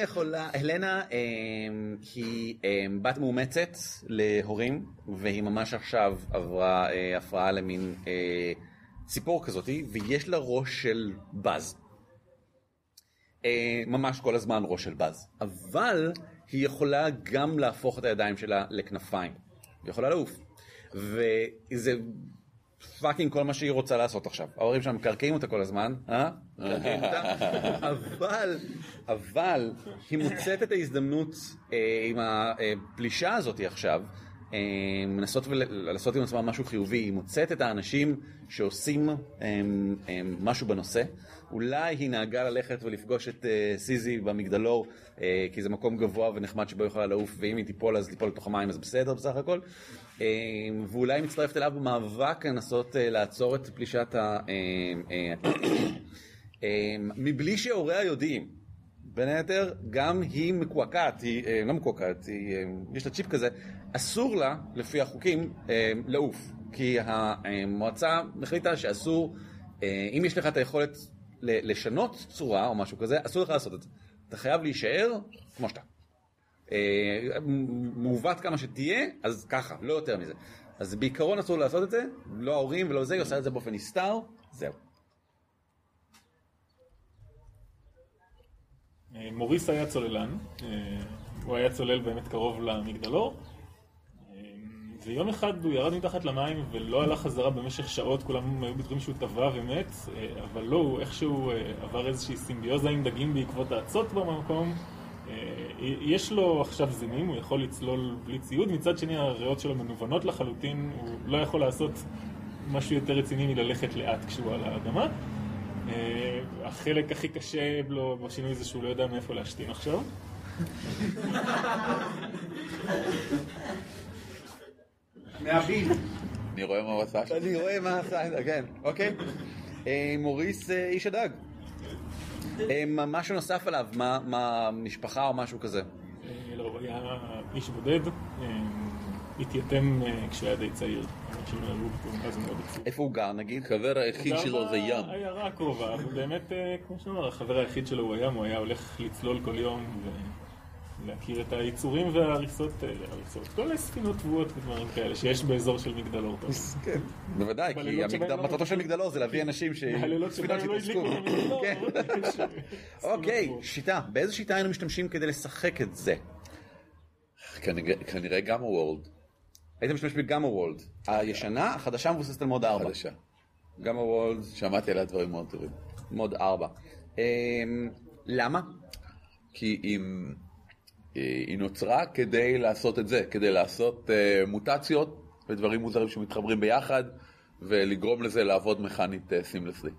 היא בת מאומצת להורים, והיא ממש עכשיו עברה הפרעה למין ציפור כזאת, ויש לה ראש של בז. ממש כל הזמן ראש של בז. אבל היא יכולה גם להפוך את הידיים שלה לכנפיים. היא יכולה לעוף. וזה פאקינג כל מה שהיא רוצה לעשות עכשיו. ההורים שם מקרקעים אותה כל הזמן, אבל היא מוצאת את ההזדמנות עם הפלישה הזאת עכשיו, מנסות לעשות עם עצמם משהו חיובי. היא מוצאת את האנשים שעושים משהו בנושא. אולי היא נהגה ללכת ולפגוש את סיזי במגדלור, כי זה מקום גבוה ונחמד שבו יכולה לעוף, ואם היא תיפול אז תיפול לתוך המים, אז בסדר בסך הכל. ואולי היא מצטרפת אליו במאבק לנסות לעצור את פלישת מבלי שהוריה יודעים. בין היתר, גם היא מקועקעת, היא לא מקועקעת, יש לה צ'יפ כזה, אסור לה, לפי החוקים, לעוף. כי המועצה החליטה שאסור, אם יש לך את היכולת לשנות צורה או משהו כזה, אסור לך לעשות את זה. אתה חייב להישאר כמו שאתה. מעוות כמה שתהיה, אז ככה, לא יותר מזה. אז בעיקרון אסור לעשות את זה, לא ההורים ולא זה, היא עושה את זה באופן נסתר, זהו. מוריס היה צוללן, הוא היה צולל באמת קרוב למגדלור, ויום אחד הוא ירד מתחת למים ולא עלה חזרה במשך שעות, כולם היו בטוחים שהוא טבע ומת, אבל לא, הוא איכשהו עבר איזושהי סימביוזה עם דגים בעקבות האצות במקום. יש לו עכשיו זימים, הוא יכול לצלול בלי ציוד, מצד שני הריאות שלו מנוונות לחלוטין, הוא לא יכול לעשות משהו יותר רציני מללכת לאט כשהוא על האדמה. החלק הכי קשה לו בשינוי זה שהוא לא יודע מאיפה להשתין עכשיו. מהבין. אני רואה מה הוא עשה. אני רואה מה עשה, כן, אוקיי. מוריס איש הדג. משהו נוסף עליו, מה משפחה או משהו כזה? לא, הוא היה איש בודד, התייתם כשהוא היה די צעיר. איפה הוא גר נגיד? חבר היחיד שלו זה ים. העיירה הקרובה, ובאמת, כמו שאמר, החבר היחיד שלו הוא הים, הוא היה הולך לצלול כל יום ולהכיר את היצורים וההריסות, כל הספינות טבועות ודברים כאלה שיש באזור של מגדלור. כן, בוודאי, כי מטרתו של מגדלור זה להביא אנשים ספינות שתעסקו. אוקיי, שיטה, באיזו שיטה היינו משתמשים כדי לשחק את זה? כנראה גאמה וורלד. הייתם משתמש בגאמה וורלד. הישנה, החדשה מבוססת על מוד 4. חדשה. גאמה וורלד. שמעתי עליה דברים מאוד טובים. מוד 4. למה? כי היא נוצרה כדי לעשות את זה, כדי לעשות מוטציות ודברים מוזרים שמתחברים ביחד, ולגרום לזה לעבוד מכנית סימלסלי.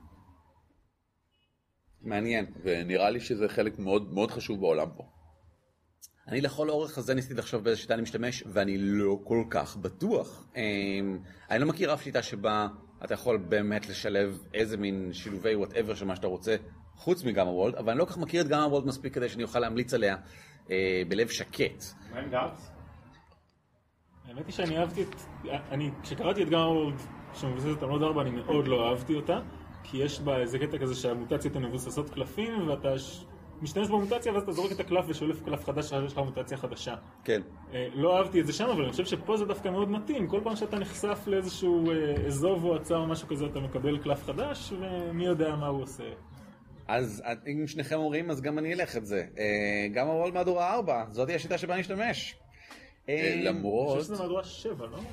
מעניין. ונראה לי שזה חלק מאוד מאוד חשוב בעולם פה. אני לכל אורך הזה ניסיתי לחשוב באיזו שיטה אני משתמש, ואני לא כל כך בטוח. אני לא מכיר אף שיטה שבה אתה יכול באמת לשלב איזה מין שילובי whatever של מה שאתה רוצה, חוץ מגאמה וורלד, אבל אני לא כך מכיר את גאמה וורלד מספיק כדי שאני אוכל להמליץ עליה בלב שקט. מה עם גארץ? האמת היא שאני אהבתי כשקראתי את גאמה וורלד שמבוססת על מוד 4, אני מאוד לא אהבתי אותה, כי יש בה איזה קטע כזה שהמוטציות הן מבוססות קלפים, ואתה משתמש במוטציה ואז אתה זורק את הקלף ושולף קלף חדש, יש לך מוטציה חדשה. כן. לא אהבתי את זה שם, אבל אני חושב שפה זה דווקא מאוד מתאים. כל פעם שאתה נחשף לאיזשהו אזוב או עצה או משהו כזה, אתה מקבל קלף חדש, ומי יודע מה הוא עושה. אז אם שניכם אומרים, אז גם אני אלך את זה. גם הוולד מהדורה 4, זאת היא השיטה שבה נשתמש. למרות... אני חושב שזה מהדורה 7, לא?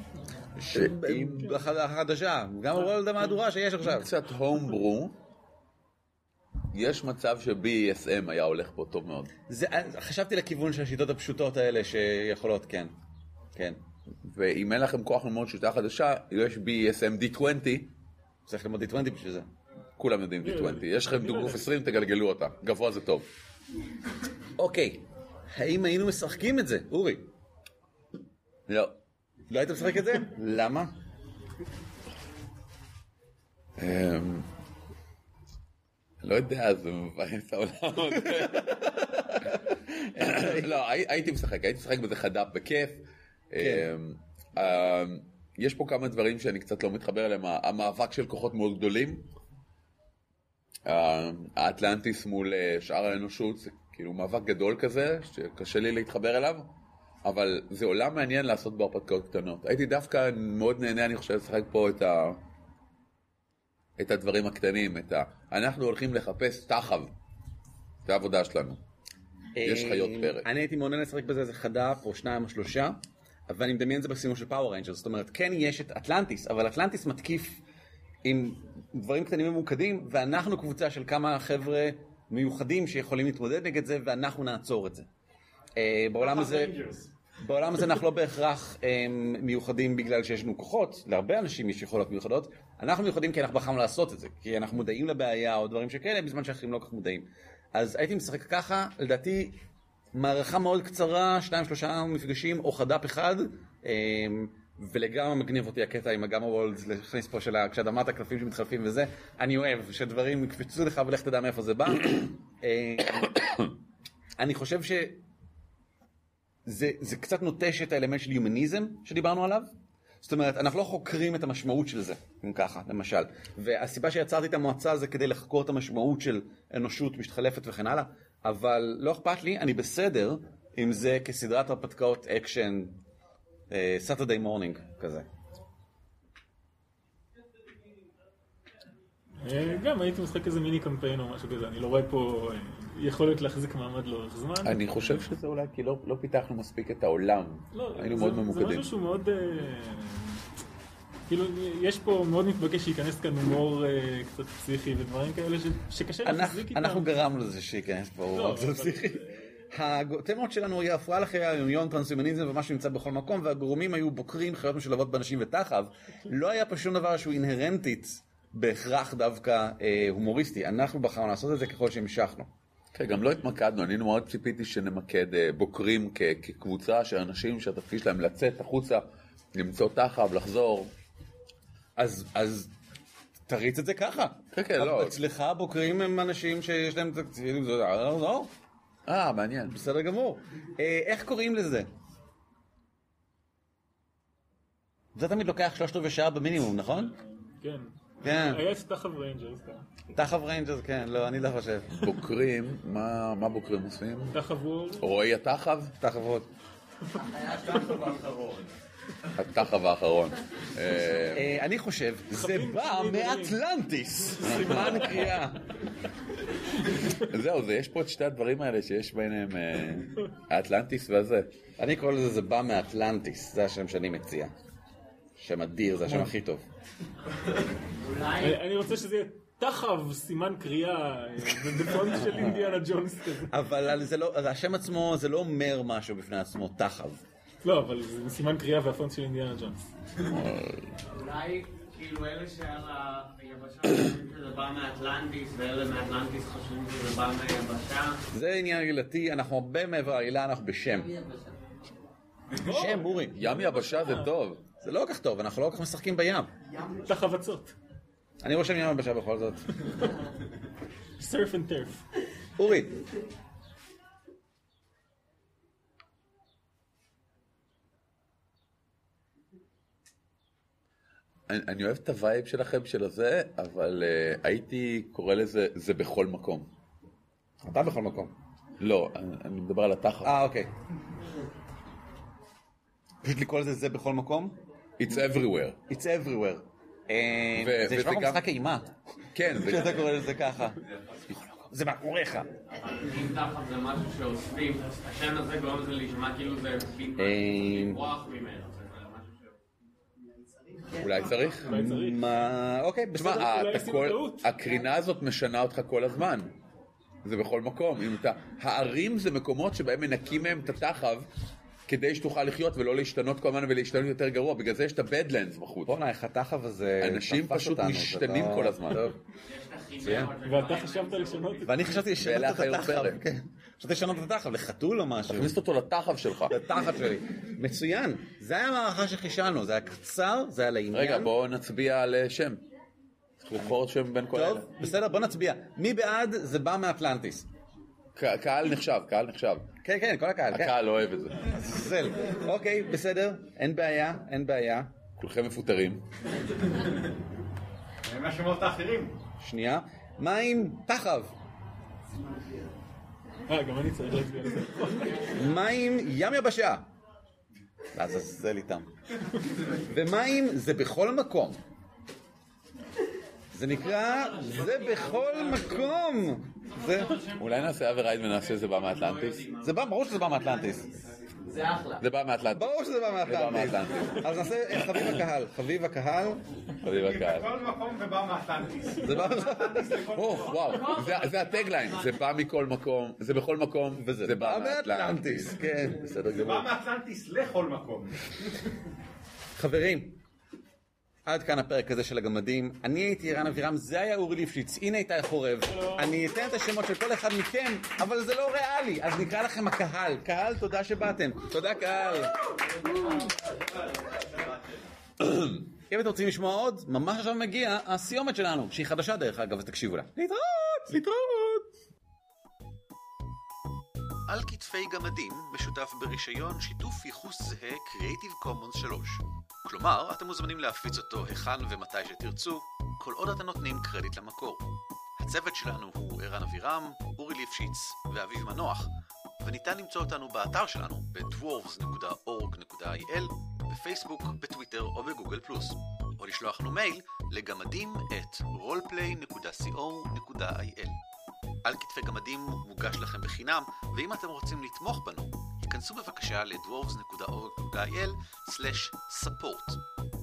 החדשה. גם הוולד מהדורה שיש עכשיו. קצת הומברו. יש מצב ש-BSM היה הולך פה טוב מאוד. חשבתי לכיוון של השיטות הפשוטות האלה שיכולות, כן. כן. ואם אין לכם כוח ללמוד שיטה חדשה, יש BSM D20. צריך ללמוד D20 בשביל זה. כולם יודעים D20. יש לכם דוגרוף 20, תגלגלו אותה. גבוה זה טוב. אוקיי. האם היינו משחקים את זה, אורי? לא. לא היית משחק את זה? למה? לא יודע, זה מבאס העולם. לא, הייתי משחק בזה חדף בכיף. יש פה כמה דברים שאני קצת לא מתחבר אליהם. המאבק של כוחות מאוד גדולים. האטלנטיס מול שאר האנושות, זה כאילו מאבק גדול כזה, שקשה לי להתחבר אליו. אבל זה עולם מעניין לעשות בו הרפתקאות קטנות. הייתי דווקא מאוד נהנה, אני חושב, לשחק פה את הדברים הקטנים, אנחנו הולכים לחפש תחב. זה העבודה שלנו. יש חיות פרק. אני הייתי מעוניין לשחק בזה איזה חדף או 2 או 3, אבל אני מדמיין את זה בסימון של פאוור ריינג'רס. זאת אומרת, כן יש את אטלנטיס, אבל אטלנטיס מתקיף עם דברים קטנים ממוקדים, ואנחנו קבוצה של כמה חבר'ה מיוחדים שיכולים להתמודד נגד זה, ואנחנו נעצור את זה. בעולם הזה אנחנו לא בהכרח מיוחדים בגלל שיש לנו כוחות, להרבה אנשים יש יכולות מיוחדות, אנחנו מיוחדים כי אנחנו בחרנו לעשות את זה, כי אנחנו מודעים לבעיה או דברים שכאלה, בזמן שאחרים לא כך מודעים. אז הייתי משחק ככה, לדעתי מערכה מאוד קצרה, 2-3 מפגשים או חדף אחד, ולגמרי מגניב אותי הקטע עם הגאמה וולדס, להכניס פה כשאתה אמרת הקלפים שמתחלפים וזה, אני אוהב שדברים יקפצו לך ולך תדע מאיפה זה בא. אני חושב זה קצת נוטש את האלמנט של יומניזם שדיברנו עליו. זאת אומרת, אנחנו לא חוקרים את המשמעות של זה, אם ככה, למשל. והסיבה שיצרתי את המועצה זה כדי לחקור את המשמעות של אנושות משתחלפת וכן הלאה, אבל לא אכפת לי, אני בסדר עם זה כסדרת הרפתקאות אקשן, Saturday morning כזה. גם הייתי משחק איזה מיני קמפיין או משהו כזה, אני לא רואה פה יכולת להחזיק מעמד לאורך זמן. אני חושב שזה אולי כי לא פיתחנו מספיק את העולם, היינו מאוד ממוקדים. זה משהו שהוא מאוד, כאילו יש פה מאוד מתבקש שייכנס כאן הומור קצת פסיכי ודברים כאלה שקשה להחזיק איתם. אנחנו גרמנו לזה שייכנס פה הומור קצת פסיכי. התמות שלנו היא הפרעה לחיי היום, טרנסהומניזם ומה שנמצא בכל מקום, והגורמים היו בוקרים, חיות משולבות באנשים ותחב. לא היה פה שום דבר שהוא אינהרנטית בהכרח דווקא הומוריסטי. אנחנו בחרנו לעשות את זה ככל שהמשכנו. כן, גם לא התמקדנו, אני מאוד ציפיתי שנמקד בוקרים כקבוצה של אנשים שהתפקיד שלהם לצאת החוצה, למצוא תחב, לחזור. אז תריץ את זה ככה. כן, לא. אצלך בוקרים הם אנשים שיש להם תקציבים, זה לא. מעניין. בסדר גמור. איך קוראים לזה? זה תמיד לוקח 3/4 שעה במינימום, נכון? כן. כן. היה תחב ריינג'רס. תחב ריינג'רס, כן, לא, אני לא חושב. בוקרים, מה בוקרים עושים? תחב וורד. רועי התחב? תחב וורד. התחב האחרון. התחב האחרון. אני חושב, זה בא מאטלנטיס. סימן קריאה. זהו, יש פה את שתי הדברים האלה שיש ביניהם האטלנטיס והזה. אני קורא לזה, זה בא מאטלנטיס, זה השם שאני מציע. שם אדיר, זה השם הכי טוב. אני רוצה שזה יהיה תחב סימן קריאה בפונט של אינדיאנה ג'ונס כזה. אבל השם עצמו, זה לא אומר משהו בפני עצמו, תחב. לא, אבל זה סימן קריאה והפונט של אינדיאנה ג'ונס. אולי כאילו אלה שעל היבשה חושבים שזה בא מאטלנטיס, ואלה מאטלנטיס חושבים שזה בא מהיבשה. זה עניין עילתי, אנחנו הרבה מעבר העילה, אנחנו בשם. שם, אורי. ים יבשה זה טוב. זה לא כך טוב, אנחנו לא כך משחקים בים. תחבצות. אני רושם ים יבשה בכל זאת. surf and turf. אורי. אני אוהב את הווייב שלכם של הזה, אבל הייתי קורא לזה, זה בכל מקום. אתה בכל מקום? לא, אני מדבר על התחת. אוקיי. פשוט לקרוא לזה זה בכל מקום? It's everywhere. It's everywhere. זה נשמע כמו משחק אימה. כן. כשאתה קורא לזה ככה. זה מאחוריך. אם תחת זה משהו שאוספים, השם הזה גורם לזה להישמע כאילו זה לברוח ממנו. אולי צריך? אוקיי, בסדר. הקרינה הזאת משנה אותך כל הזמן. זה בכל מקום. הערים זה מקומות שבהם מנקים מהם את התחב, כדי שתוכל לחיות ולא להשתנות כל הזמן ולהשתנות יותר גרוע. בגלל זה יש את הבדלנדס בחוץ. בוא'נה, איך התחב הזה... אנשים פשוט משתנים כל הזמן. ואתה חשבת לשנות את זה. ואני חשבתי לשנות את התחב. חשבתי לשנות את התחב, לחתול או משהו. תכניס אותו לתחב שלך. לתחב שלי. מצוין. זה היה המערכה שחישלנו. זה היה קצר, זה היה לעניין. רגע, בואו נצביע על שם. צריך לבחור שם בין כל אלה. טוב, בסדר, בואו נצביע. מי בעד? זה בא מאטלנטיס. קהל נחשב, קהל נחשב. כן, כן, כל הקהל. הקהל אוהב את זה. זל. אוקיי, בסדר. אין בעיה, אין בעיה. כולכם מפוטרים. מה שמות האחרים? שנייה. מה עם תחב? גם אני צריך להצביע לזה. מה עם ים יבשה? לעזאזל איתם. ומה עם זה בכל מקום? זה נקרא זה בכל מקום. אולי נעשה אברייד ונעשה זה בא מאטלנטיס? זה בא, ברור שזה בא מאטלנטיס. זה אחלה. זה בא מאטלנטיס. ברור שזה בא מאטלנטיס. אז נעשה חביב הקהל. חביב הקהל. חביב הקהל. בכל מקום זה בא מאטלנטיס. זה בא מאטלנטיס. וואו, זה הטגליין. זה בא מכל מקום, זה בכל מקום, וזה בא מאטלנטיס. כן, בסדר גמור. זה בא מאטלנטיס לכל מקום. חברים, עד כאן הפרק הזה של הגמדים. אני הייתי ערן אבירם, זה היה אורי ליפשיץ, הנה איתי חורב. אני אתן את השמות של כל אחד מכם, אבל זה לא ריאלי, אז נקרא לכם הקהל. קהל, תודה שבאתם. תודה קהל. אם אתם רוצים לשמוע עוד, ממש עכשיו מגיע הסיומת שלנו, שהיא חדשה דרך אגב, אז תקשיבו לה. להתראות. על כתפי גמדים משותף ברישיון שיתוף ייחוס זהה Creative Commons 3. כלומר, אתם מוזמנים להפיץ אותו היכן ומתי שתרצו, כל עוד אתם נותנים קרדיט למקור. הצוות שלנו הוא ערן אבירם, אורי ליפשיץ ואביב מנוח, וניתן למצוא אותנו באתר שלנו ב-dwarves.org.il, בפייסבוק, בטוויטר או בגוגל פלוס, או לשלוח לנו מייל לגמדים את roleplay.co.il. על כתפי גמדים מוגש לכם בחינם, ואם אתם רוצים לתמוך בנו, כנסו בבקשה ל-dwarves.org.il/support.